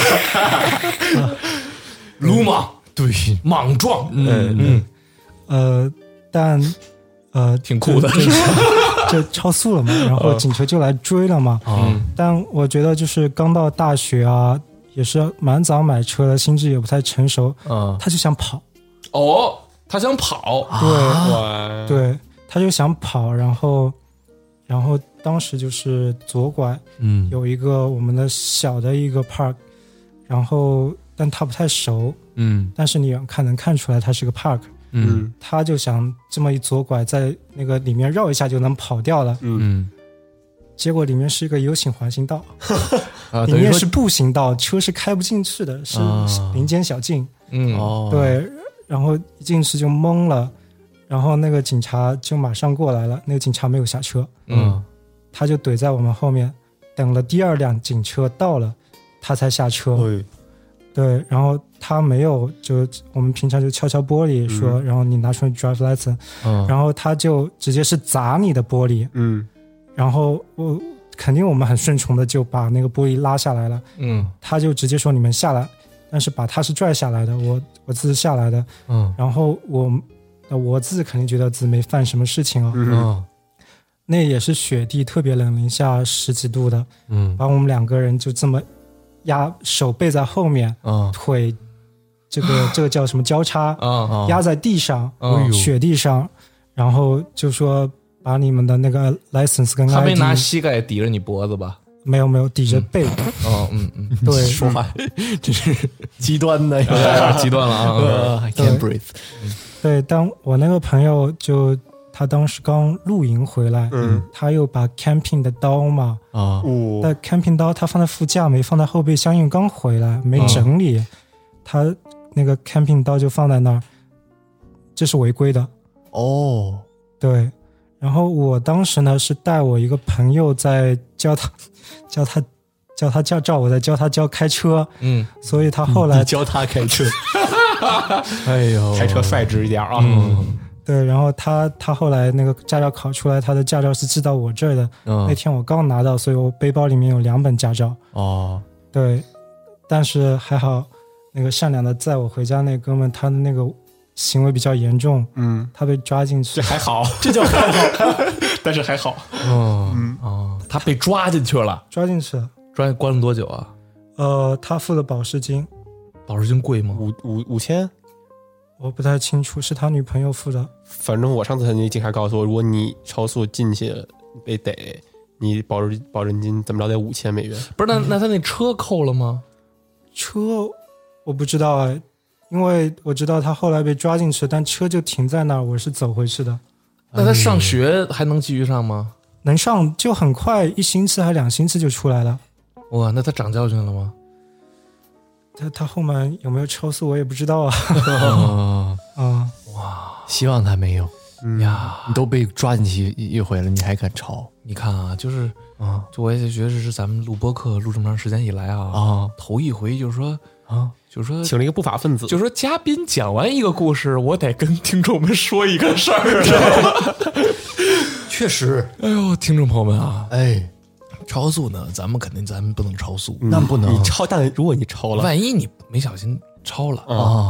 鲁莽， 对， 莽撞， 嗯嗯， 呃，但呃挺酷的就就就超速了嘛，然后警车就来追了嘛。 嗯但我觉得就是刚到大学啊，也是蛮早买车的，心智也不太成熟， 嗯， 他就想跑， 哦，他想跑， 对、 哇， 对，他就想跑，然后然后当时就是左拐， 嗯， 有一个我们的小的一个 park， 然后但他不太熟， 嗯但是你远看能看出来它是个 park， 嗯他就想这么一左拐，在那个里面绕一下就能跑掉了， 嗯结果里面是一个 U 型环形道， 啊，等于说里面是步行道，车是开不进去的，是啊林间小径。 嗯哦，， 对，然后一进去就懵了，然后那个警察就马上过来了，那个警察没有下车， 嗯他就怼在我们后面，等了第二辆警车到了，他才下车。 对， 对，然后他没有，就我们平常就敲敲玻璃说，然后你拿出你 drive license，、 嗯， 然后他就直接是砸你的玻璃， 嗯然后我肯定我们很顺从的就把那个玻璃拉下来了， 嗯他就直接说你们下来，但是把他是拽下来的，我我自己下来的， 嗯然后我我自己肯定觉得自己没犯什么事情啊， 嗯嗯那也是雪地特别冷，零下十几度的， 嗯把我们两个人就这么压手背在后面， 嗯腿这个这个叫什么交叉， 啊啊压在地上， 嗯雪地上，然后就说把你们的那个 license 跟 I D， 他没拿膝盖抵着你脖子吧？ 没有没有抵着背， 哦，嗯嗯， 对， 说话真是极端的，有有点点极端了啊。 呃，I can't breathe。 对，当我那个朋友就他当时刚露营回来， 嗯， 他又把 camping 的刀嘛， 啊， 哦， 但 camping 刀他放在副驾没放在后备箱，因为刚回来没整理，他那个 camping 刀就放在那儿，这是违规的。 哦， 对，然后我当时呢是带我一个朋友在教他教他教他驾照，我在教他教开车， 嗯所以他后来你教他开车，哎呦， 开车率直一点啊， 嗯对，然后他他后来那个驾照考出来，他的驾照是寄到我这儿的。 嗯那天我刚拿到，所以我背包里面有两本驾照。 哦， 对，但是还好，那个善良的载我回家那哥们，他的那个行为比较严重， 嗯， 他被抓进去这。还好， 这叫还好， 但是还好， 嗯哦， 他被抓进去了， 抓进去了。 抓关了多久啊？ 呃，他付了保释金， 保释金贵吗？ 五五五千， 我不太清楚，是他女朋友付的。 反正我上次那警察告诉我，如果你超速进去被逮，你保释保证金怎么着得五千美元。 不是，那那他那车扣了吗？ 车我不知道哎，因为我知道他后来被抓进去，但车就停在那儿，我是走回去的。 那他上学还能继续上吗？ 能上就很快，一星期还两星期就出来了。 哇，那他长教训了吗？ 他他后面有没有超速我也不知道啊。 哦啊、 希望他没有嗯呀， 你都被抓进去一回了，你还敢抄你看啊，就是啊就我也觉得是咱们录播客录这么长时间以来啊， 啊头一回就是说， 啊！ 就是说， 请了一个不法分子， 就是说，嘉宾讲完一个故事，我得跟听众们说一个事儿，知道吗？ 确实， 哎呦，听众朋友们啊， 哎， 超速呢，咱们肯定咱们不能超速， 嗯那不能你超，但如果你超了， 万一你没小心超了， 啊，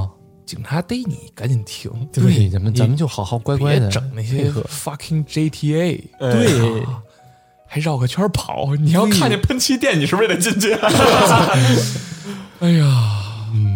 警察逮你赶紧停， 对，咱们咱们就好好乖乖的别整那些 fucking G T A， 对。 还绕个圈跑，你要看见喷气店，你是不是也得进去？哎呀， 嗯，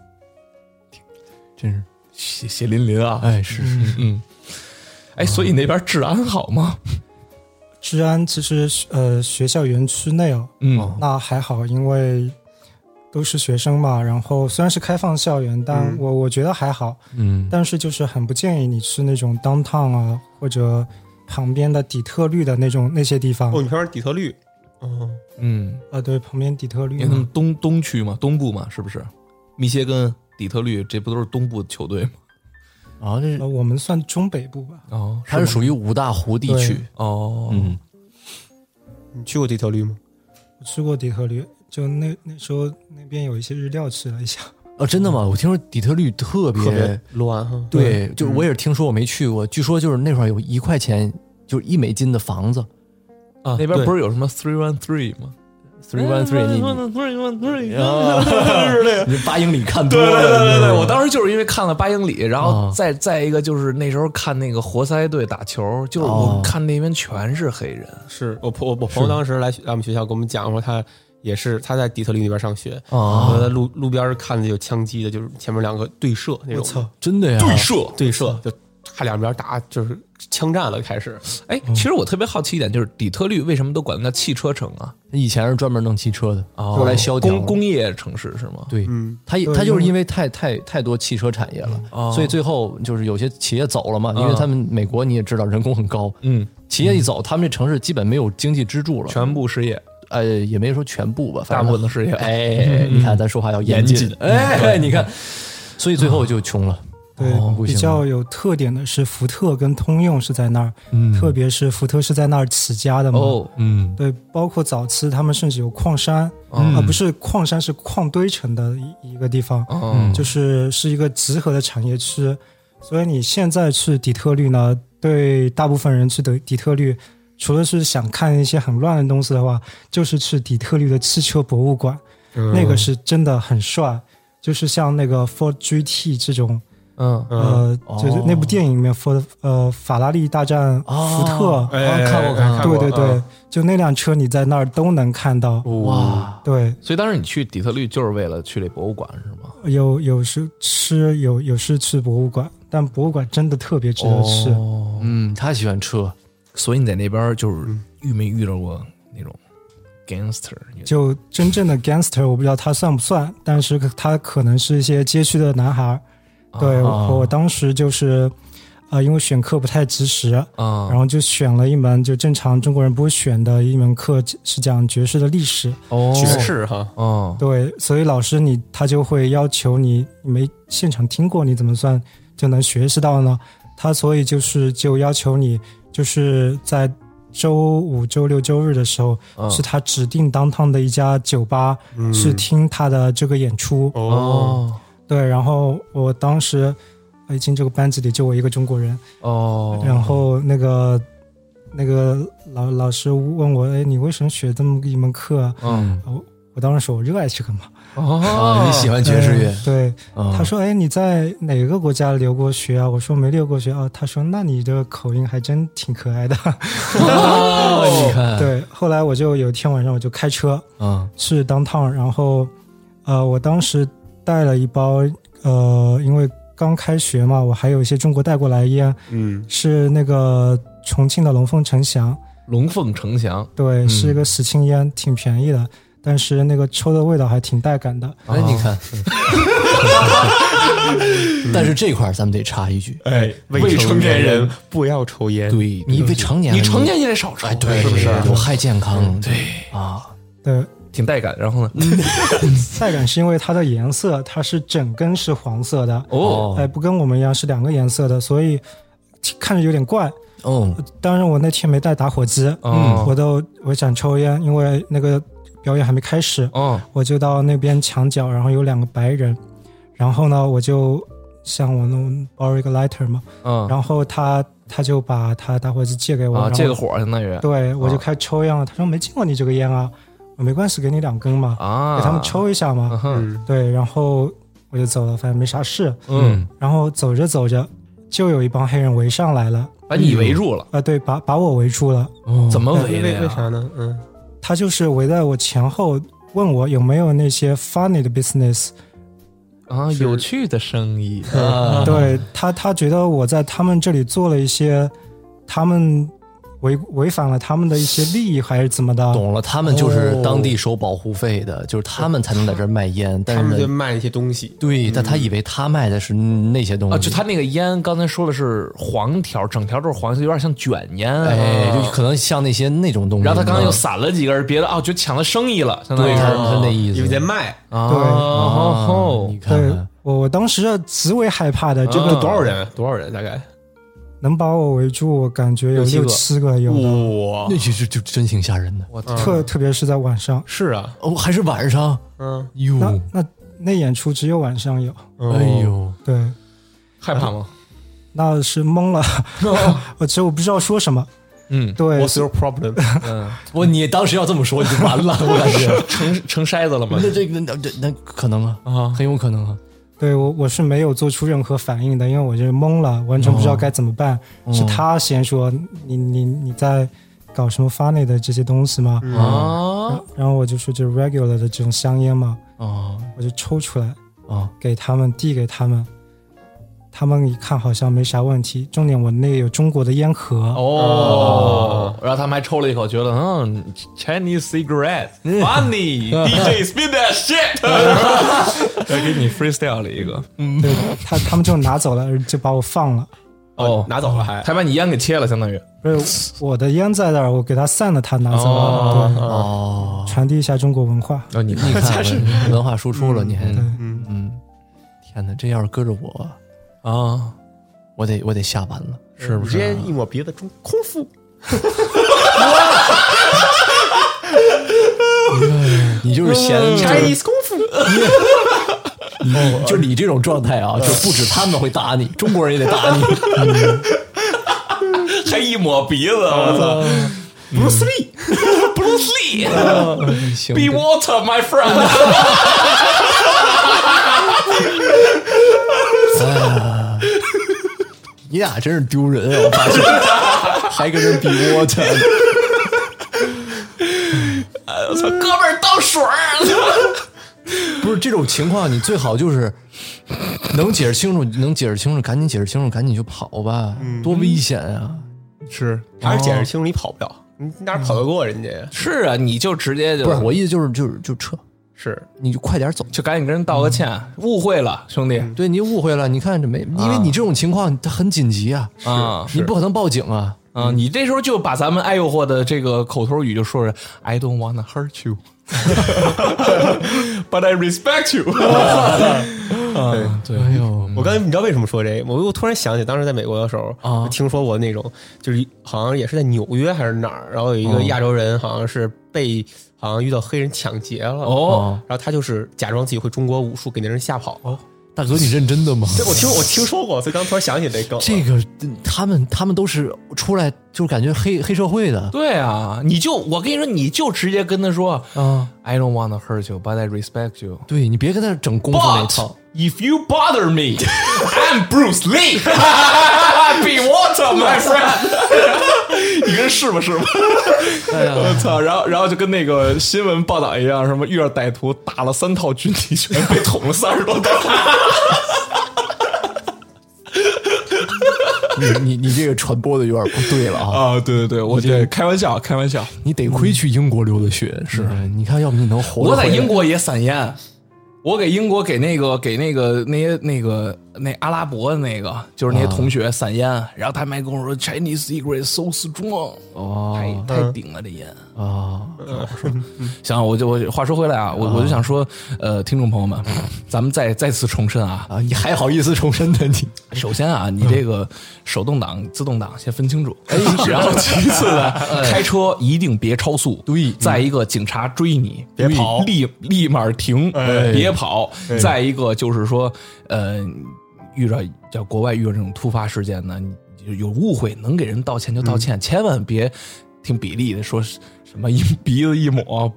真是血血淋淋啊！ 哎，是是， 嗯，哎，所以那边治安好吗？ 治安其实呃学校园区内哦， 嗯， 那还好，因为都是学生嘛。然后虽然是开放校园，但我、嗯、我觉得还好。 嗯， 但是就是很不建议你去那种 downtown 啊，或者旁边的底特律的那种那些地方。 哦，你说底特律？哦， 嗯， 啊，对，旁边底特律， 因为他们东东区嘛，东部嘛，是不是？密歇根、底特律，这不都是东部球队吗？ 啊，这、 呃、我们算中北部吧。 哦， 它是属于五大湖地区。 哦， 嗯， 你去过底特律吗？ 我去过底特律，就那那时候那边有一些日料吃了一下。 哦，真的吗？我听说底特律特别, 特别乱哈。 对，就我也是听说，我没去过。嗯、据说就是那会儿有一块钱就是一美金的房子啊，那边不是有什么 three one three 吗 ？three one three， 你 three one three， 是那个，你八英里看多了。 对对对对，我当时就是因为看了八英里，然后再再一个就是那时候看那个活塞队打球，就是我看那边全是黑人。 是我我我朋友当时来来我们学校跟我们讲说他。也是他在底特律那边上学啊， 在路路边看见有枪击的，就是前面两个对射那种。 我操， 真的呀！ 对射对射，就他两边打，就是枪战了开始。 哎，其实我特别好奇一点，就是底特律为什么都管它叫汽车城啊？ 以前是专门弄汽车的， 后、 哦、来萧条工工业城市是吗？ 对， 嗯， 它它就是因为太太太多汽车产业了， 哦、 所以最后就是有些企业走了嘛，因为他们美国你也知道人工很高， 嗯， 企业一走，他们这城市基本没有经济支柱了， 全部失业。 呃，也没说全部吧， 大部分的事业。 哎，嗯、你看咱说话要严谨。哎，你看，所以最后就穷了。 对， 哦、 比较有特点的是福特跟通用是在那儿， 嗯， 特别是福特是在那儿起家的嘛。 哦， 嗯， 对，包括早期他们甚至有矿山，啊、嗯呃，不是矿山，是矿堆成的一一个地方， 嗯， 就是是一个集合的产业区。所以你现在去底特律呢，对大部分人去的底特律。除了是想看一些很乱的东西的话，就是去底特律的汽车博物馆， 嗯、 那个是真的很帅，就是像那个 Ford G T 这种， 嗯呃，哦、就是那部电影里面 Ford 呃法拉利大战福特， 哦哎、看过看过，对对对， 嗯、 就那辆车你在那儿都能看到， 哇， 对， 所以当时你去底特律就是为了去这博物馆是吗？ 有有是吃，有有是去博物馆，但博物馆真的特别值得去， 哦、 嗯，他喜欢车。 所以你在那边就是遇没遇到过那种 gangster？ 就真正的 gangster， 我不知道他算不算，但是他可能是一些街区的男孩。对， 啊、 我当时就是呃，因为选课不太及时啊， 然后就选了一门就正常中国人不会选的一门课，是讲爵士的历史。 哦， 爵士哈， 哦， 对，所以老师你他就会要求你，你没现场听过，你怎么算就能学习到呢？他所以就是就要求你。就是在周五、周六、周日的时候， 嗯、 是他指定当趟的一家酒吧， 嗯、 是听他的这个演出。 哦， 对，然后我当时已经这个班级里就我一个中国人。 哦， 然后那个那个老老师问我，哎，你为什么学这么一门课啊？ 嗯， 我我当时说我热爱这个嘛。 哦， 你喜欢爵士乐？ 对， 哦、 他说：“哎，你在哪个国家留过学啊？”我说：“没留过学啊。”他说：“那你的口音还真挺可爱的。” 哦，你看， 对。后来我就有一天晚上我就开车， 嗯， 去downtown，然后呃，我当时带了一包呃，因为刚开学嘛，我还有一些中国带过来烟， 嗯， 是那个重庆的龙凤呈祥， 龙凤呈祥， 对， 嗯、 是一个喜庆烟，挺便宜的。但是那个抽的味道还挺带感的。 哎，你看，但是这块咱们得插一句， 哎，未成年人不要抽烟。 对，你未成年， 你成年也得少抽， 哎，对， 是不是有害健康？ 对啊， 对， 挺带感。然后呢， 带感是因为它的颜色，它是整根是黄色的， 哦， 哎，不跟我们一样是两个颜色的，所以看着有点怪。 哦， 当然我那天没带打火机， 嗯， 我都我想抽烟，因为那个。表演还没开始， 哦， 我就到那边墙角，然后有两个白人，然后呢，我就向我弄包一个 lighter 嘛， 嗯， 然后他他就把他打火机借给我， 啊，借个火相当于， 对，我就开始抽烟了。他说没见过你这个烟啊，我没关系，给你两根嘛， 啊， 给他们抽一下嘛， 嗯， 对，然后我就走了，反正没啥事。 嗯， 然后走着走着，就有一帮黑人围上来了， 把你围住了， 啊，对，把把我围住了。 怎么围的为呀？ 为啥呢？嗯， 他就是围在我前后，问我有没有那些 funny 的 business。 啊，有趣的生意啊， 对他，他觉得我在他们这里做了一些，他们违违反了他们的一些利益，还是怎么的？ 懂了，他们就是当地收保护费的，就是他们才能在这儿卖烟，但他们是呢， 就卖一些东西。 对，但他以为他卖的是那些东西啊，就他那个烟，刚才说的是黄条，整条都是黄色，有点像卷烟， 哎，就可能像那些那种东西。 然后他刚刚又散了几根别的，哦，就抢了生意了，相当于对， 是他是那意思， 以为在卖， 啊， 对哦你看对看， 我我当时极为害怕的，这这个个多少人？多少人？大概能把我围住，我感觉有六六七个有的， 哇那就就就真挺吓人的。 我特特别是在晚上， 是啊， 哦，还是晚上， 嗯， 哟， 那那那演出只有晚上有， 哎呦， 对， 害怕吗？ 那是懵了，我其实我不知道说什么， 嗯， 对， What's your problem？ 嗯， 我你当时要这么说你就完了，我感觉。 成成筛子了吗？ 那这个那那那可能啊， 啊， 很有可能啊。 对我我是没有做出任何反应的，因为我就懵了，完全不知道该怎么办。 哦是他先说你你你在搞什么 funny 的这些东西吗？ 啊， 然后我就说就是 regular 的这种香烟嘛， 哦我就抽出来哦给他们递给他们，他们一看好像没啥问题。重点我那个有中国的烟盒， 哦，然后他们还抽了一口，觉得嗯 Chinese cigarette funny D J spin that shit，再给你 freestyle 了一个， 对他他们就拿走了，就把我放了。 哦， 拿走了还还把你烟给切了，相当于不是我的烟在那儿，我给他散了，他拿走了， 哦， 对，传递一下中国文化。 哦，你你看文化输出了，你还对， 嗯嗯，天哪，这要是搁着我， 啊， 我得我得下班了， 是不是？ 直接一抹鼻子中空腹， 你就是嫌 Chinese 功夫， 就你这种状态啊，就不止他们会打你，中国人也得打你。 还一抹鼻子，我操！Bruce Lee，Bruce Lee，Be 行 water, my friend。 你俩真是丢人啊！我发现还跟人比我去， 我操，哥们儿倒水儿。 不是这种情况，你最好就是能解释清楚，能解释清楚，赶紧解释清楚，赶紧就跑吧，多危险啊！ 是还是解释清楚你跑不了，你哪跑得过人家呀？ 是啊，你就直接就不是我意思就是就是就撤， 是， 你就快点走。 就赶紧跟人道个歉，误会了，兄弟对你误会了，你看这没，因为你这种情况它很紧急啊， 啊你不可能报警啊。 啊！你这时候就把咱们爱诱惑的这个口头语就说是 I don't wanna hurt you, but I respect you 对对， 哎呦， 我刚才你知道为什么说这个？我我突然想起当时在美国的时候， 啊我听说过那种，就是好像也是在纽约还是哪儿，然后有一个亚洲人好像是被好像遇到黑人抢劫了， 哦， 然后他就是假装自己会中国武术，给那人吓跑。哦， 大哥，你认真的吗？ 这我听我听说过，所以刚突然想起这梗了。 这个他们他们都是出来就是感觉黑黑社会的对啊，你就我跟你说，你就直接跟他说啊， I don't wanna hurt you, but I respect you. 对你别跟他整功夫那 But 套。 if you bother me, I'm Bruce Lee. Be water, my friend. 你跟试吧试吧。 哎呀， 我操！然后然后就跟那个新闻报道一样，什么遇到歹徒打了三套军体拳，被捅了三十多刀。 你你你这个传播的有点不对了啊！ 啊，对对对，我这开玩笑，开玩笑。 你得亏去英国留的学，是你看，要不你能活得我在回来英国也散烟，我给英国给那个给那个那些那个那阿拉伯的那个，就是那些同学散烟，然后他们还跟我说 Chinese cigarette so strong， 哦太太顶了这烟。 啊， 行，我就我话说回来啊，我我就想说，呃，听众朋友们，咱们再再次重申啊， 啊，你还好意思重申的你？ 首先啊，你这个手动挡、自动挡先分清楚，然后其次呢，开车一定别超速。对，再一个警察追你， 别跑立立马停， 哎别跑。再一个就是说，呃，遇到叫国外遇到这种突发事件呢，你有误会能给人道歉就道歉，千万别听比利的说什么一鼻子一抹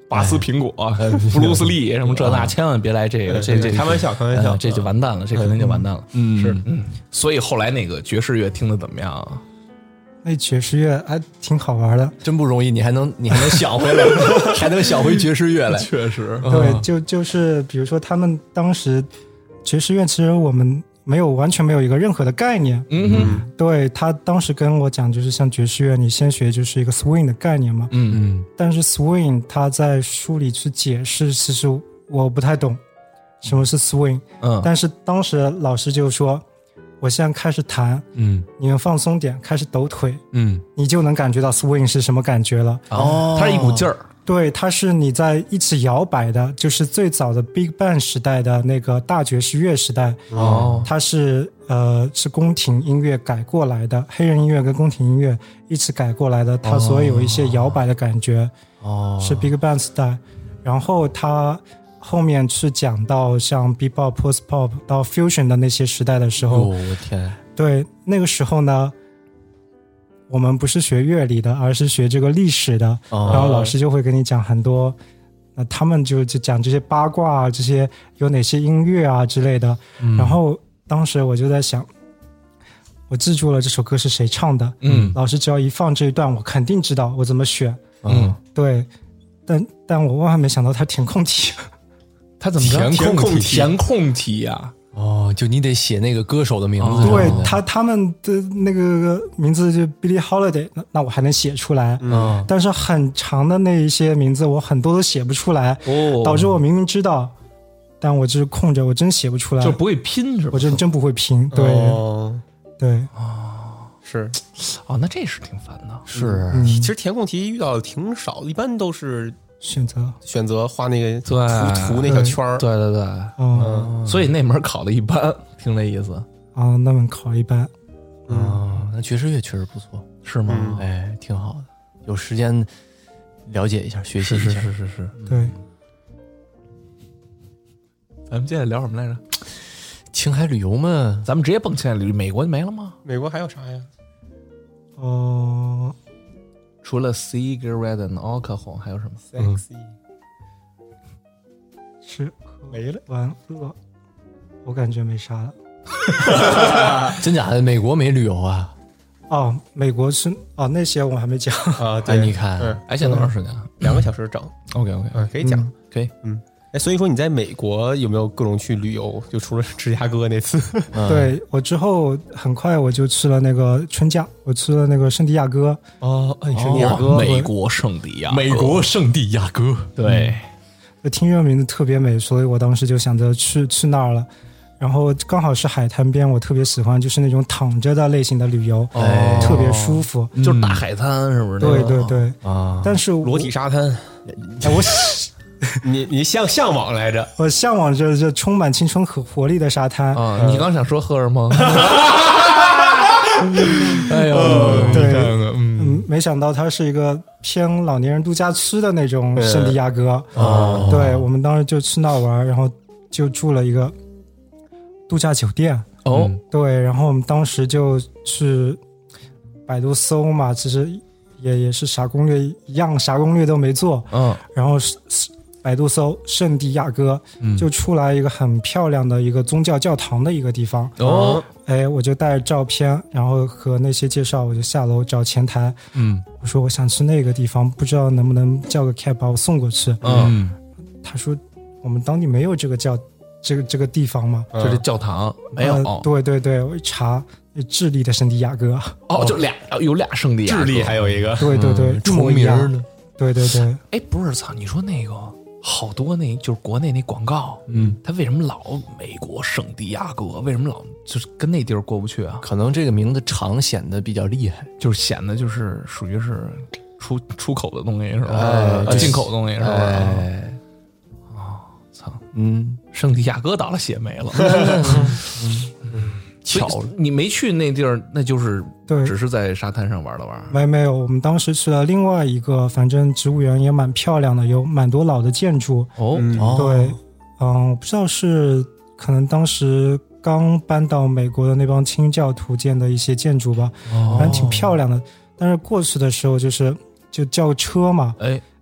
巴斯苹果、布鲁斯利什么这那，千万别来这个，这这开玩笑，开玩笑， 这就完蛋了，这肯定就完蛋了。 嗯， 是，嗯。所以后来那个爵士乐听的怎么样啊？ 那爵士乐还挺好玩的， 真不容易，你还能你还能想回来，还能想回爵士乐来， 确实。 对，就就是比如说他们当时爵士乐，其实我们没有完全没有一个任何的概念。 嗯哼， 对，他当时跟我讲，就是像爵士乐，你先学就是一个 swing 的概念嘛。 嗯嗯。 但是 swing 他在书里去解释，其实我不太懂什么是 swing。 嗯。 但是当时老师就说，我现在开始弹， 嗯， 你们放松点，开始抖腿， 嗯， 你就能感觉到 swing 是什么感觉了。 哦，它是一股劲儿。 对，它是你在一起摇摆的，就是最早的 Big Band 时代的那个大爵士乐时代。 哦， 它是呃是宫廷音乐改过来的，黑人音乐跟宫廷音乐一起改过来的，它所以有一些摇摆的感觉。 哦， 是 Big Band 时代。然后它后面去讲到像 Bebop、Post Pop 到 Fusion 的那些时代的时候， 哦，我天， 对，那个时候呢，我们不是学乐理的，而是学这个历史的。 哦、 然后老师就会跟你讲很多，那他们就就讲这些八卦啊，这些有哪些音乐啊之类的。 嗯、 然后当时我就在想，我记住了这首歌是谁唱的。 嗯， 老师只要一放这一段，我肯定知道我怎么选。 嗯， 对，但但我万万没想到他填空题。 他怎么着？ 填空题？ 填空题呀、啊！ 哦，就你得写那个歌手的名字。 哦、对他他们的那个名字就 Billie Holiday， 那, 那我还能写出来。 嗯， 但是很长的那一些名字，我很多都写不出来， 哦， 导致我明明知道，但我就是空着，我真写不出来， 就不会拼是吧？ 我真真不会拼。对、 哦、 对哦，是哦，那这是挺烦的。 是、 嗯， 其实填空题遇到的挺少，一般都是。 选择选择画那个对涂涂那小圈儿， 对对对， 嗯， 所以那门考的一般，听这意思啊，那门考一般， 嗯，那爵士乐确实不错， 是吗？ 嗯、哎，挺好的，有时间了解一下，学习一下， 是是是是， 对。 咱们接下来聊什么来着？ 青海旅游嘛， 咱们直接蹦青海旅游，美国就没了吗？ 美国还有啥呀？ 哦、呃。 除了 cigarette and alcohol 还有什么 ？sexy，、 嗯、吃没了， 完了，我感觉没啥了。 真假的？美国没旅游啊？ 哦，美国是哦，那些我还没讲啊。对， 哎、你看， 嗯， 哎，现在多长时间？ 两个小时整。 OK OK， 嗯，可以讲， 嗯、 可以， 嗯。哎，所以说你在美国有没有各种去旅游？就除了芝加哥那次， 嗯、 对我之后很快我就去了那个春假，我去了那个圣地亚哥。 哦，圣地亚哥， 哦、美国圣地亚哥， 美国圣地亚哥， 对， 嗯、听这个名字特别美，所以我当时就想着去去那儿了。然后刚好是海滩边，我特别喜欢就是那种躺着的类型的旅游， 哦、 特别舒服， 就是大海滩，是不是？ 对对对啊！ 但是裸体沙滩， 哎我。 你你向向往来着， 我向往着这充满青春和活力的沙滩啊！你刚想说荷尔蒙， 哎呦， 对，嗯，没想到它是一个偏老年人度假区的那种圣地亚哥。 哦， 对，我们当时就去那玩，然后就住了一个度假酒店。 哦， 对，然后我们当时就去百度搜嘛，其实也也是啥攻略一样，啥攻略都没做。 嗯， 然后百度搜圣地亚哥，就出来一个很漂亮的一个宗教教堂的一个地方。 哦， 哎，我就带着照片，然后和那些介绍，我就下楼找前台。 嗯， 我说我想去那个地方，不知道能不能叫个 cab 把我送过去。 嗯， 他说我们当地没有这个教这个这个地方吗？ 就这教堂没有、 呃。对对对，我一查，智利的圣地亚哥。 哦，就俩有俩圣地亚哥， 智利还有一个。 对对对， 出名的。 对对对。 哎，不是，操！你说那个。好多那就是国内那广告， 嗯， 他为什么老美国圣地亚哥？为什么老就是跟那地儿过不去啊？ 可能这个名字长显得比较厉害， 就是显得就是属于是出出口的东西是吧？ 哎， 啊，进口的东西是吧？ 哎， 哦，操， 嗯， 圣地亚哥倒了血没了， 嗯嗯，巧了， 你没去那地儿，那就是对， 只是在沙滩上玩了玩。 没没有，我们当时去了另外一个，反正植物园也蛮漂亮的，有蛮多老的建筑。 哦， 嗯、对，嗯，我不知道是可能当时刚搬到美国的那帮清教徒建的一些建筑吧， 哦、 反正挺漂亮的。但是过去的时候就是就叫车嘛， 哎，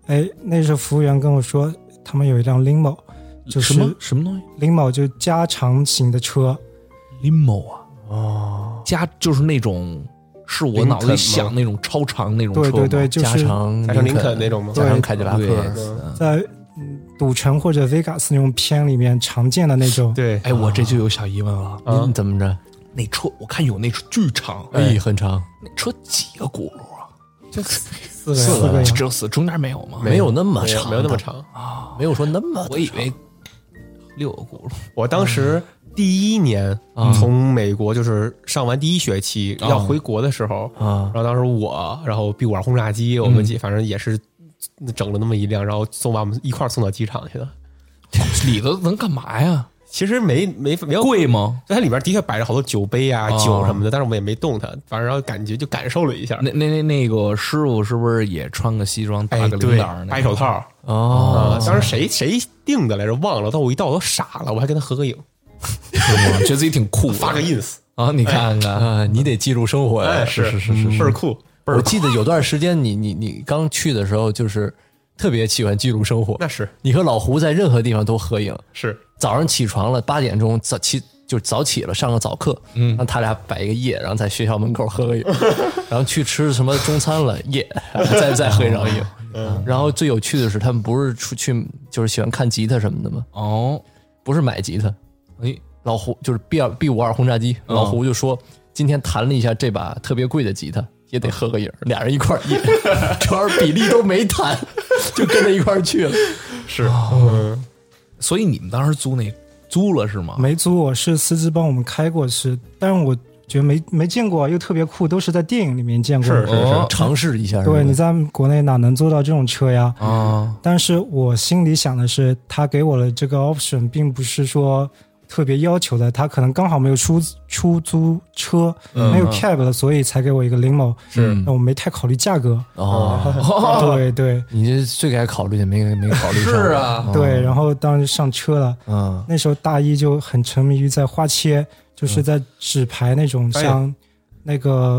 哎，那时候服务员跟我说，他们有一辆 limo， 就是什么什么东西 limo 就加长型的车。 limo 啊，哦，加就是那种是我脑子里想那种超长那种车吗， 对对对，就是加长加长林肯那种吗？ 加长凯迪拉克， 在嗯赌城或者 Vegas 那种片里面常见的那种。 对， 哎，我这就有小疑问了， 您怎么着？ 那车我看有那车巨长， 哎，很长， 那车几个轱辘啊？ 就四个四个呀只有四，中间没有吗？ 没有那么长， 没有那么长啊， 没有说那么， 我以为六个轱辘。 我当时第一年从美国就是上完第一学期要回国的时候，然后当时我，然后 B 五二轰炸机，我们反正也是整了那么一辆，然后送把我们一块送到机场去的。 里头能干嘛呀？ 其实没没没有贵吗？ 它里边的确摆着好多酒杯啊、酒什么的，但是我们也没动它，反正然后感觉就感受了一下。 那那那那个师傅是不是也穿个西装、打个领带、 白手套？ 哦， 当时谁谁定的来着？忘了，但我一到我都傻了，我还跟他合个影， 是吗？觉得自己挺酷， 发个 ins 啊！你看看啊，你得记录生活呀！ 是是是是，倍儿酷。 我记得有段时间你，你你你刚去的时候，就是特别喜欢记录生活。 那是你和老胡在任何地方都合影。 是早上起床了，八点钟早起就早起了，上个早课，嗯，让他俩摆一个夜，然后在学校门口合个影，然后去吃什么中餐了，夜再再合一张影。嗯，然后最有趣的是，他们不是出去就是喜欢看吉他什么的吗？ 哦， 不是买吉他， 哎， 老胡就是 B 二 B 五二轰炸机，老胡就说今天弹了一下这把特别贵的吉他。也得合个影，俩人一块儿演，主要是比例都没谈，就跟着一块儿去了。 是，嗯， 所以你们当时租那租了是吗？ 没租，我是司机帮我们开过去，但是我觉得没没见过，又特别酷，都是在电影里面见过。 是是是， 哦、尝试一下。 对，你在国内哪能租到这种车呀？ 啊、哦！ 但是我心里想的是，他给我的这个 option 并不是说特别要求的，他可能刚好没有出出租车，嗯、没有 cab 了，所以才给我一个 limo。 是， 那我没太考虑价格。 哦， 对对， 你这最该考虑的没没考虑上。 是啊， 对，然后当时上车了。 嗯， 那时候大一就很沉迷于在花切，就是在纸牌那种像那个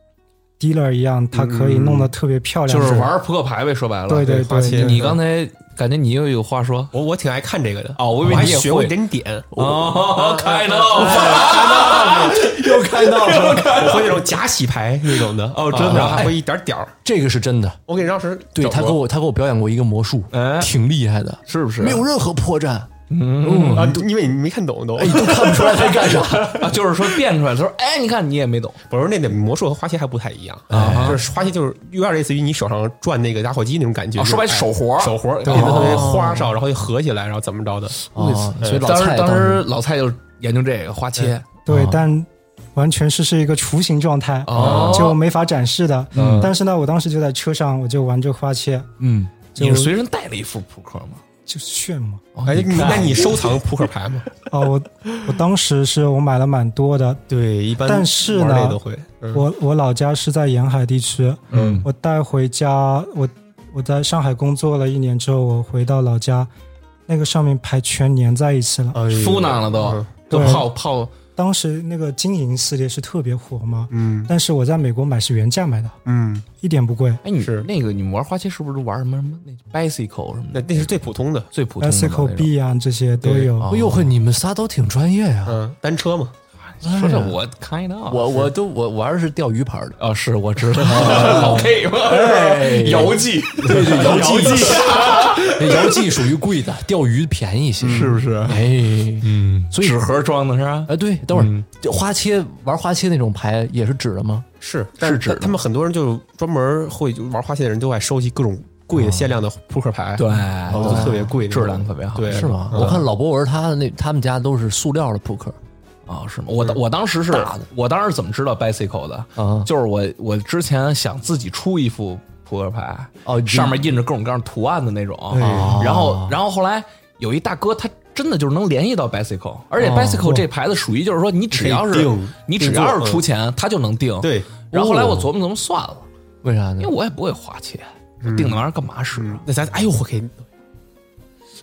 dealer 一样，它可以弄得特别漂亮， 就是玩扑克牌呗。说白了， 对对对。 你刚才。感觉你又有话说， 我我挺爱看这个的哦，我以为你也学过一点点哦，开闹， 又开闹了， 我会那种假洗牌那种的哦，真的， 然后还会一点点儿， 这个是真的。 我给当时对他给我他给我表演过一个魔术， 哎， 挺厉害的， 是不是？ 没有任何破绽。 嗯啊，因为你没看懂都， 哎，都看不出来他干啥啊，就是说变出来，他说，哎，你看你也没懂。 我说那个魔术和花切还不太一样啊，就是花切就是有点类似于你手上转那个打火机那种感觉， 说白手活， 手活变得特别花哨，然后就合起来，然后怎么着的。 哦，所以当时当时老蔡就研究这个花切， 对，但完全是是一个雏形状态，就没法展示的。但是呢，我当时就在车上，我就玩这花切。 嗯， 你是随身带了一副扑克吗？ 就是炫嘛！ 哎，那你收藏扑克牌吗？ 哦，我我当时是我买了蛮多的， 对，一般但是呢， 都会。 嗯、我我老家是在沿海地区，嗯，我带回家，我我在上海工作了一年之后，我回到老家，那个上面牌全粘在一起了， 敷囊了都，嗯、都泡泡。 当时那个金银系列是特别火嘛，嗯，但是我在美国买是原价买的， 嗯， 一点不贵。 哎，你是那个你们玩花切是不是玩什么什么那 bicycle 什么的？ 那那是最普通的， 最普通的 bicycle B 啊，这些都有。 哎呦呵，你们仨都挺专业呀， 嗯，单车嘛。 说这我看到， 我我都我玩的是钓鱼牌的哦，是我知道，老 K 嘛，姚记， 对对，姚记，姚记属于贵的，钓鱼便宜些， 是不是？ 哎，嗯，所以纸盒装的是吧？ 哎，对，等会儿花切玩花切那种牌也是纸的吗？ 是，是纸。他们很多人就专门会玩花切的人都爱收集各种贵的限量的扑克牌， 对， 都特别贵， 质量特别好， 对， 是吗？我看老博文他那他们家都是塑料的扑克。 啊、哦，是吗？我我当时是，我当时怎么知道 bicycle 的？啊，就是我我之前想自己出一副扑克牌，哦，上面印着各种各样图案的那种，哦、然后然后后来有一大哥，他真的就是能联系到 bicycle， 而且 bicycle 这牌子属于就是说你只要是、哦、你只要是出钱，他就能定。 对。 然后后来我琢磨琢磨算了， 为啥呢？ 因为我也不会花钱，定那玩意儿干嘛使？ 嗯、那咱哎呦我给。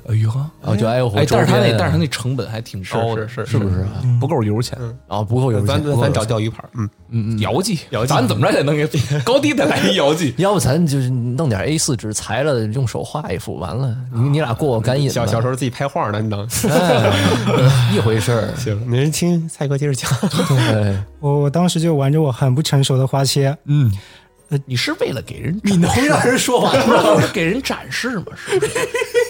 哎呦， 啊，就爱火哎，但是他那周边但是他那成本还挺高的， 是是是不是啊？ 不够油钱。 啊，不够有咱钱， 咱找钓鱼牌，嗯， 嗯嗯，姚记， 姚记咱怎么着也能给高低得来一姚记。 要不咱就是弄点 A 四纸裁了，用手画一幅，完了，你你俩过过干瘾吧。 小小时候自己拍画呢，你当哎一回事儿。 行，你人听蔡哥接着讲。 对， 我我当时就玩着我很不成熟的花切， 嗯，你是为了给人展示， 你能让人说完不吗？ 是给人展示吗？是不是？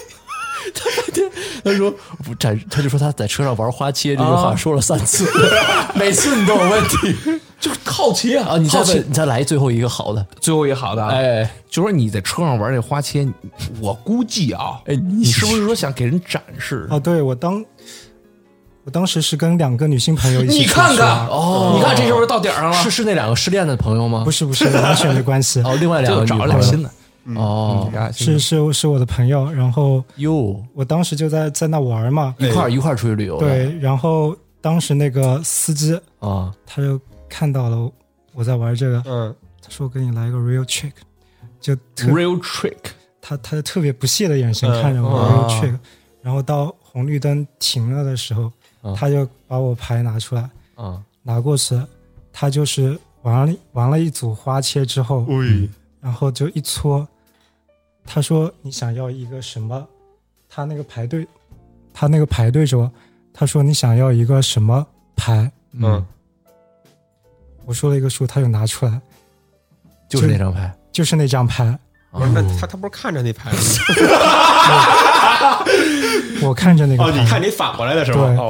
他说不展，他就说他在车上玩花切这句话说了三次，每次你都有问题， 就是好奇啊！ 啊！你再好奇你再来最后一个好的， 最后一个好的啊， 哎， 就说你在车上玩这花切，我估计啊， 哎你你是不是说想给人展示？ 哦，对我当我当时是跟两个女性朋友一起你出去看看玩哦你看这时候到点儿上了， 是是那两个失恋的朋友吗？ 不是不是完全没关系， 哦，另外两就找个女朋友了俩新的， 哦， 俩新是的是是我的朋友，然后哟， 我当时就在在那玩嘛， 一块儿一块儿出去旅游的， 对，然后当时那个司机啊， 他就看到了我在玩这个， 嗯， 他说我给你来一个 real trick，就特 ，real trick， 他他就特别不屑的眼神看着我、 嗯 real trick，然后到红绿灯停了的时候， 嗯他就把我牌拿出来， 啊， 拿过去，他就是玩了玩了一组花切之后， 喂， 然后就一搓，他说你想要一个什么？他那个排队，他那个排队着，他说你想要一个什么牌？ 嗯， 我说了一个数，他就拿出来， 就是那张牌， 就是那张牌。 不是，那他他不是看着那牌吗？ 我看着那个哦， 牌， 你看你反过来的是吗？ 对哦，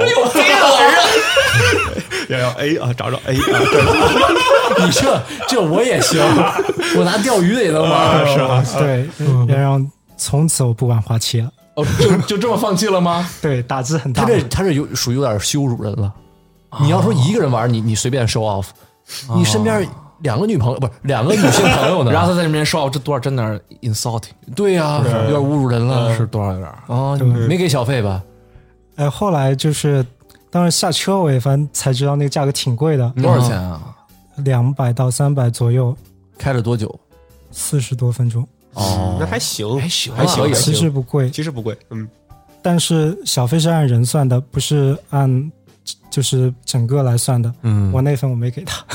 要要 A 啊，找找 A 啊，对， 你这这我也行，我拿钓鱼的也能玩， 是吧？ 对，然后从此我不玩花切了。 哦，就就这么放弃了吗？ 对，打字很大他。这他这有属于有点羞辱人了。你要说一个人玩，你你随便 show off，你身边两个女朋友不是两个女性朋友呢？ 然后他在那边说，这多少真点儿 insulting， 对呀，有点侮辱人了， 是多少有点儿啊？你没给小费吧？ 哎，后来就是当时下车我也反正才知道那个价格挺贵的， 多少钱啊？ 两百到三百左右， 开了多久？ 四十多分钟。 哦， 那还行， 还行啊还行，还其实行， 不贵， 其实不贵，嗯， 但是小费是按人算的，不是按就是整个来算的。 嗯我那份我没给他。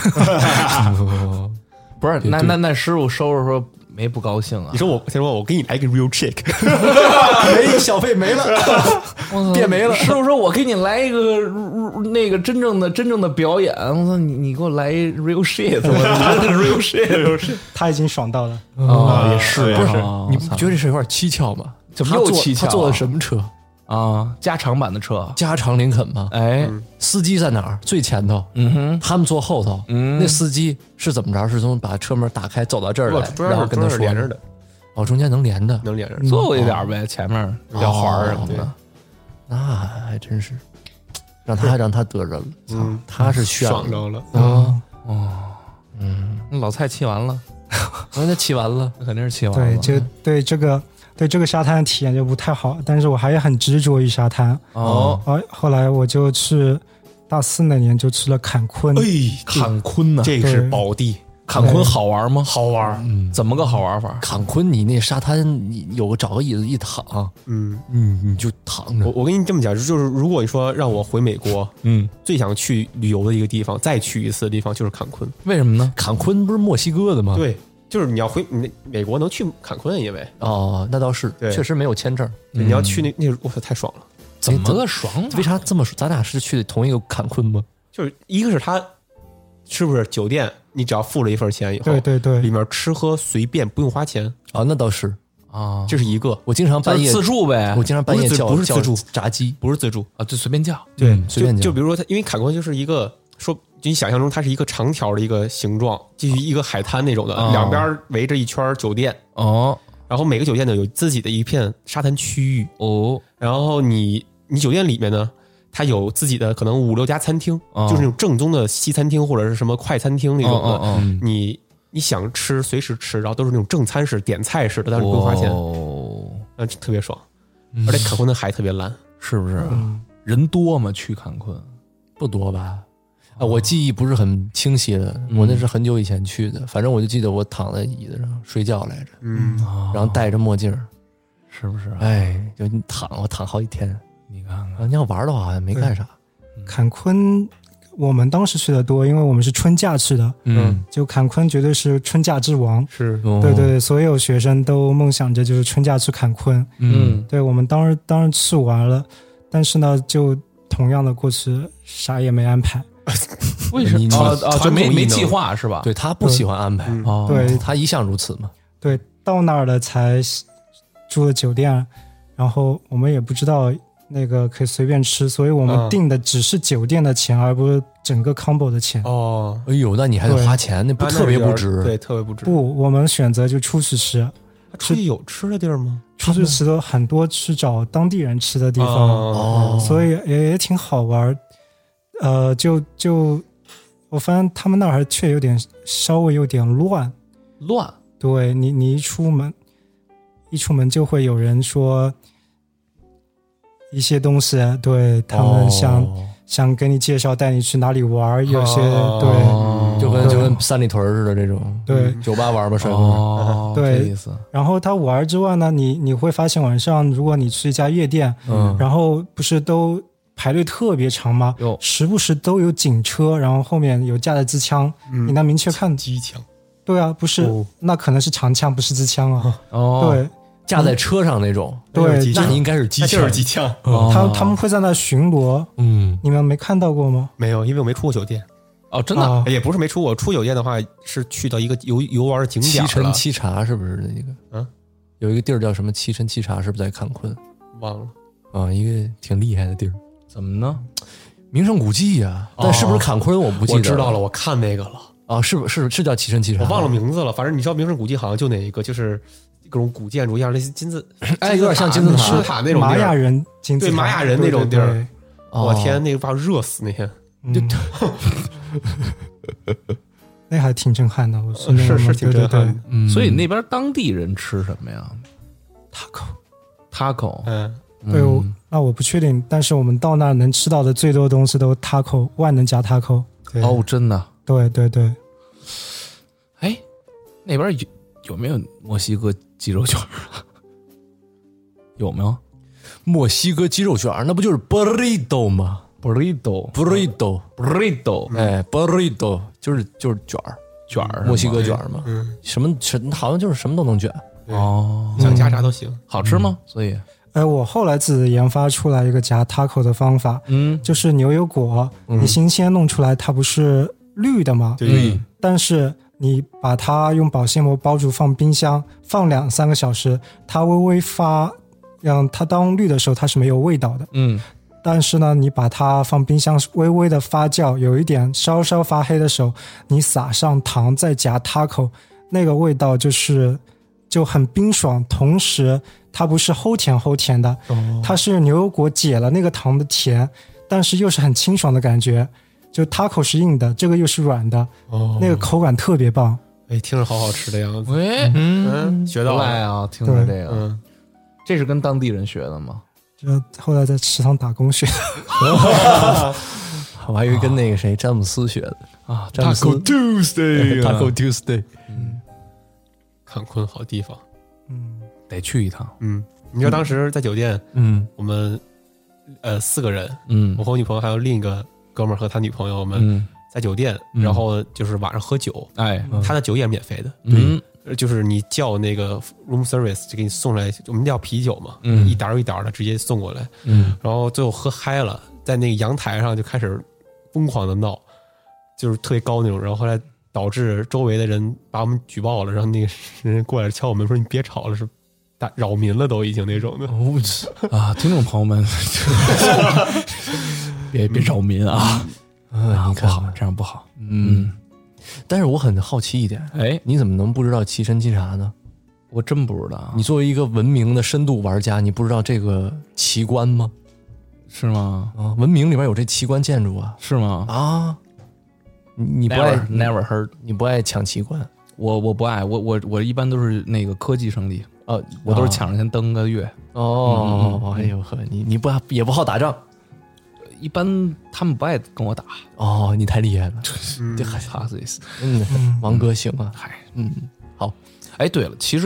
不是，那那那师傅收拾说没不高兴啊你？说我，他说我给你来个 real trick， 没小费没了，变没了。 师傅说：“我给你来一个那个真正的真正的表演。”我说：“你你给我来一 real shit，我 real shit，real shit。 他已经爽到了。 啊，也是， 不是啊你不觉得这事有点蹊跷吗？ 怎么又他坐蹊跷啊他坐的什么车？ 啊？加长版的车， 加长林肯吗？ 哎， 司机在哪儿？最前头。 嗯哼， 他们坐后头。 嗯那司机是怎么着？是从把车门打开走到这儿来， 中间是然后跟他说中间是连着的， 哦，中间能连的。 能连着。 坐过一点呗，前面撂环儿什么的。 那还真是让他让他得人了。 嗯， 他是炫爽着了。 啊！ 那老蔡气完了， 那那骑完了， 那肯定是气完对， 了。 就对这个对这个沙滩的体验就不太好，但是我还很执着于沙滩。 哦， 哦，后来我就去大四那年就去了坎昆。 哎， 坎昆呢？ 这个是宝地， 坎昆好玩吗？ 好玩。 怎么个好玩法？ 坎昆，你那沙滩，你有个找个椅子一躺， 嗯， 嗯，你就躺着。 我我跟你这么讲，就是如果你说让我回美国， 嗯， 最想去旅游的一个地方，再去一次的地方就是坎昆。 为什么呢？ 坎昆不是墨西哥的吗？。 对，就是你要回你美国能去坎昆，因为哦，那倒是， 对确实没有签证。 你要去那那个，我操，太爽了！ 怎么个爽法？ 为啥这么说？咱俩是去的同一个坎昆吗？ 就是一个是他是不是酒店，你只要付了一份钱以后， 对对对里面吃喝随便，不用花钱， 啊，那倒是。 啊？ 这是一个， 我经常半夜自助呗， 我经常半夜不是自叫叫不是自助炸鸡， 不是自助。 啊，就随便叫。 对， 嗯随便叫就就比如说它，因为坎昆就是一个说，就你想象中它是一个长条的一个形状，就是一个海滩那种的， 哦两边围着一圈酒店， 哦然后每个酒店呢有自己的一片沙滩区域， 哦， 然后你你酒店里面呢，它有自己的可能五六家餐厅， 哦就是那种正宗的西餐厅或者是什么快餐厅那种的， 哦哦哦你你想吃随时吃，然后都是那种正餐式点菜式的，但是不用花钱， 哦， 嗯，特别爽。而且坎昆的海特别蓝， 是不是？人多吗？去坎昆？ 不多吧？啊，我记忆不是很清晰的，我那是很久以前去的，反正我就记得我躺在椅子上睡觉来着， 嗯， 然后戴着墨镜儿， 是不是？ 哎，就你躺我躺好几天。 你看看， 啊，你要玩的话好像没干啥。 坎昆我们当时去的多，因为我们是春假去的， 嗯， 就坎昆绝对是春假之王， 是， 哦对对，所有学生都梦想着就是春假去坎昆。 嗯， 对，我们当时当时去玩了，但是呢，就同样的过去啥也没安排。 为什你么？啊啊，就没没计划， 划是吧？ 对他不喜欢安排， 哦， 对他一向如此嘛。 对，到那儿了才住了酒店，然后我们也不知道那个可以随便吃，所以我们订的只是酒店的钱，而不是整个 combo 的钱。 哦， 哎呦，那你还得花钱，那不特别不值？ 对，特别不值。 不，我们选择就出去吃。 出去有吃的地儿吗？ 出去吃的很多，去找当地人吃的地方， 哦， 所以也也挺好玩。呃，就就我发现他们那儿还确有点稍微有点乱乱。 对你，你一出门，一出门就会有人说一些东西，对他们想、 哦、 想给你介绍，带你去哪里玩，有些、 哦、 对、 哦，就跟就跟三里屯似的这种， 对， 酒吧玩吧，帅哥， 哦， 对， 这意思。 然后他玩之外呢，你你会发现晚上如果你去一家夜店， 嗯， 然后不是都排队特别长吗？时不时都有警车，然后后面有架着机枪，嗯、你能明确看机枪。 对啊，不是、哦，那可能是长枪，不是机枪啊。 哦， 对， 架在车上那种。 对， 那应该是机枪， 就是机枪。 哦、他他们会在那巡逻。 嗯， 你们没看到过吗？ 没有，因为我没出过酒店。 哦，真的、 啊、 也不是没出过。出酒店的话，是去到一个游游玩的景点了。 七晨七茶是不是那个？ 嗯， 有一个地儿叫什么七晨七茶，是不是在坎昆？ 忘了。 啊，一个挺厉害的地儿。 怎么呢？ 名胜古迹呀、啊，哦、但是不是坎昆我不记得了。 我知道了，我看那个了。 啊，是不是是叫七晨七茶？ 我忘了名字了，反正你知道名胜古迹好像就那一个，就是各种古建筑一样，类似金字， 哎，有点像金字塔塔那种玛雅人金字塔，对玛雅人那种地儿。 对对对我天，那个把我热死那天， 嗯、那还挺震撼的，我是是是挺震撼的。 对对对嗯、所以那边当地人吃什么呀 ？taco taco， 嗯， 对，嗯、那我不确定，但是我们到那儿能吃到的最多的东西都 taco， 万能夹 taco。 哦，真的。 对对对， 哎，那边有有没有墨西哥鸡肉卷啊？有没有？ 墨西哥鸡肉卷那不就是 burrito 吗 ？burrito burrito burrito， 哎 burrito 就是就是卷儿卷儿， 墨西哥卷嘛， 嗯， 什么什好像就是什么都能卷哦， 想夹啥都行， 好吃吗？所以。 哎，我后来自己研发出来一个夹 taco 的方法， 嗯， 就是牛油果， 嗯、 你新鲜弄出来，它不是绿的吗？ 对， 但是你把它用保鲜膜包住，放冰箱，放两三个小时，它微微发，让它当绿的时候它是没有味道的。 嗯， 但是呢，你把它放冰箱，微微的发酵，有一点稍稍发黑的时候，你撒上糖，再夹 taco， 那个味道就是就很冰爽，同时它不是齁甜齁甜的， 哦、 它是牛油果解了那个糖的甜，但是又是很清爽的感觉。就 taco 是硬的，这个又是软的， 哦、 那个口感特别棒。 哎，听着好好吃的样子。 喂， 嗯，学到了啊，听着这个， 嗯， 这是跟当地人学的吗？ 就后来在食堂打工学的。 我还以为跟那个谁詹姆斯学的啊， 詹姆斯 Taco Tuesday，Taco Tuesday。 嗯，坎昆好地方， 嗯， 得去一趟。 嗯，你知道当时在酒店， 嗯， 我们呃四个人， 嗯， 我和我女朋友还有另一个哥们儿和他女朋友，我们在酒店， 嗯、 然后就是晚上喝酒， 哎， 他的酒也是免费的， 嗯， 就是你叫那个 room service 就给你送来，我们叫啤酒嘛， 嗯， 一打一打的直接送过来， 嗯， 然后最后喝嗨了，在那个阳台上就开始疯狂的闹，就是特别高那种，然后后来导致周围的人把我们举报了，然后那个人过来敲我们说你别吵了，是打扰民了都已经那种的。 哦啊，听众朋友们，别别扰民啊！ 啊，你看不好，这样不好。 嗯，但是我很好奇一点， 哎， 你怎么能不知道七晨七茶呢？ 我真不知道。 你作为一个文明的深度玩家，你不知道这个奇观吗？ 是吗？ 啊，文明里边有这奇观建筑啊？ 是吗？ 啊，你不爱 never, never heard， 你不爱抢奇观？ 我我不爱，我我我一般都是那个科技胜利， 呃、啊， 我都是抢着先登个月。 哦，嗯、哎呦呵，你你不也不好打仗？ 一般他们不爱跟我打。 哦，你太厉害了， 这还啥意思？ 嗯，王哥行啊， 嗨， 嗯，好。 哎，对了，其实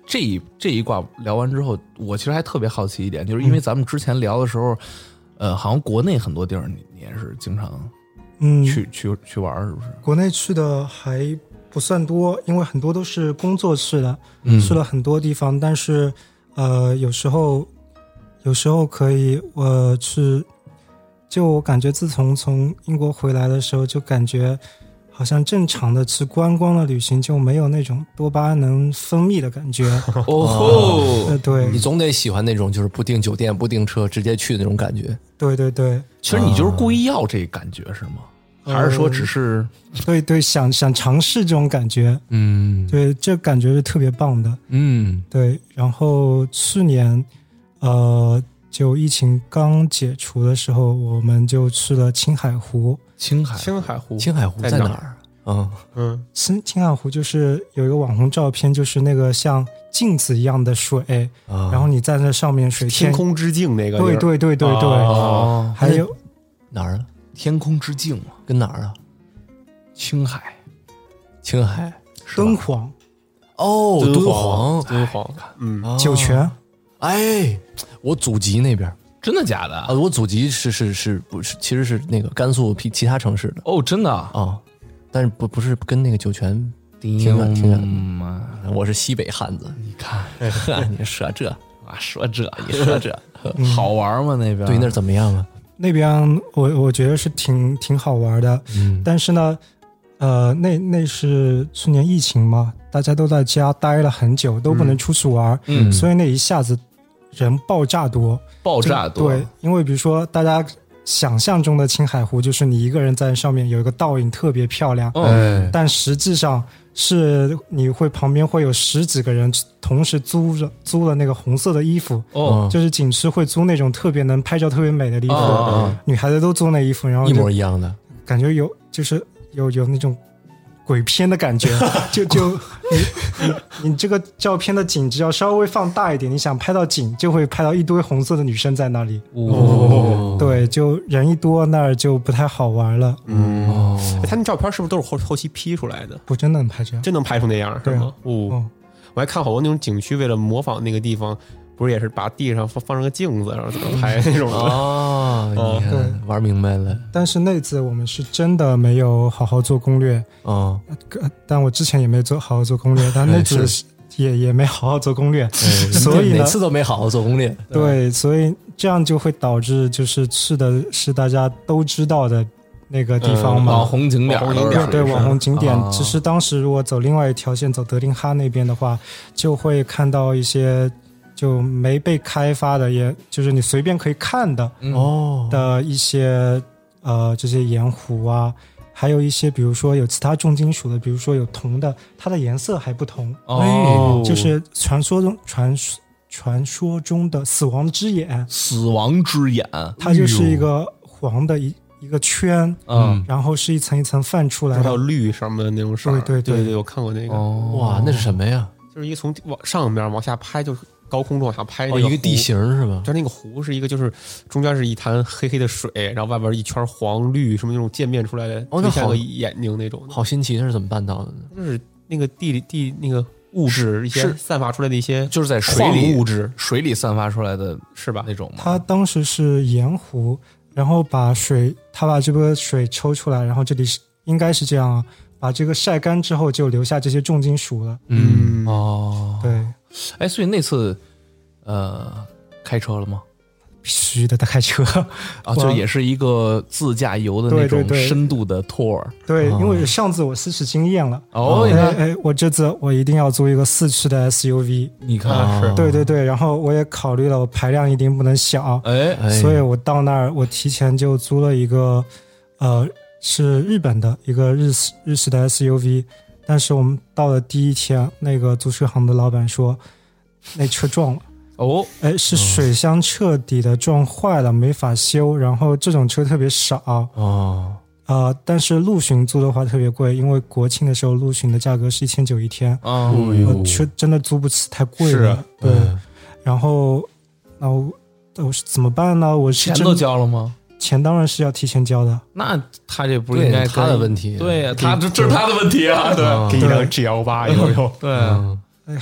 这一这一卦聊完之后，我其实还特别好奇一点，就是因为咱们之前聊的时候，呃，好像国内很多地儿你你也是经常嗯去、去去玩，是不是？ 国内去的还不算多，因为很多都是工作去的， 嗯去了很多地方，但是呃，有时候有时候可以我去，就我感觉自从从英国回来的时候，就感觉好像正常的去观光的旅行就没有那种多巴胺能分泌的感觉。 哦吼， 呃，对你总得喜欢那种就是不订酒店不订车直接去的那种感觉。 对对对， 其实你就是故意要这感觉是吗？还是说只是对对，想想尝试这种感觉， 嗯对，这感觉是特别棒的。 嗯对，然后去年，呃，就疫情刚解除的时候，我们就去了青海湖。 青海青海湖， 青海湖在在哪哪儿？嗯嗯， 青青海湖就是有一个网红照片，就是那个像镜子一样的水， 啊然后你站在上面，水天空之镜那个地儿， 对对对对对， 哦， 还有哪儿啊？ 天空之镜嘛， 跟哪儿啊？ 青海青海敦煌、 哦， 敦煌， 敦煌，嗯， 啊酒泉， 哎，我祖籍那边真的假的？ 啊，我祖籍是是是不是其实是那个甘肃其其他城市的哦，真的啊， 啊，但是不不是跟那个酒泉挺挺远挺远嗯啊， 我是西北汉子， 你看你说这啊，说这你说这， 好玩吗？那边对那儿怎么样啊？ 那边我我觉得是挺挺好玩的， 嗯但是呢，呃，那那是去年疫情嘛，大家都在家待了很久，都不能出去玩， 嗯所以那一下子人爆炸多， 爆炸多， 对，因为比如说大家想象中的青海湖，就是你一个人在上面有一个倒影特别漂亮， 嗯， 哎但实际上是你会旁边会有十几个人同时租着租了那个红色的衣服， 哦， 就是景区会租那种特别能拍照特别美的衣服， 哦女孩子都租那衣服，然后一模就一样的， 感觉有就是有有那种鬼片的感觉，就就你你你这个照片的景只要稍微放大一点，你想拍到景就会拍到一堆红色的女生在那里， 哦， 对，就人一多那儿就不太好玩了， 嗯， 哦哎他那照片是不是都是后后期 P 出来的？ 不真的能拍这样， 真能拍出那样是对啊吗？哦， 哦， 我还看好多那种景区为了模仿那个地方，不是也是把地上放放上个镜子，然后怎么拍那种的？ 哦，你对看玩明白了， 但是那次我们是真的没有好好做攻略， 哦， 呃但我之前也没做好好做攻略，但那次是也也没好好做攻略， 哎所以呢每次都没好好做攻略， 对，所以这样就会导致就是去的是大家都知道的那个地方嘛， 网红景点儿都是， 网红景点儿对对，网红景点。 哦只是当时如果走另外一条线，走德令哈那边的话，就会看到一些就没被开发的，也就是你随便可以看的哦， 的一些呃这些盐湖啊，还有一些比如说有其他重金属的，比如说有铜的，它的颜色还不同， 哦， 就是传说中传说传说中的死亡之眼， 死亡之眼， 它就是一个黄的一一个圈， 嗯， 然后是一层一层泛出来的。 还有绿上面的那种色儿， 对对对对对，我看过那个， 哦， 哇，那是什么呀？ 就是一个从往上面往下拍，就是高空中往下拍那哦， 个一个地湖， 形是吧？ 就那个湖是一个，就是中间是一滩黑黑的水，然后外边一圈黄绿什么那种渐变出来的， 哦那好就像个眼睛那种的， 好新奇，那是怎么办到的呢？ 就是那个地里地那个物质一些是散发出来的一些就是在水矿里物质水里散发出来的是吧？ 那种吗？ 它当时是盐湖，然后把水，他把这个水抽出来，然后这里是应该是这样啊，把这个晒干之后就留下这些重金属了。 嗯哦， 对， 哎，所以那次呃开车了吗？ 必须的，开车。 啊，就也是一个自驾游的那种对对对深度的 tour。 对，因为上次我吸取经验了。 哦，你哎看， 哎，我这次我一定要租一个四驱的 S U V。 你看啊是， 对对对，然后我也考虑了，我排量一定不能小， 哎， 哎所以我到那儿，我提前就租了一个，呃，是日本的一个日系日系的 S U V。但是我们到了第一天，那个租车行的老板说，那车撞了。 哦， 哎，是水箱彻底的撞坏了，没法修。然后这种车特别少， 哦， 呃，但是陆巡租的话特别贵，因为国庆的时候陆巡的价格是一千九一天， 啊， 我车真的租不起，太贵了。 是啊对， 嗯然后那我我是怎么办呢？我是真钱都交了吗？ 钱当然是要提前交的。 那他这不是应该对他的问题对呀，他这这是他的问题啊，对啊给一辆 G L 八有有， 对啊， 嗯哎，还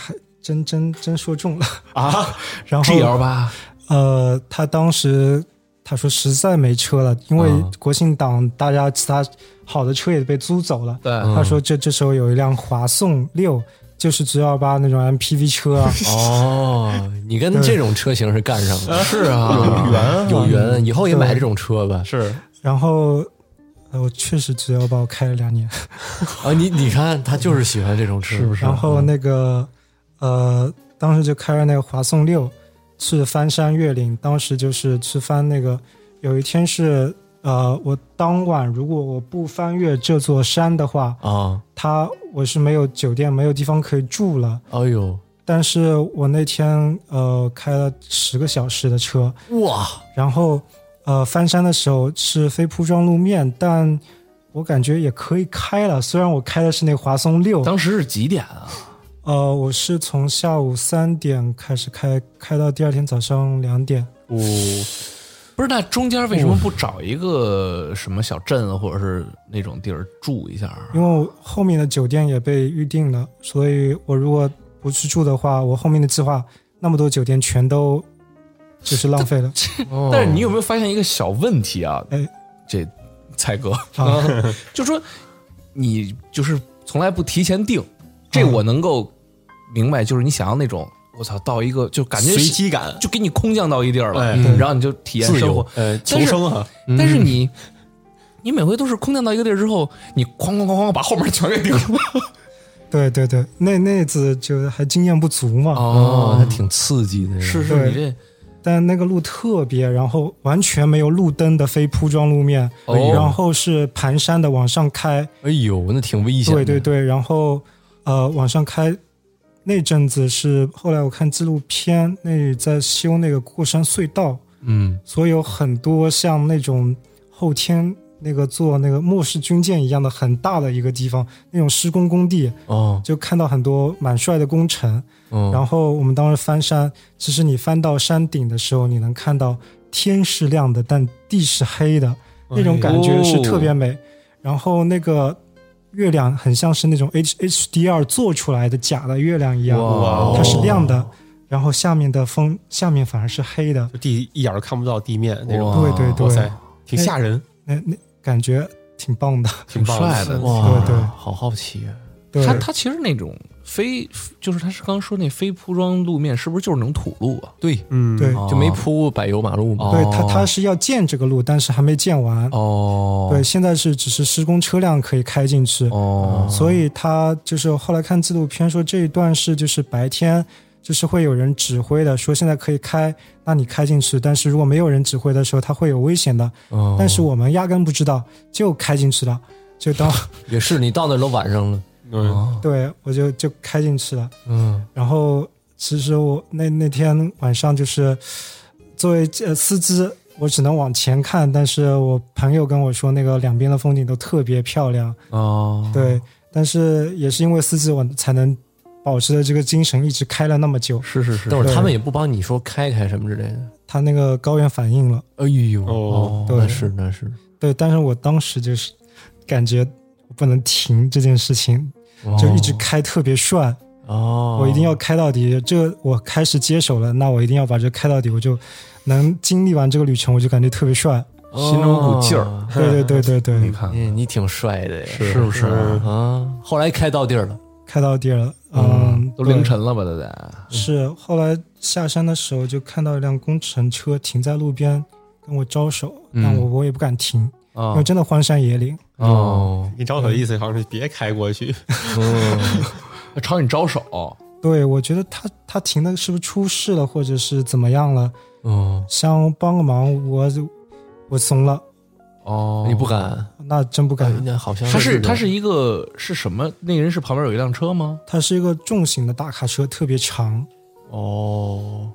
真真真说中了啊， 然后 G L 八， 呃，他当时他说实在没车了，因为国庆档大家其他好的车也被租走了。 对， 他说这这时候有一辆华颂六，就是 G L 八那种 M P V 车啊。 哦，你跟这种车型是干上了， 是啊， 有缘有缘，以后也买这种车吧。 是， 然后。呃，我确实G L八我开了两年啊，你你看他就是喜欢这种车， 是不是？ 然后那个呃，当时就开着那个华颂六去翻山越岭，当时就是去翻那个，有一天是呃，我当晚如果我不翻越这座山的话啊， 他我是没有酒店没有地方可以住了。 哎呦， 但是我那天呃开了十个小时的车， 哇， 然后。呃，翻山的时候是非铺装路面，但我感觉也可以开了。虽然我开的是那华颂六， 当时是几点啊？ 呃，我是从下午三点开始开，开到第二天早上两点。 哦，不是，那中间为什么不找一个什么小镇或者是那种地儿住一下？ 因为后面的酒店也被预定了，所以我如果不去住的话，我后面的计划那么多酒店全都。就是浪费了， 但是你有没有发现一个小问题啊？ 哎， 这蔡哥， 啊、 就说你就是从来不提前定，这我能够明白，就是你想要那种我操到一个就感觉随机感， 就给你空降到一地儿了， 哎嗯、然后你就体验生活， 呃，求生啊。 但是你你每回都是空降到一个地儿之后，你哐哐哐哐把后面全给顶了。 对对对，那那次就还经验不足嘛， 哦，还挺刺激的， 是是，你这。 但那个路特别，然后完全没有路灯的非铺装路面， 哦、 然后是盘山的往上开， 哎呦，那挺危险的。 对对对，然后呃往上开，那阵子是后来我看纪录片，那里在修那个过山隧道， 嗯， 所以有很多像那种后天那个做那个末世军舰一样的很大的一个地方，那种施工工地， 哦， 就看到很多蛮帅的工程。 嗯、 然后我们当时翻山，其实你翻到山顶的时候，你能看到天是亮的，但地是黑的，那种感觉是特别美。哎、然后那个月亮很像是那种 H H D R 做出来的假的月亮一样，它是亮的，然后下面的风下面反而是黑的， 就地一眼都看不到地面那种。 对对对， 哇塞，挺吓人， 那那感觉挺棒的， 挺帅的， 哇， 对对， 好好奇啊。 它它其实那种非就是他是刚说那非铺装路面，是不是就是那种土路啊？ 对， 嗯， 对， 就没铺柏油马路嘛。 对，它它是要建这个路，但是还没建完。 哦， 对，现在是只是施工车辆可以开进去。 哦， 所以它就是后来看纪录片说这一段是就是白天就是会有人指挥的，说现在可以开，那你开进去。但是如果没有人指挥的时候，它会有危险的。 哦， 但是我们压根不知道，就开进去了，就当也是你到那都晚上了。 嗯， 对，我就就开进去了。 嗯， 然后其实我那那天晚上就是作为呃司机，我只能往前看，但是我朋友跟我说，那个两边的风景都特别漂亮。 哦， 对，但是也是因为司机，我才能保持着这个精神，一直开了那么久。 是是是， 但是他们也不帮你说开开什么之类的。 他那个高原反应了。 哎呦， 哦， 对， 那是那是。 对，但是我当时就是感觉我不能停这件事情。就一直开特别帅哦， 我一定要开到底。这我开始接手了，那我一定要把这开到底，我就能经历完这个旅程，我就感觉特别帅， 心中有股劲儿。 对对对对对， 你看， 你你挺帅的呀， 是不是啊？后来开到地儿了， 开到地儿了，嗯， 都凌晨了吧，都得是。后来下山的时候，就看到一辆工程车停在路边，跟我招手，但我我也不敢停，因为真的荒山野岭。 哦， 你招手的意思好像是别开过去， 嗯，朝你招手。 对，我觉得他他停的是不是出事了，或者是怎么样了？ 哦， 想帮个忙，我我怂了。 哦， 你不敢？ 那真不敢。 那好像他是他是一个是什么？那个人是旁边有一辆车吗？ 它是一个重型的大卡车，特别长。 哦。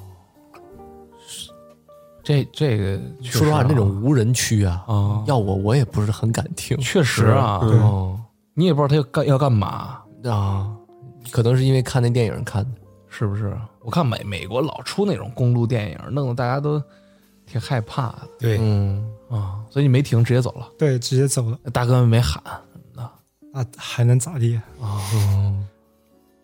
这这个说实话，那种无人区啊， 啊， 要我我也不是很敢听。 确实啊， 哦， 你也不知道他要干要干嘛啊，可能是因为看那电影看的， 是不是？我看美美国老出那种公路电影，弄得大家都挺害怕的。 对， 嗯啊，所以你没停，直接走了。 对，直接走了。 大哥们没喊什么的， 那还能咋地啊？嗯，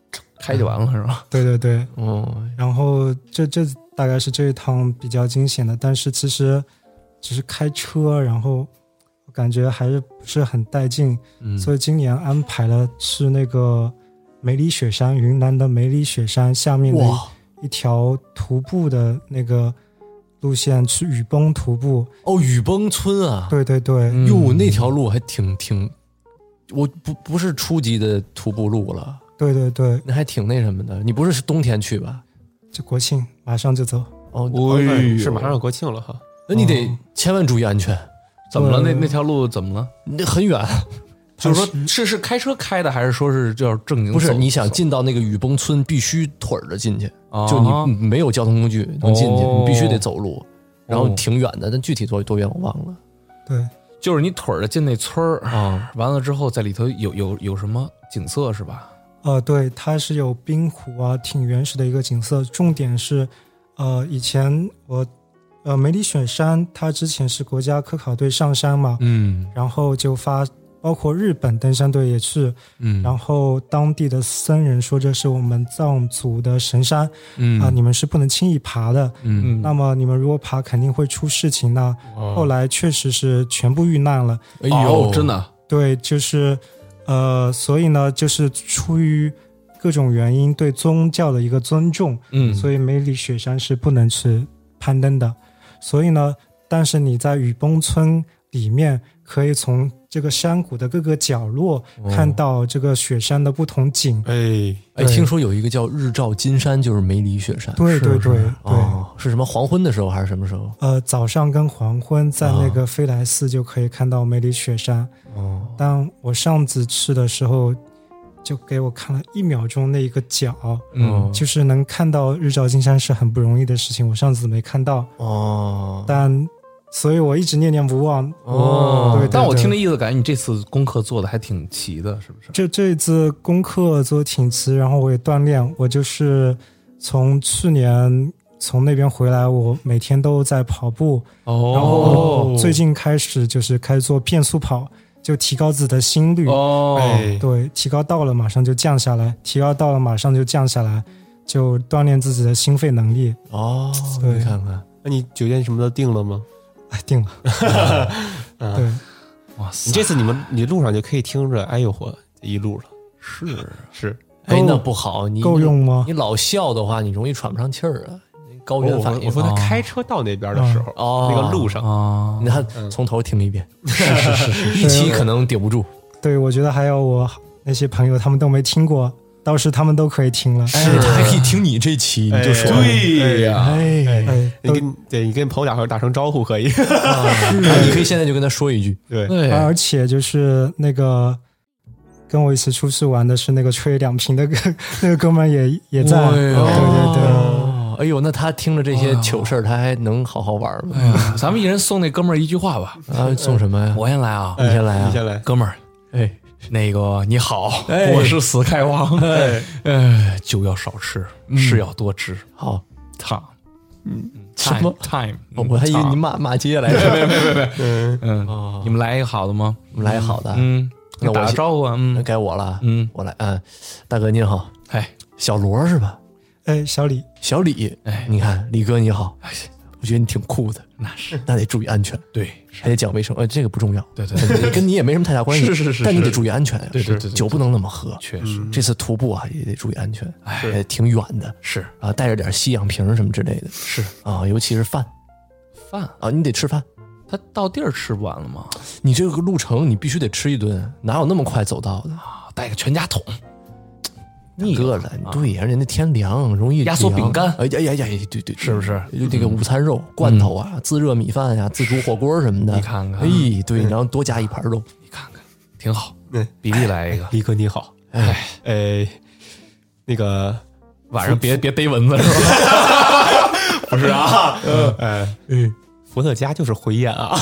开就完了是吧？ 对对对， 嗯， 然后这这大概是这一趟比较惊险的，但是其实只是开车，然后我感觉还是不是很带劲， 嗯所以今年安排了是那个梅里雪山，云南的梅里雪山下面的哇一条徒步的那个路线，去雨崩徒步。 哦，雨崩村啊， 对对对， 嗯哟，那条路还挺挺，我不不是初级的徒步路了， 对对对， 那还挺那什么的。你不是是冬天去吧？ 就国庆马上就走。 哦， 哎是马上要国庆了哈。 那你得千万注意安全， 怎么了？那对那条路怎么了？ 那很远， 就是说是是开车开的，还是说是就要正经走？ 不是你想进到那个雨崩村，必须腿着进去， 哦就你没有交通工具能进去， 哦你必须得走路，然后哦挺远的，但具体多多远我忘了对， 就是你腿儿着进那村儿， 啊。 完了之后在里头有有有什么景色是吧？ 呃，对，它是有冰湖啊，挺原始的一个景色。重点是，呃，以前我，呃，梅里雪山，它之前是国家科考队上山嘛， 嗯然后就发，包括日本登山队也去， 嗯， 然后当地的僧人说这是我们藏族的神山， 嗯啊、你们是不能轻易爬的。 嗯那么你们如果爬，肯定会出事情的。 哦后来确实是全部遇难了。 哎呦， 哦真的对，就是，呃，所以呢，就是出于各种原因对宗教的一个尊重， 嗯所以梅里雪山是不能去攀登的。所以呢，但是你在雨崩村里面，可以从这个山谷的各个角落看到这个雪山的不同景。 哎， 哎，听说有一个叫日照金山，就是梅里雪山。 对对对对， 哦，是什么黄昏的时候还是什么时候？ 呃，早上跟黄昏在那个飞来寺就可以看到梅里雪山。 哦， 当我上次去的时候，就给我看了一秒钟那一个角， 嗯就是能看到日照金山是很不容易的事情，我上次没看到， 哦但所以我一直念念不忘。 哦对对但我听对这意思，感觉你这次功课做的还挺齐的，是不是？ 这这一次功课做挺齐，然后我也锻炼，我就是从去年从那边回来，我每天都在跑步，然哦后最近开始就是开始做变速跑，就提高自己的心率。 哦， 哎， 对，提高到了马上就降下来，提高到了马上就降下来，就锻炼自己的心肺能力。 哦， 对你看看， 那你酒店什么的定了吗？ 哎，定了。对， 哇塞， 你这次你们你路上就可以听着哎呦嚯一路了， 是是哎， 够那不好，你够用吗你老笑的话，你容易喘不上气儿啊，高原反应。 我说他开车到那边的时候， 哦那个路上， 啊你看，从头听一遍，一期可能顶不住。 对，我觉得还有我那些朋友，他们都没听过，到时他们都可以听了。 哎，他还可以听你这期，你就说对呀， 哎哎，都你跟对你跟朋友俩打声招呼可以， 你可以现在就跟他说一句， 对， 对而且就是那个跟我一起出去玩的是那个吹两瓶的哥，那个哥们儿也也在。对对对。 哦，哎呦，那他听了这些糗事儿，他还能好好玩吗？ 哎呀，咱们一人送那哥们儿一句话吧。 啊，送什么呀？ 我先来啊， 你先来啊你先来， 哥们儿， 哎， 那个你好， 哎我是死开王。 哎， 哎，酒要少吃，事要多知。 好， time， 什么 time？ 哦我还以为你骂骂街来着。 别别别别， 嗯， 嗯，你们来一个好的吗？ 我们来好的， 嗯， 那我先打个招呼啊， 那嗯该我了。 嗯， 我来，嗯，大哥您好， 哎， 小罗是吧？ 哎，小李， 小李， 哎你看李哥你好，我觉得你挺酷的， 那是那得注意安全， 对， 还得讲卫生，呃，这个不重要， 对对对， 跟你也没什么太大关系， 是是是是但你得注意安全呀， 对对对对酒不能那么喝， 确实这次徒步啊也得注意安全， 哎哎，挺远的是啊，带着点吸氧瓶什么之类的， 是啊，尤其是饭饭， 啊，你得吃饭， 他到地儿吃不完了吗？ 你这个路程你必须得吃一顿，哪有那么快走到的？ 啊，带个全家桶， 腻了，对呀，人家天凉，容易压缩凉饼干哎呀呀呀，对对， 是不是就这个午餐肉、罐头啊、自热米饭呀、自煮火锅什么的， 你看看哎，对，然后多加一盘肉， 你看看，挺好。 嗯， 比利来一个， 李哥你好， 哎， 哎，那个晚上别别逮蚊子是吧？ 不是啊，哎，嗯，伏特加就是回焰啊，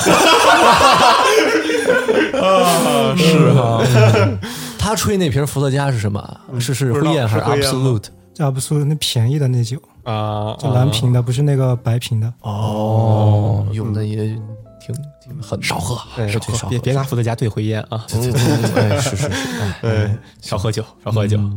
是哈， 他吹那瓶伏特加是什么？是是不知道灰焰还是是灰焰吗 Absolute？ 这不是那便宜的那酒， 啊， 就蓝瓶的，不是那个白瓶的。 哦，用的也挺挺狠， 少喝， 哎少喝少喝别别拿伏特加兑回焰啊， 嗯，哎，是是是，哎， 哎，少喝酒，少喝酒，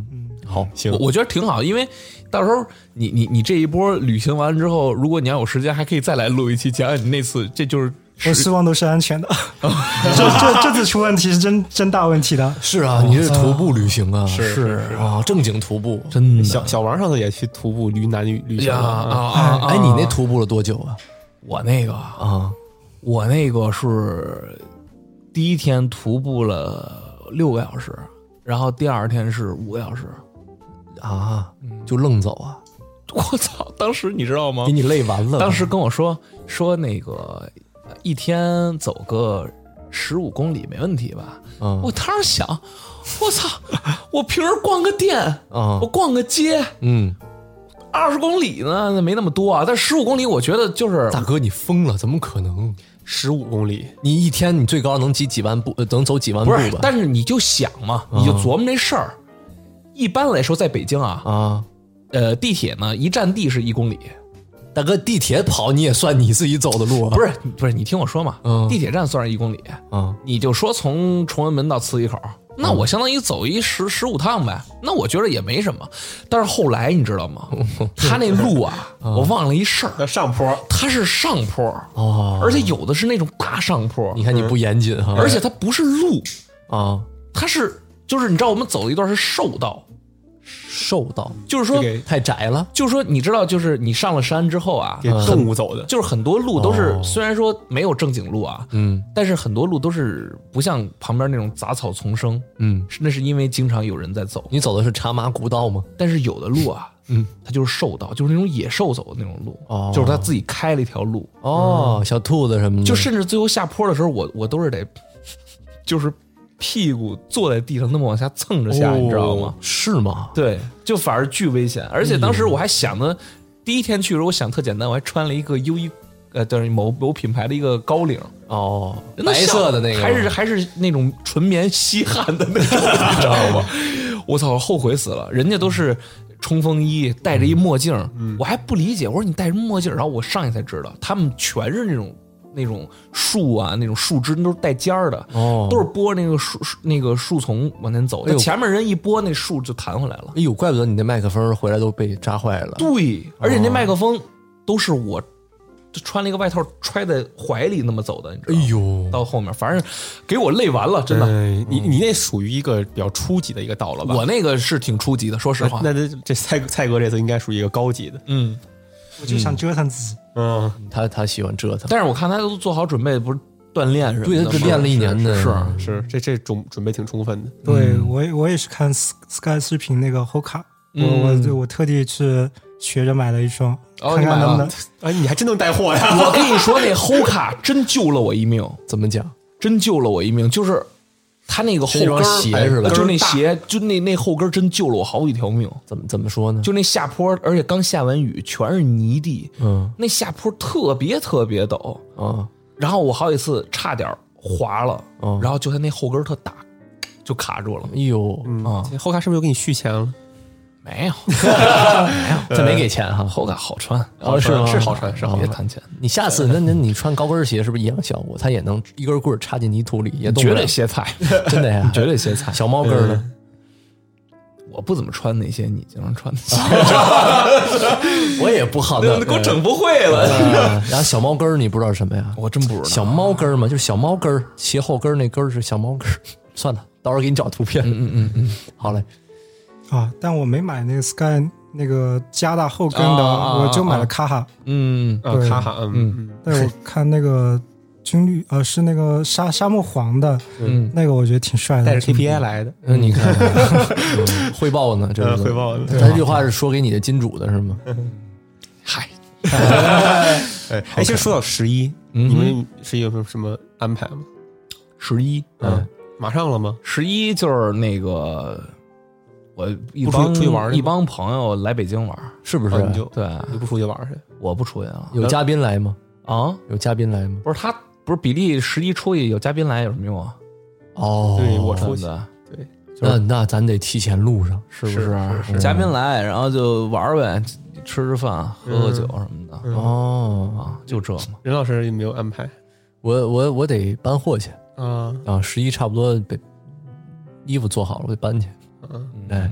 好， 行， 我我觉得挺好，因为到时候你你你这一波旅行完了之后，如果你要有时间，还可以再来录一期，讲讲你那次，这就是我希望都是安全的。这这这次出问题是真真大问题的。 是啊，你是徒步旅行啊， 是是啊，正经徒步， 真的小小王上次也去徒步旅南旅旅行呀了啊啊！ 哎，你那徒步了多久啊？ 我那个啊， 我那个是第一天徒步了六个小时，然后第二天是五个小时。 啊，就愣走啊！ 我操！当时你知道吗？ 给你累完了。 当时跟我说说那个一天走个十五公里没问题吧？ 嗯， 我当时想，我操！我平时逛个店， 嗯， 我逛个街， 嗯， 二十公里呢，那没那么多啊。但十五公里，我觉得就是大哥，你疯了？怎么可能？ 十五公里， 你一天你最高能几几万步？呃能走几万步吧？ 不是？但是你就想嘛，你就琢磨这事儿。一般来说，在北京啊啊， 呃，地铁呢一站地是一公里。 大哥，地铁跑你也算你自己走的路啊？ 不是不是，你听我说嘛， 嗯， 地铁站算是一公里， 嗯， 你就说从崇文门到磁器口，那我相当于走一十十五趟呗，那我觉得也没什么。但是后来你知道吗？他那路啊，我忘了一事儿， 上坡， 它是上坡哦， 而且有的是那种大上坡， 你看你不严谨哈， 而且它不是路啊， 它是就是你知道我们走的一段是兽道。 兽道就是说太窄了， 就是说你知道，就是你上了山之后啊， 给动物走的， 就是很多路都是、 哦、 虽然说没有正经路啊， 嗯， 但是很多路都是不像旁边那种杂草丛生， 嗯， 那是因为经常有人在走。 你走的是茶马古道吗？ 但是有的路啊， 嗯， 它就是兽道，就是那种野兽走的那种路， 哦， 就是他自己开了一条路， 哦，嗯、小兔子什么的， 就甚至最后下坡的时候，我我都是得，就是屁股坐在地上那么往下蹭着下， 哦、 你知道吗？ 是吗？ 对，就反而巨危险。而且当时我还想的，第一天去的时候我想特简单，我还穿了一个优衣，呃，就是某某品牌的一个高领， 哦，白色的那个， 还是还是那种纯棉吸汗的那种，你知道吗？我操，后悔死了！人家都是冲锋衣，戴着一墨镜，嗯、我还不理解，我说你戴什么墨镜？然后我上去才知道，他们全是那种。那种树啊，那种树枝都是带尖儿的，哦，都是拨那个树那个树丛往前走。哎、前面人一拨，那树就弹回来了。 哎呦，怪不得你那麦克风回来都被扎坏了。 对，而且那麦克风都是我就穿了一个外套揣在怀里那么走的。你知道吗？ 哎呦， 到后面反正给我累完了，真的。 呃、你你那属于一个比较初级的一个道了吧？ 我那个是挺初级的，说实话。 那这这蔡蔡哥这次应该属于一个高级的。 嗯。 我就想折腾自己， 嗯， 他他喜欢折腾， 但是我看他都做好准备，不是锻炼什么的， 对，他这练了一年的， 是是这这准准备挺充分的。 对、嗯、我我也是看 Sky 视频那个 Hoka，、嗯、我我我特地去学着买了一双， 哦、 看看能不能。 哎，你还真能带货呀！ 我跟你说，那 Hoka 真救了我一命。 怎么讲？ 真救了我一命，就是。他那个后跟鞋是吧？ 就那鞋，就那那后跟真救了我好几条命。 怎么怎么说呢？ 就那下坡，而且刚下完雨，全是泥地， 嗯， 那下坡特别特别陡， 嗯， 然后我好几次差点滑了， 嗯， 然后就他那后跟特大，就卡住了。 哎呦， 嗯，啊、后卡是不是又给你续钱了？ 没有， 没有，这没给钱哈。 后卡好穿， 哦，是吗？ 是好穿，是好别谈钱。 你下次那那你穿高跟鞋是不是一样效果？它也能一根棍插进泥土里，也绝对歇菜， 真的呀， 绝对歇菜。 小猫跟呢？ 我不怎么穿那些你经常穿的鞋， 我也不好的， 给我整不会了。 然后小猫跟你不知道是什么呀？ 我真不知道。 小猫跟嘛，就是小猫跟鞋后跟那跟是小猫跟。算了，到时候给你找图片。 嗯嗯嗯嗯， 好嘞。 啊，但我没买那个 Sky 那个加大后跟的， 啊、 我就买了卡哈。 嗯， 对，卡哈，嗯嗯。 但是我看那个军绿，呃，是那个沙沙漠黄的，嗯，那个我觉得挺帅的， 带着 K P I 来的。 嗯，你看，汇报呢，这是汇报。 他这句话是说给你的金主的是吗？ 嗨， 哎，其实说到十一，你们十一有什么安排吗？ 十一， 嗯，马上了吗？ 十一就是那个。我一帮出去玩， 一帮朋友来北京玩， 是不是？ 你就对， 你不出去玩去？ 我不出去啊。 有嘉宾来吗？ 啊， 有嘉宾来吗？ 不是他，不是比利十一出去有嘉宾来有什么用啊？ 哦， 对我出去， 对， 那那咱得提前录上， 是不是？嘉宾来，然后就玩呗，吃吃饭，喝喝酒什么的。 哦啊，就这嘛。 任老师有没有安排？ 我我我得搬货去啊啊！十一差不多被衣服做好了，我得搬去。 嗯， 哎，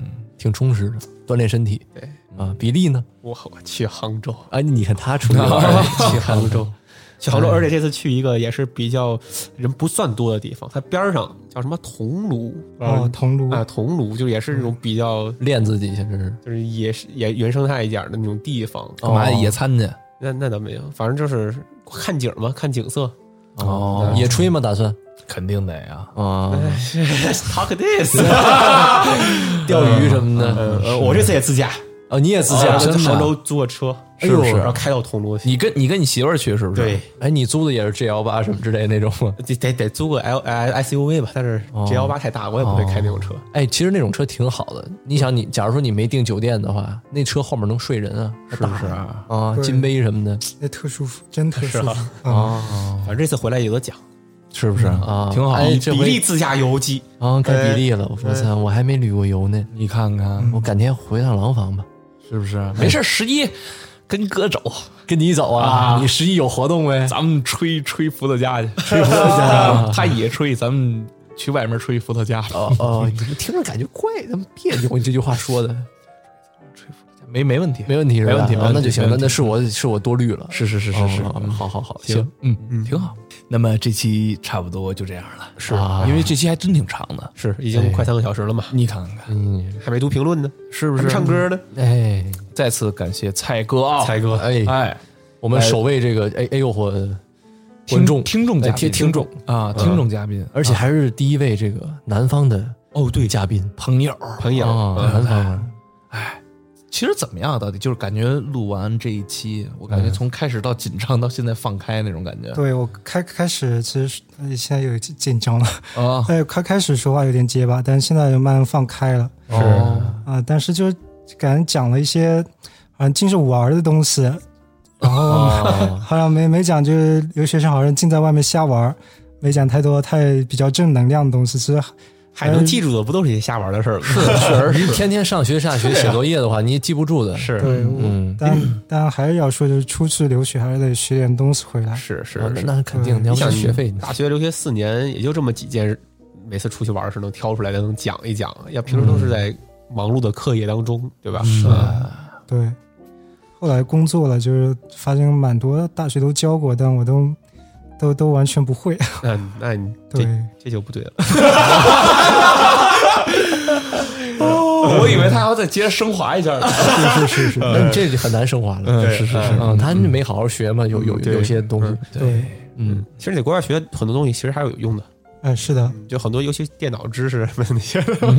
挺充实的，锻炼身体。 对啊，比利呢？ 我我去杭州， 哎，你看他出去玩， 去杭州。去杭州，而且这次去一个也是比较人不算多的地方，它边上叫什么桐庐哦，桐庐啊，桐庐就也是那种比较练自己，现在是就是也是也原生态一点的那种地方。 干嘛野餐去？ 那那倒没有，反正就是看景嘛，看景色。 哦，野炊吗？打算？ 肯定得呀。 啊 ，Talk this， 钓鱼什么的。 呃，我这次也自驾。 哦，你也自驾？ 在杭州租个车， 是不是？ 然后开到桐庐去。 你跟你跟你媳妇儿去是不是？ 对。 哎，你租的也是 G L 八什么之类那种吗？ 得得得租个 L S U V 吧，但是 G L 八太大，我也不会开那种车。 哎，其实那种车挺好的。你想，你假如说你没订酒店的话，那车后面能睡人啊， 是不是啊？ 啊，金杯什么的， 那特舒服，真特舒服啊！反正这次回来有得奖。 是不是啊？挺好。 哎， 比利自驾游记啊，该比利了。我操，我还没旅过游呢。 你看看， 我改天回趟廊坊吧。 是不是？没事，十一跟哥走， 跟你走啊！你十一有活动呗？ 咱们吹吹伏特加去， 吹伏特加， 他也吹，咱们去外面吹伏特加。 哦哦，你听着感觉怪，那么别扭。你这句话说的， 吹伏特加没没问题， 没问题， 没问题， 那就行了。那是我是我多虑了， 是是是是是， 好好好， 行，嗯嗯，挺好。那么这期差不多就这样了， 是因为这期还真挺长的， 是已经快三个小时了嘛？ 你看看， 嗯， 还没读评论呢， 是不是？ 唱歌呢？ 哎， 再次感谢蔡哥啊， 蔡哥， 哎哎， 我们首位这个哎哎呦火观众听众嘉宾听众啊，听众嘉宾， 而且还是第一位这个南方的哦对嘉宾朋友朋友， 南方， 哎。其实怎么样？到底就是感觉录完这一期，我感觉从开始到紧张到现在放开那种感觉。 对我开开始其实现在有紧张了啊， 哎，开开始说话有点结巴，但是现在就慢慢放开了。 是啊，但是就感觉讲了一些好像尽是玩的东西，然后好像没没讲就是留学生好像尽在外面瞎玩，没讲太多太比较正能量的东西。其实。 还能记住的不都是一些瞎玩的事儿吗？ 是是，你天天上学下学写作业的话，你也记不住的。 是， 对，嗯，但但还是要说，就是出去留学还是得学点东西回来。 是是， 那肯定。你要想学费， 大学留学四年也就这么几件，每次出去玩时能挑出来的能讲一讲，要平时都是在忙碌的课业当中，对吧？ 是，对。后来工作了，就是发现蛮多大学都教过，但我都。都都完全不会， 那那你这这就不对了。 我以为他还要再接着升华一下呢。 是是是是，那这就很难升华了。 嗯，是是是， 嗯，他没好好学嘛，有有有些东西。 对， 嗯， 其实你在国外学很多东西，其实还是有用的。 哎，是的， 就很多，尤其电脑知识什么那些。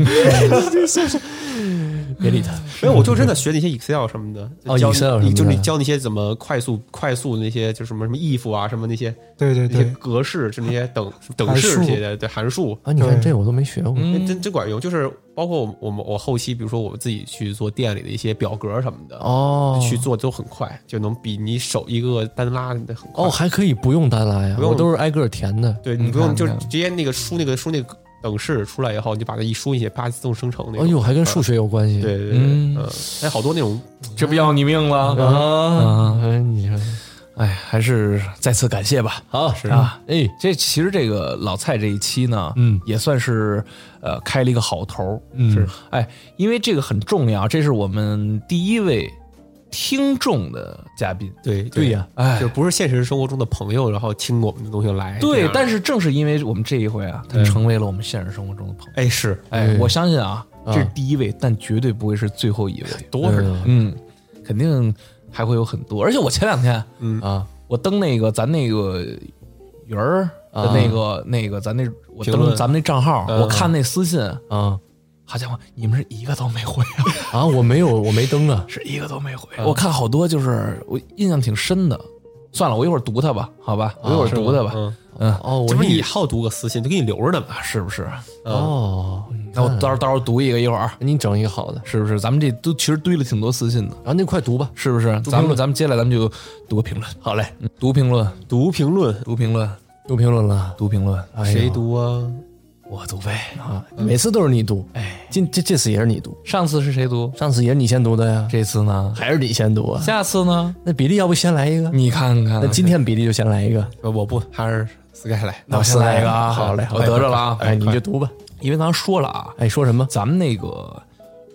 别理他， 没有，我就真的学那些 Excel 什么的， 哦 ，Excel 什么的， 就是教那些怎么快速、快速那些，就什么什么 if 啊，什么那些， 对对对， 那些格式，就那些等等式这些的，对函数啊，你看这我都没学过， 真真管用。就是包括我我们我后期，比如说我自己去做店里的一些表格什么的， 哦， 去做都很快，就能比你手一个单拉的很快。 哦，还可以不用单拉呀，我都是挨个填的。 对你不用，就直接那个输那个输那个。等式出来以后，你就把它一输进去，啪，自动生成那个。 哎呦，还跟数学有关系。 对对对，嗯，还有好多那种， 这不要你命了啊！哎，你说， 哎，还是再次感谢吧。 好， 是啊，哎，这其实这个老蔡这一期呢，嗯，也算是呃开了一个好头。 嗯， 是，哎，因为这个很重要，这是我们第一位听众的嘉宾。 对对呀， 哎，就不是现实生活中的朋友，然后听我们的东西来。 对，但是正是因为我们这一回啊，他成为了我们现实生活中的朋友。 哎，是， 哎，我相信啊，这是第一位，但绝对不会是最后一位， 多着呢。 嗯，肯定还会有很多。而且我前两天， 嗯啊，我登那个咱那个鱼儿的那个那个咱那我登咱们那账号，我看那私信啊。好家伙，你们是一个都没回啊！啊，我没有，我没登啊， 是一个都没回。我看好多，就是我印象挺深的。算了，我一会儿读他吧，好吧，我一会儿读他吧。 嗯嗯， 哦，这不是你好读个私信，都给你留着呢嘛， 是不是？ 哦， 那我到时候到时候读一个，一会儿你整一个好的， 是不是？咱们这都其实堆了挺多私信的， 然后那快读吧， 是不是？咱们咱们接下来咱们就读个评论， 好嘞， 读评论， 读评论， 读评论， 读评论了， 读评论， 谁读啊？ 我读呗啊，每次都是你读，哎，今这这次也是你读， 上次是谁读？ 上次也是你先读的呀， 这次呢还是你先读啊？ 下次呢？ 那比利要不先来一个？ 你看看， 那今天比利就先来一个， 我不，还是 Sky 来， 那我先来一个啊， 好嘞， 我得着了啊， 哎，你就读吧， 因为刚刚说了啊， 哎，说什么？ 咱们那个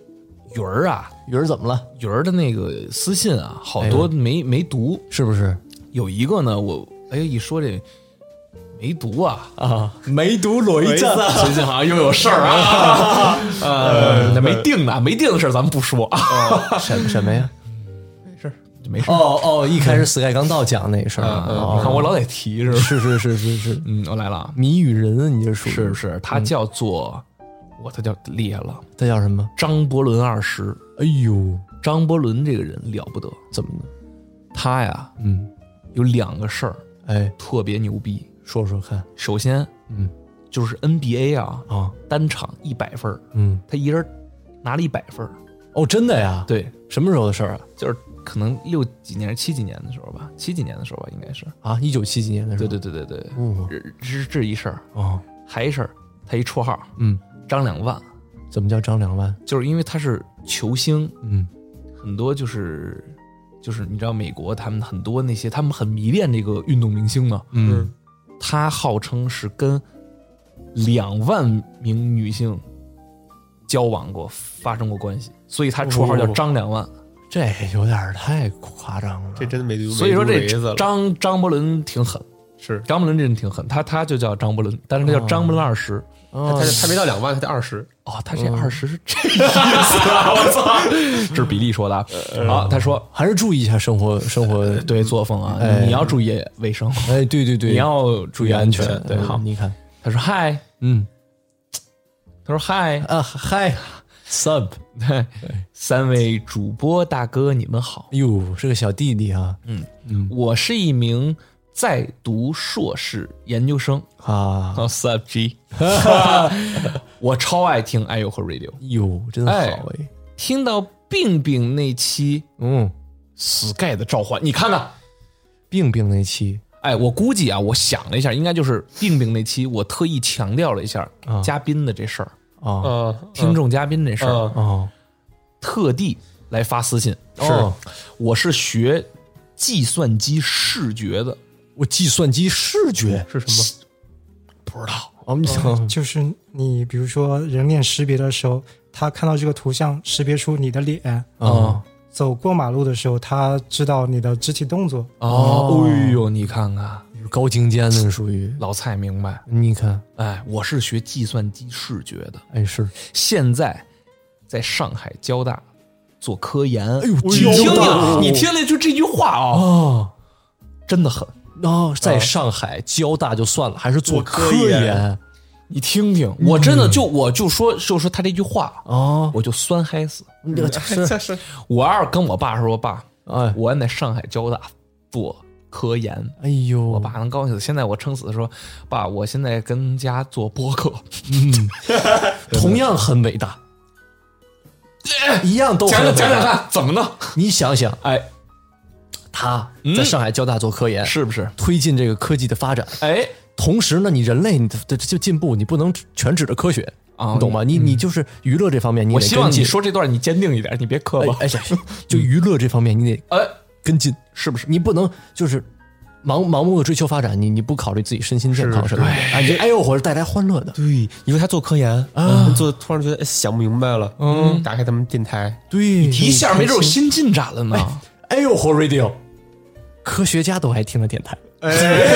鱼儿啊， 鱼儿怎么了？ 鱼儿的那个私信啊，好多没、哎、没读， 是不是？ 有一个呢，我哎一说这没读啊啊，没读罗一战， 最近好像又有事儿啊，呃，那没定呢，没定的事儿咱们不说啊， 什么什么呀？ 没事没事。 哦哦，一开始 Sky 刚到讲那事儿， 哦、你看我老得提是吧？ 是是是是是， 嗯，我来了啊， 谜语人，你这属于是是，他叫做。嗯我他叫厉害了， 他叫什么？ 张伯伦二十。 哎呦， 张伯伦这个人了不得， 怎么呢？ 他呀， 嗯， 有两个事儿， 哎， 特别牛逼， 说说看。 首先， 嗯， 就是 N B A 啊， 啊， 单场一百分， 嗯， 他一人拿了一百分。 哦，真的呀？ 对， 什么时候的事儿啊？ 就是可能六几年、七几年的时候吧，七几年的时候吧，应该是啊，一九七几年的时候。 对对对对对， 哦， 这是这一事儿哦， 还一事儿，他一绰号， 嗯， 张两万。 怎么叫张两万？ 就是因为他是球星， 嗯， 很多就是就是你知道美国他们很多那些他们很迷恋这个运动明星嘛， 嗯， 他号称是跟两万名女性交往过，发生过关系，所以他绰号叫张两万。 哦、这有点太夸张了， 这真的没读。 所以说这张张伯伦挺狠， 是张伯伦这人挺狠，他他就叫张伯伦，但是他叫张伯伦二十。 哦、他他他没到两万，他得二十哦，他这二十是这意思啊！我操，这是比利说的啊。好，他说还是注意一下生活生活对作风啊， 哎、 你要注意卫生。 哎，对对对， 你要注意安全。对，好， 你看， 他说嗨， 嗯， 他说嗨啊嗨 sub， 对，三位主播大哥你们好。 哟，是个小弟弟啊。 嗯嗯，我是一名在读硕士研究生啊 ，What's up G？ 我超爱听 I U 和 Radio， 哟，真好哎！ 听到病病那期， 嗯 ，Sky 的召唤，你看看病病那期， 哎，我估计啊，我想了一下，应该就是病病那期，我特意强调了一下、啊、嘉宾的这事儿啊， 听众嘉宾这事儿啊、哦， 特地来发私信， 是， 哦、我是学计算机视觉的。 我计算机视觉是什么？ 不知道。 哦，就是你比如说人脸识别的时候，他看到这个图像，识别出你的脸啊、 哦。 走过马路的时候，他知道你的肢体动作。 哦，哎呦，你看看， 高精尖的属于老蔡明白。 你看， 哎，我是学计算机视觉的， 哎是， 现在在上海交大做科研。 哎呦， 你听听，你听听，就这句话啊、哦， 哦， 真的狠。 哦，在上海交大就算了，还是做科研， 你听听，我真的就我就说就说他这句话哦， 我就酸嗨死。 是是， 我要是跟我爸说，爸， 哎， 我在上海交大做科研， 哎呦， 我爸能高兴死。现在我撑死的说，爸，我现在跟家做播客， 嗯，同样很伟大，一样都讲讲讲讲看，怎么呢？ 你想想， 哎。 他在上海交大做科研， 嗯、是不是推进这个科技的发展？ 哎， 同时呢，你人类你的就进步，你不能全指着科学啊，你懂吗？你你就是娱乐这方面，你我希望你说这段你坚定一点，你别磕巴。 哎，就娱乐这方面，你得哎跟进， 是不是？ 你不能就是盲盲目的追求发展，你你不考虑自己身心健康什么的。哎，你哎呦，我是带来欢乐的。 对，因为他做科研啊，做突然觉得想不明白了，嗯，打开他们电台， 对， 一下没准有新进展了呢。 哎呦，活 radio。科学家都爱听的电台， 哎，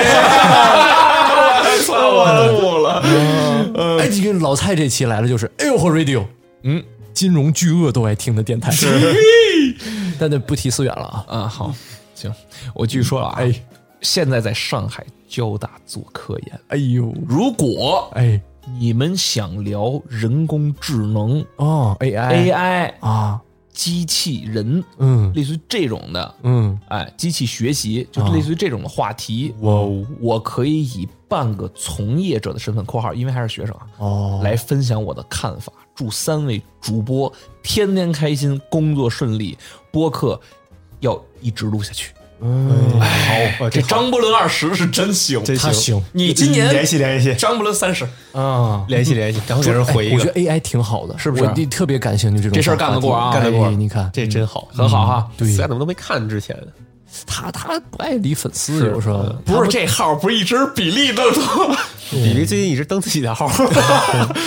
操我怒了！ 哎，这个老蔡这期来了，就是哎呦呵 radio， 嗯， 金融巨鳄都爱听的电台，但那不提思远了啊啊！好，行，我继续说了啊， 哎， 现在在上海交大做科研， 哎呦， 如果哎你们想聊人工智能哦 A I A I 啊。 机器人， 嗯， 类似于这种的， 嗯， 哎，机器学习，就是类似于这种的话题， 哇、 哦，我可以以半个从业者的身份（括号因为还是学生啊） 哦， 来分享我的看法。祝三位主播天天开心，工作顺利，播客要一直录下去。 嗯， 好，这张伯伦二十是真行， 他行。 你今年联系联系， 张伯伦三十啊，联系联系，然后给人回一个。 我觉得 A I 挺好的， 是不是？ 我特别感兴趣这种这事儿干得过啊， 干得过。你看这真好， 很好哈。 对， 咱怎么都没看之前。 他他不爱理粉丝，有时候不是这号不是一直比利的多， 比利最近一直登自己的号，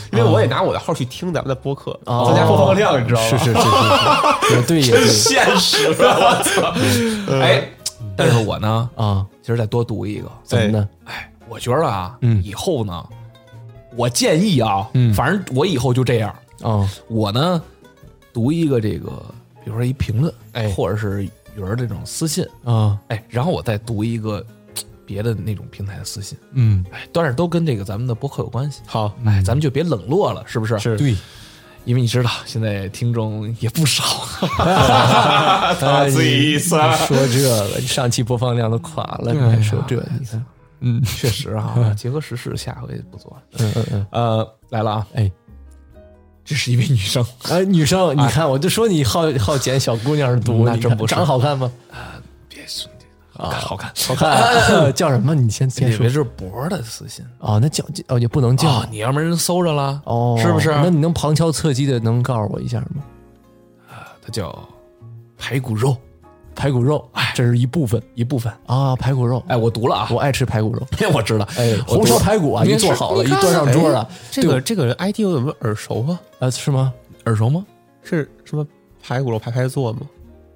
因为我也拿我的号去听咱们的播客，增加播放量，你知道吗？ 是是是是，也对也对， 现实啊！我操！哎，但是我呢啊， 其实再多读一个， 怎么呢？ 哎，我觉得啊， 嗯， 以后呢，我建议啊， 嗯， 反正我以后就这样啊， 我呢读一个这个，比如说一评论， 哎， 或者是有人这种私信啊， 哎，然后我再读一个别的那种平台的私信， 嗯， 哎，当然都跟这个咱们的播客有关系。 好， 哎，咱们就别冷落了，是不是？ 是对。 因为你知道，现在听众也不少。 他自己说这个，上期播放量都垮了，你还说这？你看， 嗯，确实啊，结合时事，下回不做了。 嗯嗯嗯， 呃，来了啊， 哎， 这是一位女生， 哎，女生，你看，我就说你好好捡小姑娘读， 那真不是长好看吗？ 啊，别说。啊，好看， 好看，叫什么？你先先说。 这是博的私信哦，那叫哦也不能叫， 你要没人搜着了哦， 是不是？ 那你能旁敲侧击的能告诉我一下吗？ 啊，它叫排骨肉， 排骨肉，哎，这是一部分， 一部分啊，排骨肉。 哎，我读了啊， 我爱吃排骨肉， 我知道。 哎，红烧排骨啊，一做好了，一端上桌啊， 这个这个 I D 有没有耳熟啊？ 啊，是吗？ 耳熟吗？ 是什么排骨肉排排坐吗？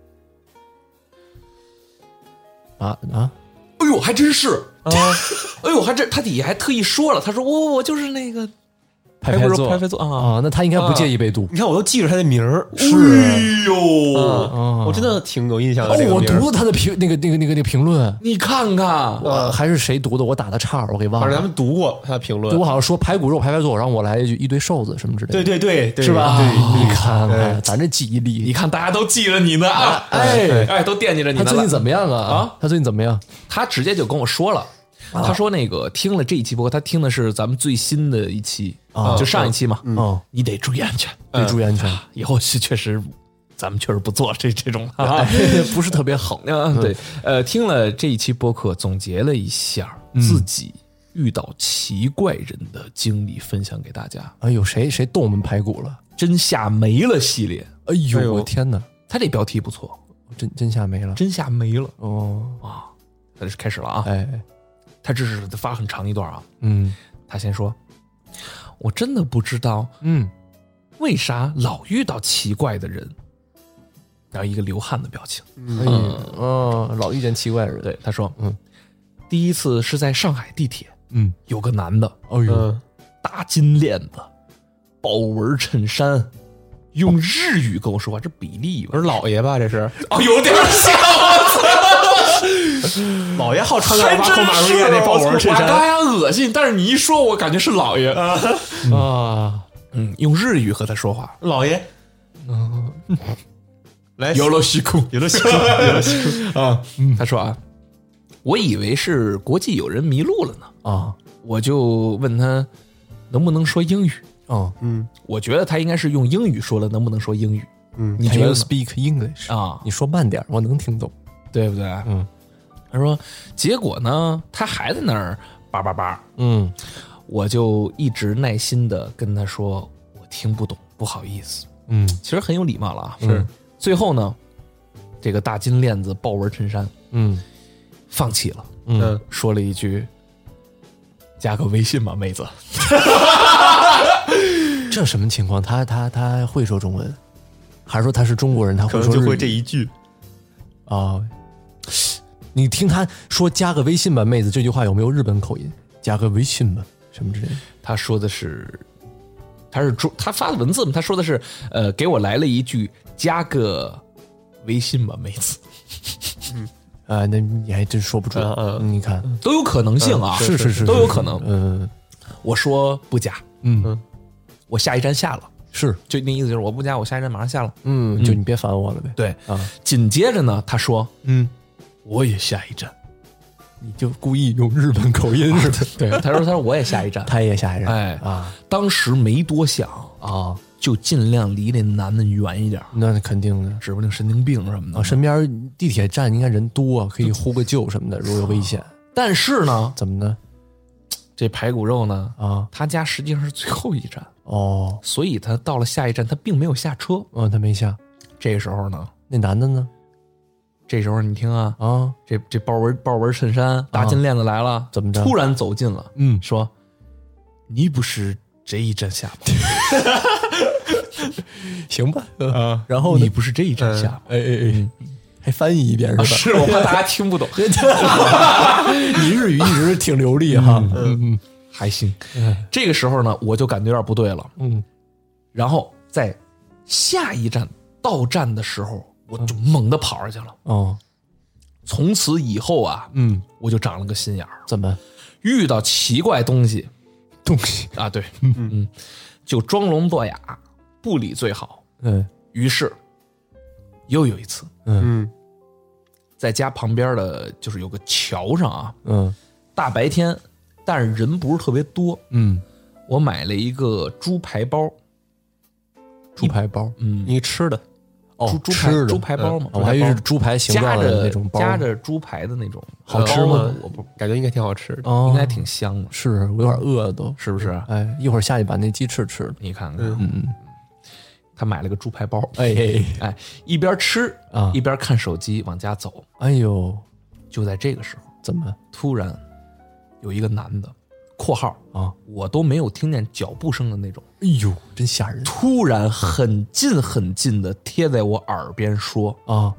啊啊！ 哎呦，还真是啊！哎呦，还真，他底下还特意说了，他说我我就是那个排排坐排排坐啊啊，那他应该不介意被读。 你看，我都记住他的名儿。 是，哎呦， 我真的挺有印象的。 哦，我读了他的评那个那个那个那个评论， 你看看， 呃，还是谁读的？我打的岔，我给忘了。 反正咱们读过他的评论， 我好像说排骨肉排排坐，然后我来一句一堆瘦子什么之类的。 对对对， 是吧？ 对， 你看看咱这记忆力， 你看大家都记着你呢啊！哎哎，都惦记着你呢。 他最近怎么样啊？ 啊， 他最近怎么样？ 他直接就跟我说了。他说：“那个听了这一期播客，他听的是咱们最新的一期啊，就上一期嘛。 哦， 你得注意安全， 得注意安全。 以后是确实，咱们确实不做这这种啊，不是特别好。 嗯，对，呃，听了这一期播客，总结了一下自己遇到奇怪人的经历，分享给大家。 哎呦，谁谁动我们排骨了？ 真下没了系列。 哎呦，我天哪！ 他这标题不错， 真真下没了， 真下没了。 哦啊，他这是开始了啊！ 哎。” 他这是发很长一段啊， 嗯， 他先说，我真的不知道， 嗯， 为啥老遇到奇怪的人，然后一个流汗的表情， 嗯，哦，老遇见奇怪的人， 对，他说， 嗯， 第一次是在上海地铁， 嗯， 有个男的， 哎呦， 大金链子，豹纹衬衫，用日语跟我说话，这比例不是老爷吧？这是哦，有点像， 老爷好穿个马口马路亚那豹纹衬衫， 我刚才恶心，但是你一说，我感觉是老爷啊， 嗯，用日语和他说话， 老爷，嗯，来， 有了西库， 有了西库，有了西库啊，他说啊，我以为是国际友人迷路了呢啊， 我就问他能不能说英语。 哦， 嗯， 我觉得他应该是用英语说了，能不能说英语？ 嗯， 你觉得 speak English 啊？ 你说慢点，我能听懂， 对不对？ 嗯， 他说，结果呢，他还在那儿叭叭叭， 嗯， 我就一直耐心的跟他说，我听不懂，不好意思， 嗯， 其实很有礼貌了啊。 是， 最后呢，这个大金链子豹纹衬衫， 嗯， 放弃了， 嗯， 说了一句，加个微信吧，妹子。 这什么情况？他他他会说中文，还是说他是中国人？他会说就会这一句啊、哦？你听他说加个微信吧，妹子，这句话有没有日本口音？加个微信吧，什么之类的？ 他说的是，他是中，他发的文字嘛？他说的是，呃，给我来了一句加个微信吧，妹子。 嗯啊，那你还真说不准。 嗯嗯， 你看都有可能性啊， 是是是， 都有可能。 嗯， 我说不加， 嗯， 我下一站下了， 是， 就那意思就是我不加，我下一站马上下了。 嗯，就你别烦我了呗。 对啊， 紧接着呢，他说， 嗯， 我也下一站， 你就故意用日本口音是吧？ 对，他说他说我也下一站， 他也下一站。 哎啊， 当时没多想啊。 就尽量离那男的远一点， 那肯定的， 指不定神经病什么的。 啊，身边地铁站应该人多，可以呼个救什么的，如果有危险。 但是呢， 怎么呢？ 这排骨肉呢？ 啊， 他家实际上是最后一站哦， 所以他到了下一站，他并没有下车。 嗯，他没下。 这时候呢， 那男的呢？ 这时候你听啊， 啊， 这这豹纹豹纹衬衫、大金链子来了， 怎么着？ 突然走近了， 嗯， 说：“你不是这一站下巴， 行吧，啊，然后你不是这一站下巴， 哎哎哎，还翻译一遍是吧？ 是我怕大家听不懂， 你日语一直挺流利哈，嗯嗯， 还行。这个时候呢，我就感觉有点不对了，嗯，然后在下一站到站的时候，我就猛地跑上去了， 哦， 从此以后啊， 嗯， 我就长了个心眼儿， 怎么遇到奇怪东西？ 东西啊，对，嗯嗯，就装聋作哑，不理最好。 嗯， 于是又有一次， 嗯， 在家旁边的就是有个桥上啊， 嗯， 大白天，但是人不是特别多， 嗯， 我买了一个猪排包， 猪排包， 嗯， 一个吃的， 哦，猪排吃的猪排包嘛， 我还以为是猪排形状的那种包， 夹着猪排的那种， 好吃吗？ 我不感觉应该挺好吃的， 哦， 应该挺香的。 是我有点饿了都， 是不是？ 哎，一会儿下去把那鸡翅吃了。 你看看， 嗯嗯， 他买了个猪排包， 哎哎哎，一边吃啊， 一边看手机往家走。 哎呦， 就在这个时候， 怎么突然有一个男的（括号啊， 我都没有听见脚步声的那种）， 哎呦，真吓人！ 突然很近很近的贴在我耳边说：“ 啊，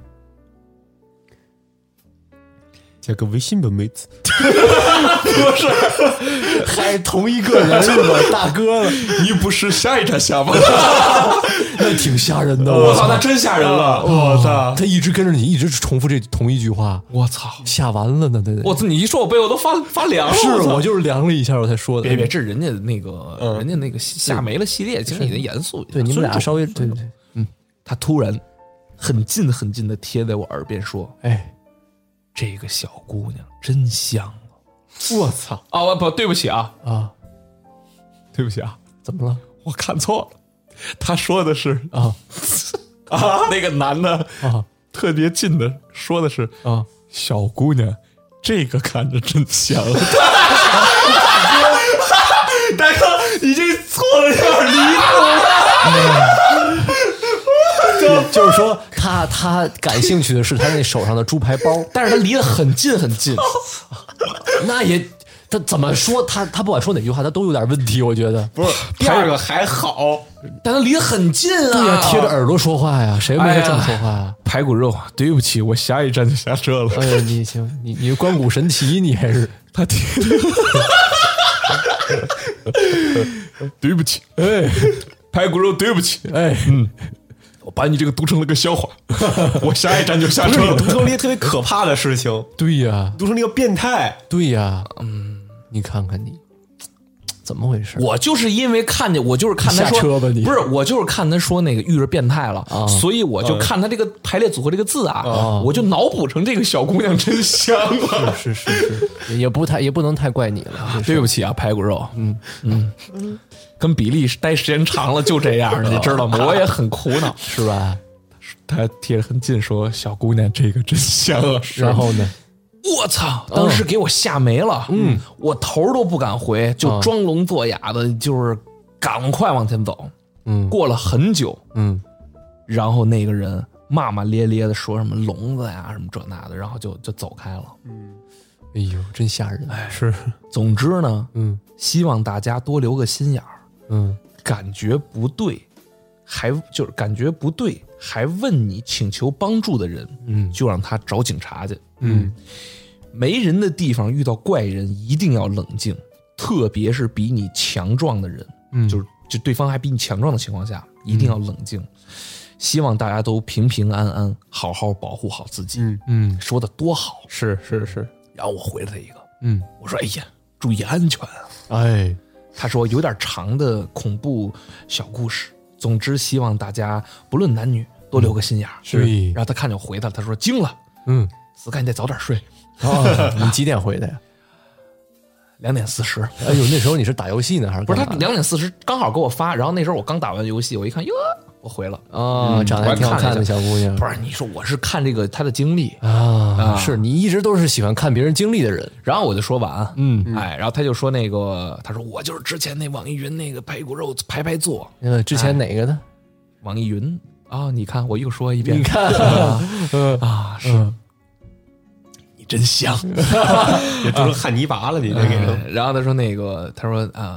加个微信吧，妹子。” 不是， 还同一个人是吧？大哥了， 你不是下一站下吗？ 那挺吓人的。 我操，那真吓人了！我操， 他一直跟着你，一直重复这同一句话。 我操， 吓完了呢！对对， 我操，你一说我背我都发发凉了。 是我就是凉了一下，我才说的。 别别，这是人家那个人家那个夏梅了系列，其实你得严肃。 对，你们俩稍微对对对，嗯， 他突然很近很近的贴在我耳边说：“ 哎， 这个小姑娘真香啊！” 我操啊！我不对不起啊啊， 对不起啊， 怎么了？ 我看错了，他说的是啊啊，那个男的啊， 特别近的说的是啊， 小姑娘，这个看着真香。大哥，你这错的有点离谱。 就就是说，他他感兴趣的是他那手上的猪排包， 但是他离得很近很近， 那也他怎么说他他不管说哪句话，他都有点问题，我觉得不是第二个还好， 但他离得很近啊， 对呀，贴着耳朵说话呀，谁没他这么说话呀？ 排骨肉，对不起，我下一站就下车了。 哎呀，你行，你你关谷神奇，你还是他贴着，对不起， 哎， 排骨肉，对不起， 哎， 嗯。我把你这个读成了个笑话，我下一站就下车了。 读成了一个特别可怕的事情， 对呀， 读成了一个变态， 对呀，嗯，你看看你怎么回事？ 我就是因为看见，我就是看他说， 下车吧你不是，我就是看他说那个遇着变态了， 啊、 所以我就看他这个排列组合这个字啊，啊我就脑补成这个小姑娘真香啊！ 是是是是，也不太也不能太怪你了，啊、 对不起啊，排骨肉，嗯嗯。跟比利待时间长了就这样，你知道吗？我也很苦恼， 是吧？ 他贴着很近说：“小姑娘，这个真香啊！” 然后呢？ 我操！当时给我吓没了，嗯，我头都不敢回，就装聋作哑的，就是赶快往前走。 嗯， 过了很久， 嗯， 然后那个人骂骂咧咧的说什么聋子呀，什么这那的，然后就就走开了。 嗯，哎呦，真吓人！ 哎， 是。 总之呢， 嗯， 希望大家多留个心眼儿。 嗯， 感觉不对，还就是感觉不对，还问你请求帮助的人， 嗯， 就让他找警察去。 嗯， 没人的地方遇到怪人一定要冷静，特别是比你强壮的人， 嗯， 就是就对方还比你强壮的情况下，一定要冷静。嗯、希望大家都平平安安，好好保护好自己。 嗯嗯，说的多好， 是是是。 然后我回了他一个， 嗯， 我说：“哎呀，注意安全啊！” 哎。 他说有点长的恐怖小故事，总之希望大家不论男女多留个心眼儿。 是， 然后他看见我回他，他说惊了， 嗯， 死干你得早点睡。 哦，你几点回的呀？ 两点四十。 哎呦，那时候你是打游戏呢还是？ 不是，他两点四十刚好给我发，然后那时候我刚打完游戏，我一看，哟，我回了啊，长得还挺好看的小姑娘。 不是，你说我是看这个她的经历啊，是你一直都是喜欢看别人经历的人。 然后我就说完， 嗯， 哎，然后他就说那个，他说我就是之前那网易云那个排骨肉排排坐， 呃，之前哪个呢？ 网易云啊，你看我又说一遍， 你看啊，是。真香， 也读成汉尼拔了，你这给人。 然后他说那个，他说啊，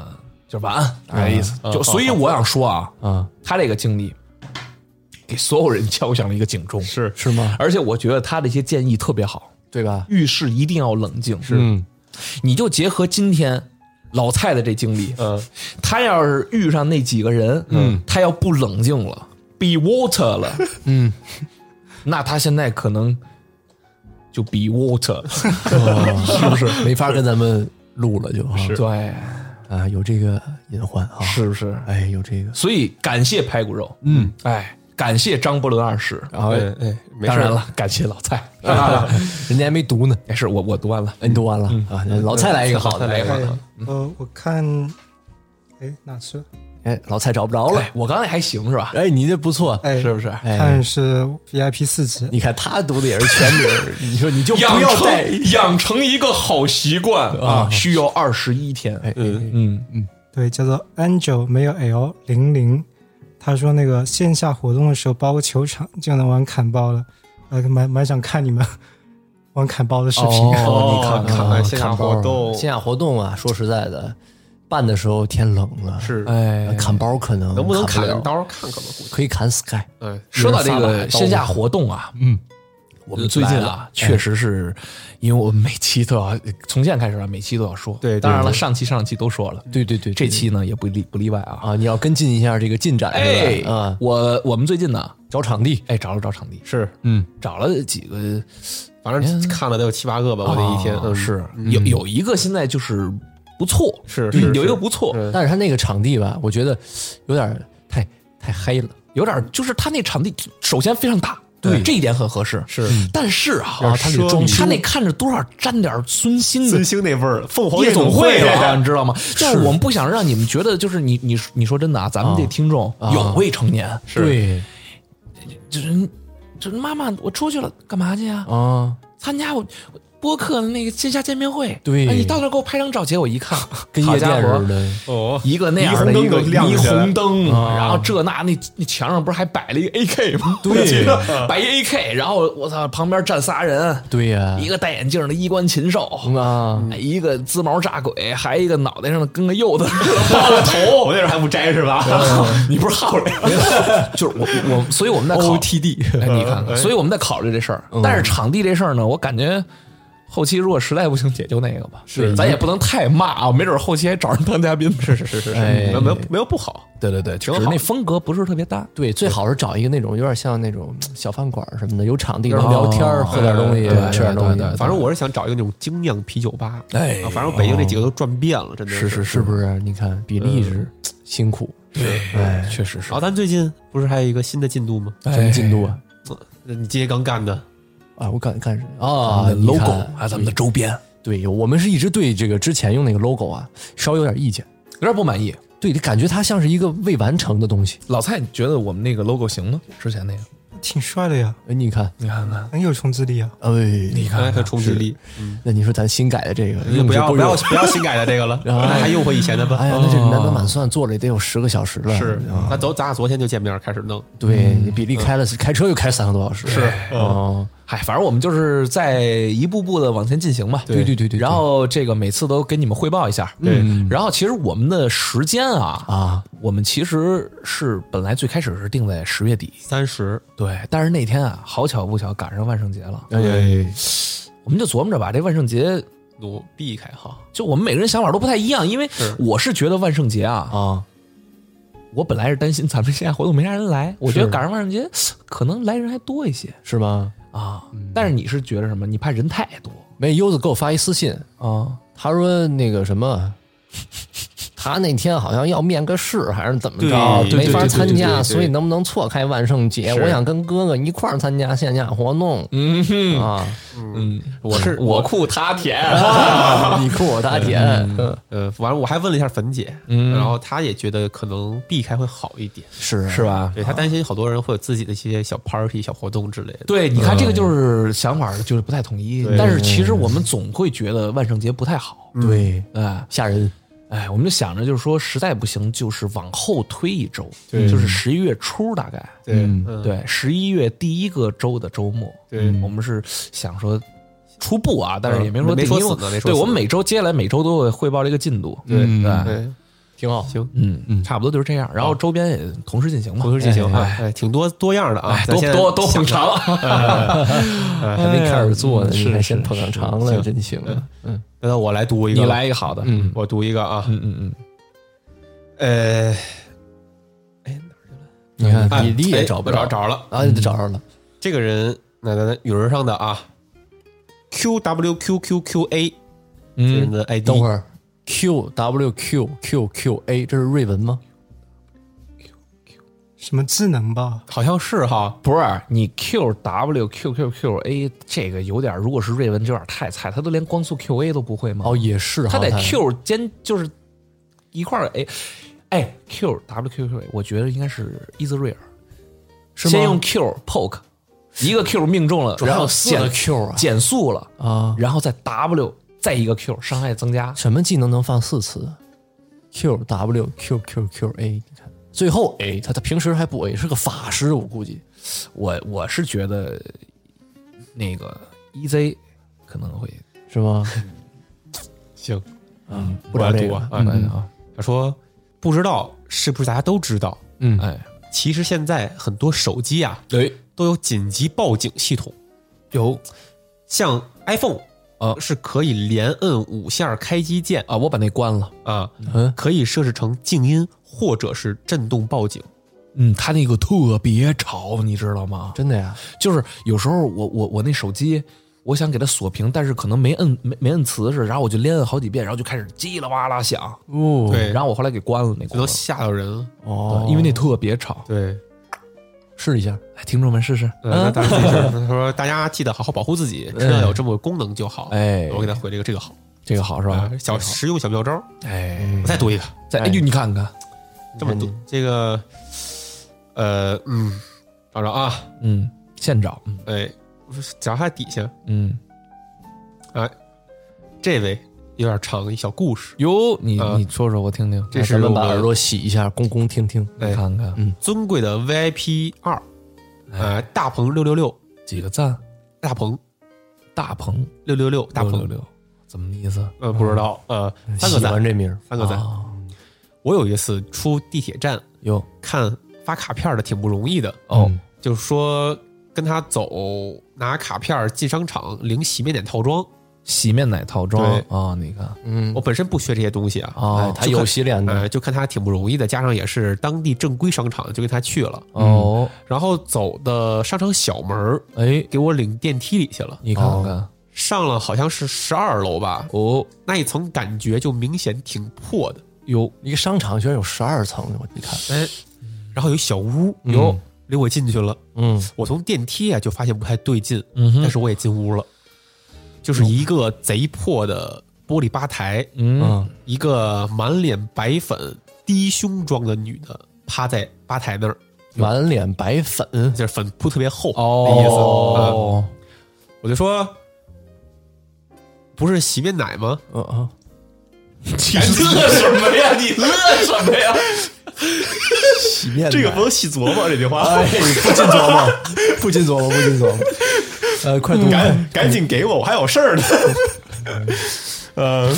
就是晚安，这意思。就所以我想说啊， 啊， 他这个经历给所有人敲响了一个警钟， 是是吗？ 而且我觉得他这些建议特别好， 对吧？ 遇事一定要冷静。是， 嗯， 你就结合今天老蔡的这经历， 嗯， 他要是遇上那几个人，嗯，他要不冷静了 ，be water 了， 嗯， 那他现在可能就 be water 了， 是不是没法跟咱们录了就？是对。 啊，有这个隐患啊， 是不是？ 哎，有这个， 所以感谢排骨肉， 嗯， 哎，感谢张伯伦二世， 然后哎哎，没事当然了，感谢老蔡， 人家还没读呢， 哎，是我我读完了， 哎，你读完了啊？老蔡来一个好的，来一个好的， 呃，我看，哎，哪去了？ 哎，老蔡找不着了， 哎我刚才还行是吧？ 哎，你这不错， 哎， 是不是？ 看是 V I P 四级， 你看他读的也是全名，你说你就不养成要带养成一个好习惯啊，需要二十一天。 哎嗯嗯嗯， 对，叫做 Angel 没有 L 零零，他说那个线下活动的时候包个球场就能玩砍包了，呃，蛮蛮想看你们玩砍包的视频。 哦，你看看看线下活动线下活动啊，说实在的，办的时候天冷了， 是， 哎， 砍包可能能不能砍了砍刀看可能会， 可以砍 Sky。 嗯， 说到这一人发把个线下活动啊， 嗯， 我们最近啊，确实是因为我们每期都要从现在开始啊，每期都要说。 对对当然了， 对上期上期都说了， 对对对， 这期呢也不例不例外啊。 啊，你要跟进一下这个进展， 哎是吧？啊， 我我们最近呢， 找场地， 哎，找了找场地， 是， 嗯， 找了几个， 反正看了得有七八个吧，我那一天，嗯， 啊是有有一个现在就是不错， 是嗯有一是个不错， 但是他那个场地吧，我觉得有点太太黑了。 有点就是他那场地首先非常大， 对这一点很合适。 是， 但是啊， 有点他那奢靡装他那看着多少沾点孙兴的孙兴那味儿，凤凰夜总会了， 了，你知道吗？就是我们不想让你们觉得，就是你你你说真的啊，咱们这听众有未成年， 对就是就是妈妈，我出去了，干嘛去呀？ 啊， 参加我播客的那个线下见面会。 对哎你到那儿给我拍张照，结果一看， 跟夜店似的。 哦， 一个那样的一个霓虹灯都亮霓起来虹灯， 啊然后这那那那墙上不是还摆了一个 A K 吗？ 对， 摆一 A K，然后我操，旁边站仨人， 对呀， 一个戴眼镜的衣冠禽兽， 啊， 哎一个滋毛炸鬼，还一个脑袋上跟个柚子似的包了头。 我那时候还不摘是吧？ 你不是好这个？就是我我，所以我们在考 O T D， 哎，你看看，所以我们在考虑这事儿。但是场地这事儿呢，我感觉后期如果实在不行，也就那个吧。 是咱也不能太骂啊，没准后期还找人当嘉宾。是是是是哎没有没有没有不好， 对对对，只是那风格不是特别搭。 对，最好是找一个那种有点像那种小饭馆什么的，有场地能聊天儿，喝点东西， 对吃点东西对对。 反正我是想找一个那种精酿啤酒吧， 哎啊反正北京这几个都转遍了，真的是是是不是？你看比利时辛苦， 对， 哎， 确实是然后咱最近不是还有一个新的进度吗？ 什么进度啊？ 你今天刚干的， 啊，我干干什么啊啊你看 ，logo 还有咱们的周边， 对我们是一直对这个之前用那个 logo 啊稍微有点意见， 有点不满意。 对，感觉它像是一个未完成的东西。 老蔡，你觉得我们那个 logo 行吗？之前那个， 挺帅的呀， 哎，你看， 你看看， 很有冲击力啊。 哎， 你看还很冲击力， 那你说咱新改的这个，用不要不要用不要新改的这个了，还用回以前的吧？ 哎呀，那这满打满算做了也得有十个小时了。 是， 啊， 那走，咱俩昨天就见面开始弄， 对，你比利开了开车又开三个多小时。是，哦， 嗨，反正我们就是在一步步的往前进行吧。 对对对对。 然后这个每次都给你们汇报一下。 对。 然后其实我们的时间啊啊， 我们其实是本来最开始是定在十月底， 三十， 对。但是那天啊，好巧不巧赶上万圣节了， 哎， 我们就琢磨着把这万圣节挪避开哈。 就我们每个人想法都不太一样，因为我是觉得万圣节啊啊。 我本来是担心咱们线下活动没啥人来，我觉得赶上万圣节可能来人还多一些， 是吗？ 啊，但是你是觉得什么？你怕人太多？ 没，优子给我发一私信啊， 他说那个什么，他那天好像要面个试还是怎么着， 对没法参加， 对对对对对对所以能不能错开万圣节？我想跟哥哥一块儿参加线下活动。 嗯哼啊， 嗯， 我是我酷他甜， 你酷我他甜。 呃，完了我还问了一下粉姐， 嗯然后她也觉得可能避开会好一点， 是是吧？ 对她担心好多人会有自己的一些小 party、小活动之类的。 对，你看这个就是想法就是不太统一， 对但是其实我们总会觉得万圣节不太好， 对， 哎， 吓人。 哎，我们就想着就是说，实在不行就是往后推一周， 对就是十一月初大概， 对嗯嗯对，十一月第一个周的周末， 对我们是想说初步啊，但是也没说没定因为说死呢没说死对，我们每周接下来每周都会汇报这个进度， 对嗯对。 对， 挺好。 行， 嗯嗯，差不多就是这样。然后周边也同时进行嘛， 同时进行，哎哎，挺多多样的啊， 多多多捧场， 还没开始做呢，你还先捧上场了，真行。 嗯，那我来读一个， 你来一个好的， 嗯，我读一个啊， 嗯嗯嗯， 呃，哎哪儿去了？ 你看你你也找不着， 找着了啊，你找着了。 这个人，那咱语文上的啊 ，Q W Q Q Q A， 这人的 I D。 等会儿 ，Q W Q Q Q A， 这是瑞文吗？ 什么智能吧？ 好像是哈， 不是你 Q W Q Q Q A 这个有点，如果是瑞文就有点太菜，他都连光速 Q A 都不会吗？ 哦，也是， 他得 Q 兼就是一块儿 A， 哎 Q W Q Q A， 我觉得应该是伊泽瑞尔， 是吗？ 先用 Q poke， 一个 Q 命中了，然后减 Q 啊， 减速了啊， 然后再 W 再一个 Q， 伤害增加。 什么技能能放四次 ？Q W Q Q Q A， 你看。最后 A， 他他平时还不 A， 是个法师，我估计。 我我是觉得那个 E Z 可能会是吗？ 行， 嗯，不知道这个啊。嗯、他说不知道是不是大家都知道？ 嗯， 哎， 其实现在很多手机啊， 对， 都有紧急报警系统， 有像 iPhone。呃，是可以连摁五下开机键啊，我把那关了啊，嗯，可以设置成静音或者是震动报警。 嗯，它那个特别吵，你知道吗？ 真的呀， 就是有时候我我我那手机，我想给它锁屏，但是可能没摁没没摁瓷实，然后我就连摁好几遍，然后就开始叽里哇啦响。 哦，对， 然后我后来给关了那个， 都吓到人了哦，因为那特别吵。 对。 试一下， 听众们试试。 嗯，那当然自己试。他说：“大家记得好好保护自己，知道有这么个功能就好。” 哎， 我给他回这个，这个好， 这个好是吧？ 小实用小妙招。 哎， 我再读一个， 再哎呦，你看看， 这么读，这个，呃，嗯，找找啊， 嗯，现找， 哎，找他底下， 嗯， 哎，这位有点长，一小故事。 哟，你你说说我听听。 这是咱们把耳朵洗一下，公公听听， 你看看。 嗯，尊贵的 V I P 二，呃，大鹏六六六， 几个赞？ 大鹏， 大鹏六六六，大鹏六六，怎么意思？ 呃，不知道。呃，三个赞， 这名， 三个赞。我有一次出地铁站， 哟， 看发卡片的挺不容易的哦， 就是说跟他走，拿卡片进商场领洗面奶套装。 洗面奶套装啊，你看， 嗯，我本身不学这些东西啊， 啊，他有洗脸的， 就看他挺不容易的，加上也是当地正规商场，就跟他去了哦， 然后走的商场小门， 哎， 给我领电梯里去了， 你看看， 上了好像是十二楼吧， 哦， 那一层感觉就明显挺破的， 有一个商场居然有十二层，我你看， 哎，然后有小屋， 有领我进去了， 嗯， 我从电梯啊就发现不太对劲， 嗯， 但是我也进屋了。就是一个贼破的玻璃吧台， 嗯， 一个满脸白粉、低胸装的女的趴在吧台那儿， 满脸白粉， 就是粉扑特别厚哦的意思。哦、嗯，我就说，不是洗面奶吗？ 嗯嗯， 你乐什么呀？你乐什么呀？ 洗面奶这个不用细琢磨这句话， 哎，不禁琢磨，不禁琢磨，不禁琢磨。呃，快读， 赶赶紧给我，我还有事儿呢。呃，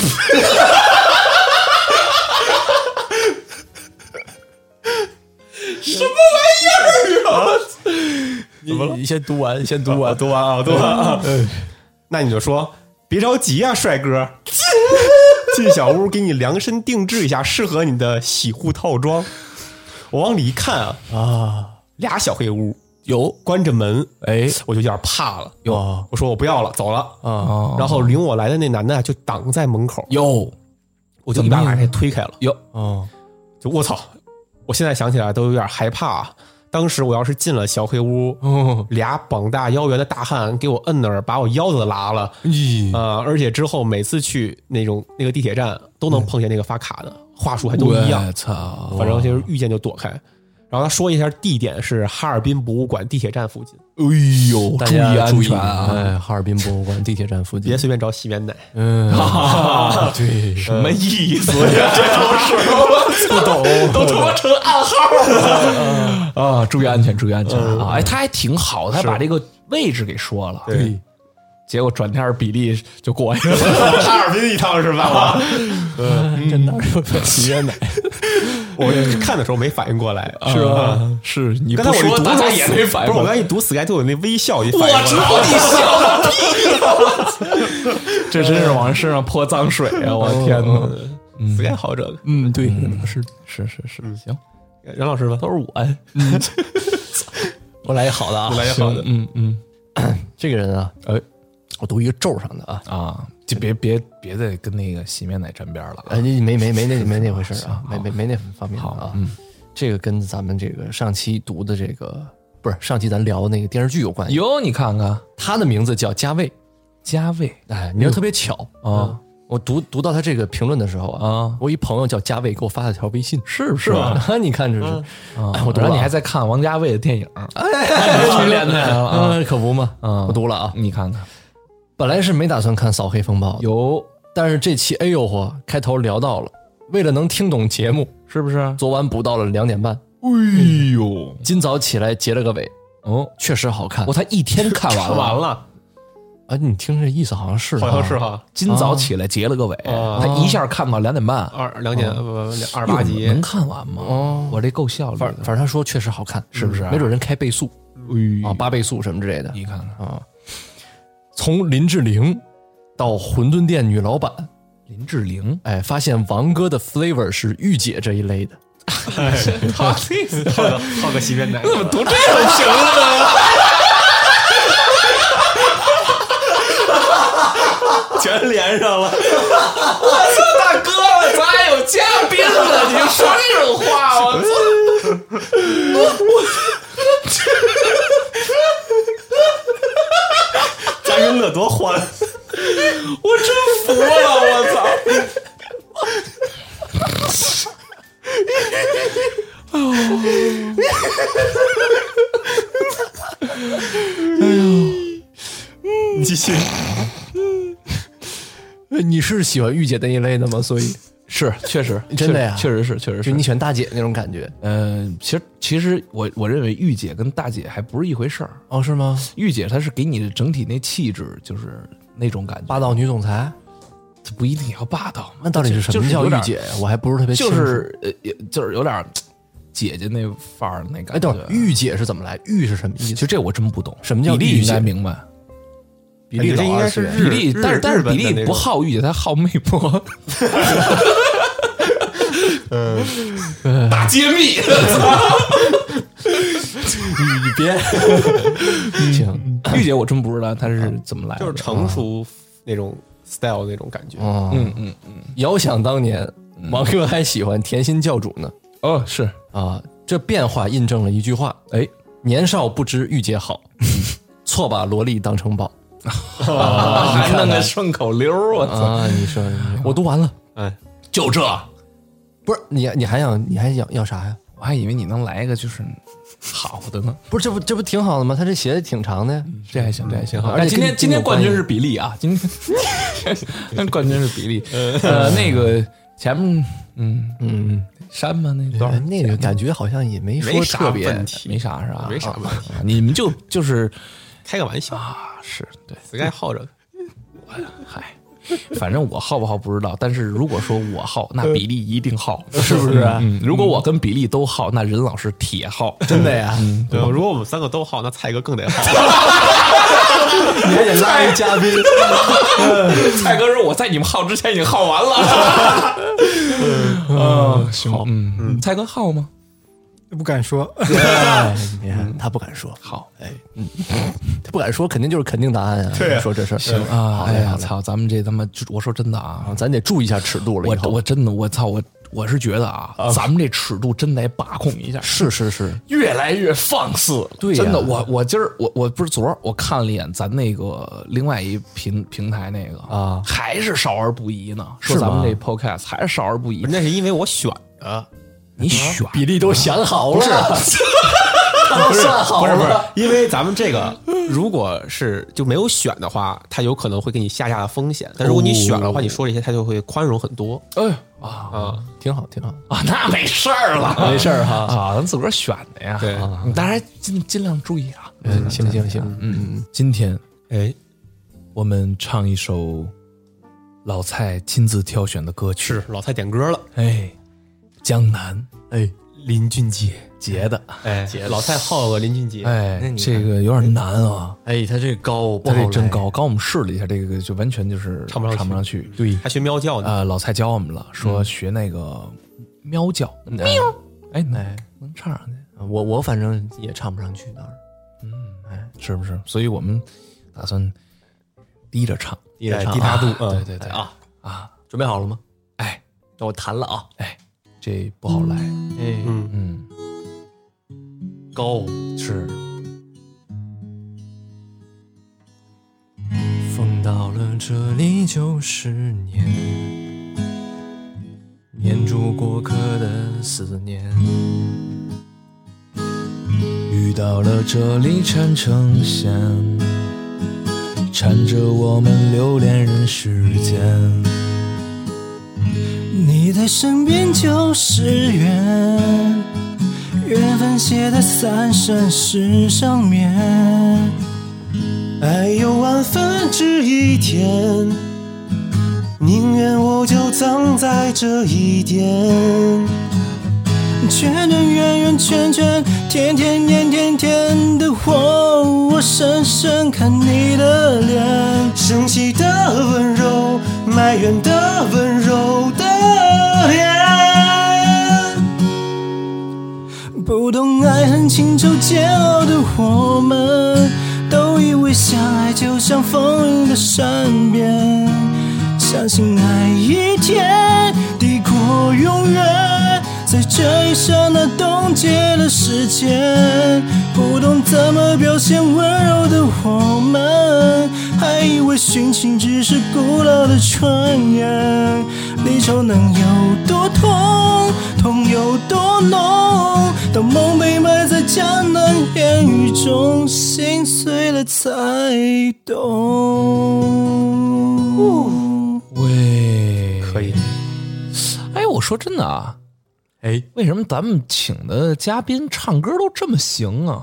什么玩意儿啊？ 怎么了？你先读完，先读完， 读完啊，读完啊。那你就说，别着急啊，帅哥，进小屋给你量身定制一下适合你的洗护套装。我往里一看啊， 啊， 俩小黑屋。 有关着门， 哎， 我就有点怕了。 有， 我说我不要了，走了啊。 然后领我来的那男的就挡在门口， 哟， 我就一把把他推开了。 哟， 哦， 就我操！我现在想起来都有点害怕。当时我要是进了小黑屋， 哦， 俩膀大腰圆的大汉给我摁那儿，把我腰子拉了。 咦， 啊！而且之后每次去那种那个地铁站都能碰见那个发卡的，话术还都一样。 操， 反正就是遇见就躲开。然后他说一下地点是哈尔滨博物馆地铁站附近。 哎呦， 大家注意安全啊！ 哎，哈尔滨博物馆地铁站附近， 别随便找洗面奶。 嗯，对， 什么意思呀？这都是不懂， 都他妈成暗号了啊！注意安全，注意安全啊！哎，他还挺好，他把这个位置给说了。 对， 结果转天比利就过去了， 哈尔滨一趟是吧？ 这哪有洗面奶？ 我看的时候没反应过来， 是吧？是你不说，大家也没反应。 不是我刚才一读 Sky 就有那微笑，一我知道你笑个屁！这真是往身上泼脏水啊！我天哪 ，Sky 好这个， 嗯，对，是是是是，行， 任老师吧， 都是我呀。嗯， 我来一好的啊， 来一好的， 嗯嗯， 这个人啊， 哎， 我读一个咒上的啊啊，就别别别再跟那个洗面奶沾边了。 哎，你没没没那没那回事啊，没没没那方面的啊。 嗯， 这个跟咱们这个上期读的这个不是上期咱聊的那个电视剧有关系。 哟，你看看， 他的名字叫加卫， 加卫， 哎，名字特别巧啊。 我读读到他这个评论的时候啊，我一朋友叫加卫给我发了条微信， 是是吧？你看这是， 我然后你还在看王家卫的电影，哎，连起来了啊， 可不嘛， 嗯， 我读了啊， 你看看， 本来是没打算看扫黑风暴， 有， 但是这期哎呦嚯，开头聊到了，为了能听懂节目， 是不是？ 昨晚补到了两点半， 哎呦， 今早起来结了个尾， 哦， 确实好看， 我才一天看完了， 完了。 啊，你听这意思好像是， 好像是哈。 今早起来结了个尾，他一下看到两点半， 二两点不二八集， 能看完吗？哦，我这够效率的。 反正他说确实好看， 是不是？ 没准人开倍速啊，八倍速什么之类的。 你看看啊，从林志玲到馄饨店女老板， 林志玲， 哎，发现王哥的 flavor 是御姐这一类的。 好个好个洗面奶， 怎么读这种评论啊？ 全连上了！我操，大哥，咱还有嘉宾呢，你就说这种话，我操！ 嘉宾乐多欢， 我真服了，我操！ 哎呦，你继续。你是喜欢御姐那一类的吗？所以是确实真的呀， 确实是确实是， 就你喜欢大姐那种感觉。 嗯、呃，其实其实我我认为御姐跟大姐还不是一回事儿。 哦，是吗？ 御姐她是给你的整体那气质，就是那种感觉， 霸道女总裁， 这不一定要霸道。 那到底是什么叫御姐呀？我还不是特别清楚。 就是呃，就是有点姐姐那范儿那感觉。 哎，等会儿御姐是怎么来？御是什么意思？ 其实这我真不懂。 什么叫比利应该明白？ 比利这应该是比利，但是但是比利不好御姐，他好魅婆。嗯，大揭秘， 你别行。 御姐我真不知道她是怎么来的， 就是成熟那种 style 那种感觉。 嗯嗯嗯。遥想当年，王哥还喜欢甜心教主呢。 哦，是啊，这变化印证了一句话：哎，年少不知御姐好，错把萝莉当成宝。 啊，还弄个顺口溜，我操！ 啊，你说，我读完了， 哎，就这， 不是你，你还想，你还想要啥呀？ 我还以为你能来一个就是好的呢。 不是，这不这不挺好的吗？他这写的挺长的呀， 这还行，这还行。 而且今天今天冠军是比利啊，今天冠军是比利。呃，那个前面，嗯嗯，删吧那段， 那个感觉好像也没说特别问题， 没啥是吧？ 没啥问题， 你们就就是开个玩笑啊，是对 ，Sky 好着， 嗨。反正我好不好不知道，但是如果说我好，那比利一定好，是不是？嗯，如果我跟比利都好，那任老师铁好， 真的呀。 嗯， 对，如果我们三个都好，那蔡哥更得好。 你还得拉一嘉宾。 蔡哥说我在你们好之前已经好完了。嗯，行，嗯，蔡哥好吗？ 不敢说。 哎，你看他不敢说。 好， 哎，嗯，他不敢说，肯定就是肯定答案啊。 对啊， 说这事儿行啊。哎呀，操，咱们这他妈，我说真的啊， 咱得注意一下尺度了。 我我真的，我操，我我是觉得啊，咱们这尺度真得把控一下。 是是是， 越来越放肆。 对， 真的，我我今儿我我不是昨儿我看了一眼咱那个另外一平平台那个啊， 还是少儿不宜呢。说咱们这 podcast 还是少儿不宜， 那是因为我选的。 你选比例都想好了，不是， 不是算好了， 不是不是，因为咱们这个如果是就没有选的话，它有可能会给你下架的风险。但如果你选的话，你说这些，它就会宽容很多。 哎啊啊，挺好挺好啊，那没事儿了， 没事儿哈啊，咱自个儿选的呀。 对， 大家尽尽量注意啊。 嗯，行行行， 嗯嗯，今天哎， 我们唱一首老蔡亲自挑选的歌曲。 是老蔡点歌了， 哎，江南， 哎，林俊杰杰的， 哎，老蔡好个林俊杰， 哎，这个有点难啊。 哎，他这个高不他好来这真高，刚我们试了一下，这个就完全就是唱不上去唱不上去。 对，还学喵叫呢。 啊、老蔡教我们了，说学那个喵叫，喵，哎哎，能唱上去。 我我反正也唱不上去，当时， 嗯，哎，是不是？所以我们打算低着唱， 低着唱， 低八度， 啊对对对啊啊， 准备好了吗？ 哎， 让我弹了啊！ 哎，这不好来， 哎， 嗯嗯， 高是。 风到了这里就是年，念住过客的思念。 雨到了这里缠成线，缠着我们留恋人世间。 你在身边就是缘，缘分写在三生石上面。 爱有万分之一甜，宁愿我就葬在这一点。 圈圈圆圆圈圈，甜甜黏甜甜的我，我深深看你的脸， 生气的温柔，埋怨的温柔的脸。 不懂爱恨情仇煎熬的我们，都以为相爱就像风云的善变，相信爱一天抵过永远，在这一刹那冻结了时间。不懂怎么表现温柔的我们，还以为殉情只是古老的传言。离愁能有多痛，痛有多浓，当梦被埋在江南烟雨中，心碎了才懂。 喂， 可以。 哎，我说真的啊，哎，为什么咱们请的嘉宾唱歌都这么行啊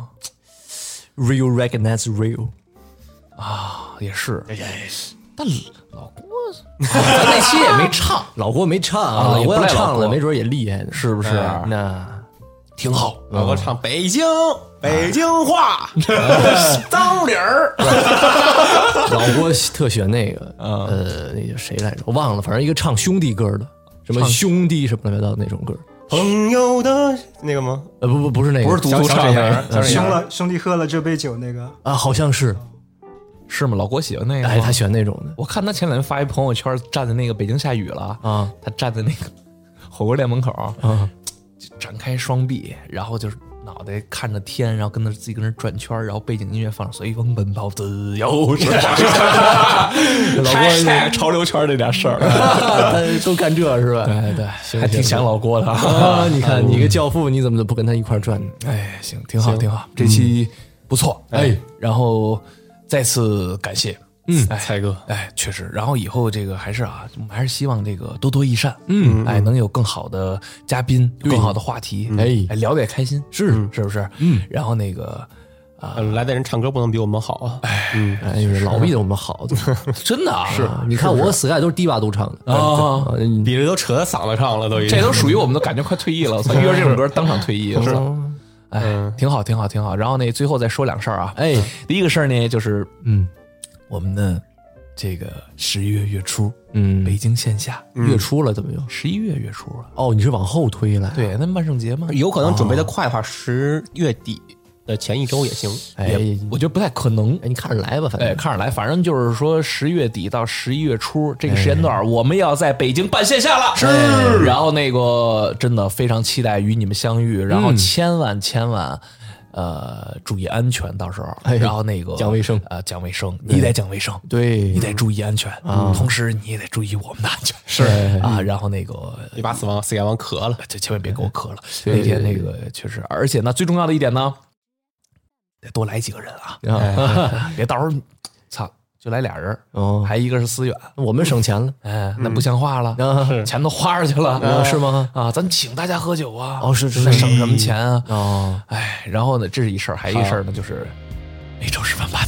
Real recognize real 啊，也是。但老郭， 咱那期也没唱，老郭没唱啊，老郭要也不赖老郭唱了，没准也厉害呢， 是不是？ 哎那挺好。 老郭唱北京北京话，脏理儿。 老郭特选那个，呃，那个谁来着？我忘了，反正一个唱兄弟歌的，什么兄弟什么乱七八糟那种歌。 朋友的那个吗？ 呃，不不不是那个， 不是独小独唱的， 小沈阳，小沈阳。 兄了兄弟喝了这杯酒那个啊，好像是， 是吗？老郭喜欢那个吗？ 哎，他选那种的。 我看他前两天发一朋友圈，站在那个北京下雨了啊， 他站在那个火锅店门口啊， 展开双臂，然后就是脑袋看着天，然后跟着自己跟那转圈，然后背景音乐放随风奔跑自由是老郭潮流圈这点事儿， 他都干这是吧？ 对对，还挺想老郭的啊！你看，你一个教父，你怎么就不跟他一块转呢？ 哎，行，挺好，挺好，这期不错，哎，然后再次感谢。 嗯， 哎， 蔡哥， 哎，确实，然后以后这个还是啊，我们还是希望这个多多益善，嗯，哎，能有更好的嘉宾，更好的话题，哎，哎，聊得也开心，是是不是？嗯，然后那个啊， 来的人唱歌不能比我们好啊， 哎， 嗯，哎，老比我们好， 真的啊， 是，你看我和 Sky 都是低八度唱的啊， 比这都扯到嗓子上了，都这都属于我们都感觉快退役了，操，遇到这种歌当场退役，是，哎，挺好，挺好，挺好。然后那最后再说两事儿啊，哎，第一个事儿呢就是，嗯。我们的这个十一月月初，嗯，北京线下月初了，怎么又十一月月初了？ 哦，你是往后推了？ 对，那万圣节嘛， 有可能准备的快的话，十月底的前一周也行。 哎，我觉得不太可能。 哎，你看着来吧，反正哎，看着来，反正就是说十月底到十一月初这个时间段，我们要在北京办线下了。是，然后那个真的非常期待与你们相遇，然后千万千万。呃，注意安全，到时候，然后那个讲卫生， 呃，讲卫生，你得讲卫生， 对， 你得注意安全，同时你也得注意我们的安全， 是啊，然后那个你把死亡 C 王磕了， 就千万别给我磕了，那天那个确实，而且呢，最重要的一点呢，得多来几个人啊，别到时候，操。就来俩人，哦，还一个是思远， 我们省钱了， 哎，那不像话了，钱都花出去了，是吗？啊，咱请大家喝酒啊， 哦，是是， 那省什么钱啊？ 哦， 哎，然后呢，这是一事儿，还一事儿呢，就是每周十万八天，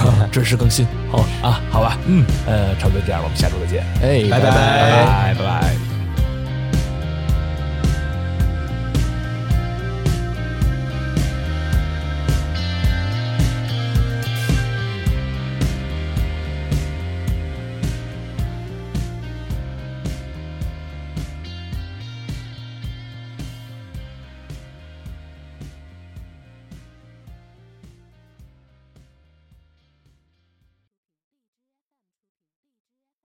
准时更新。 好啊，好吧，嗯，呃，差不多这样了，我们下周再见。 哎， 拜拜拜拜拜。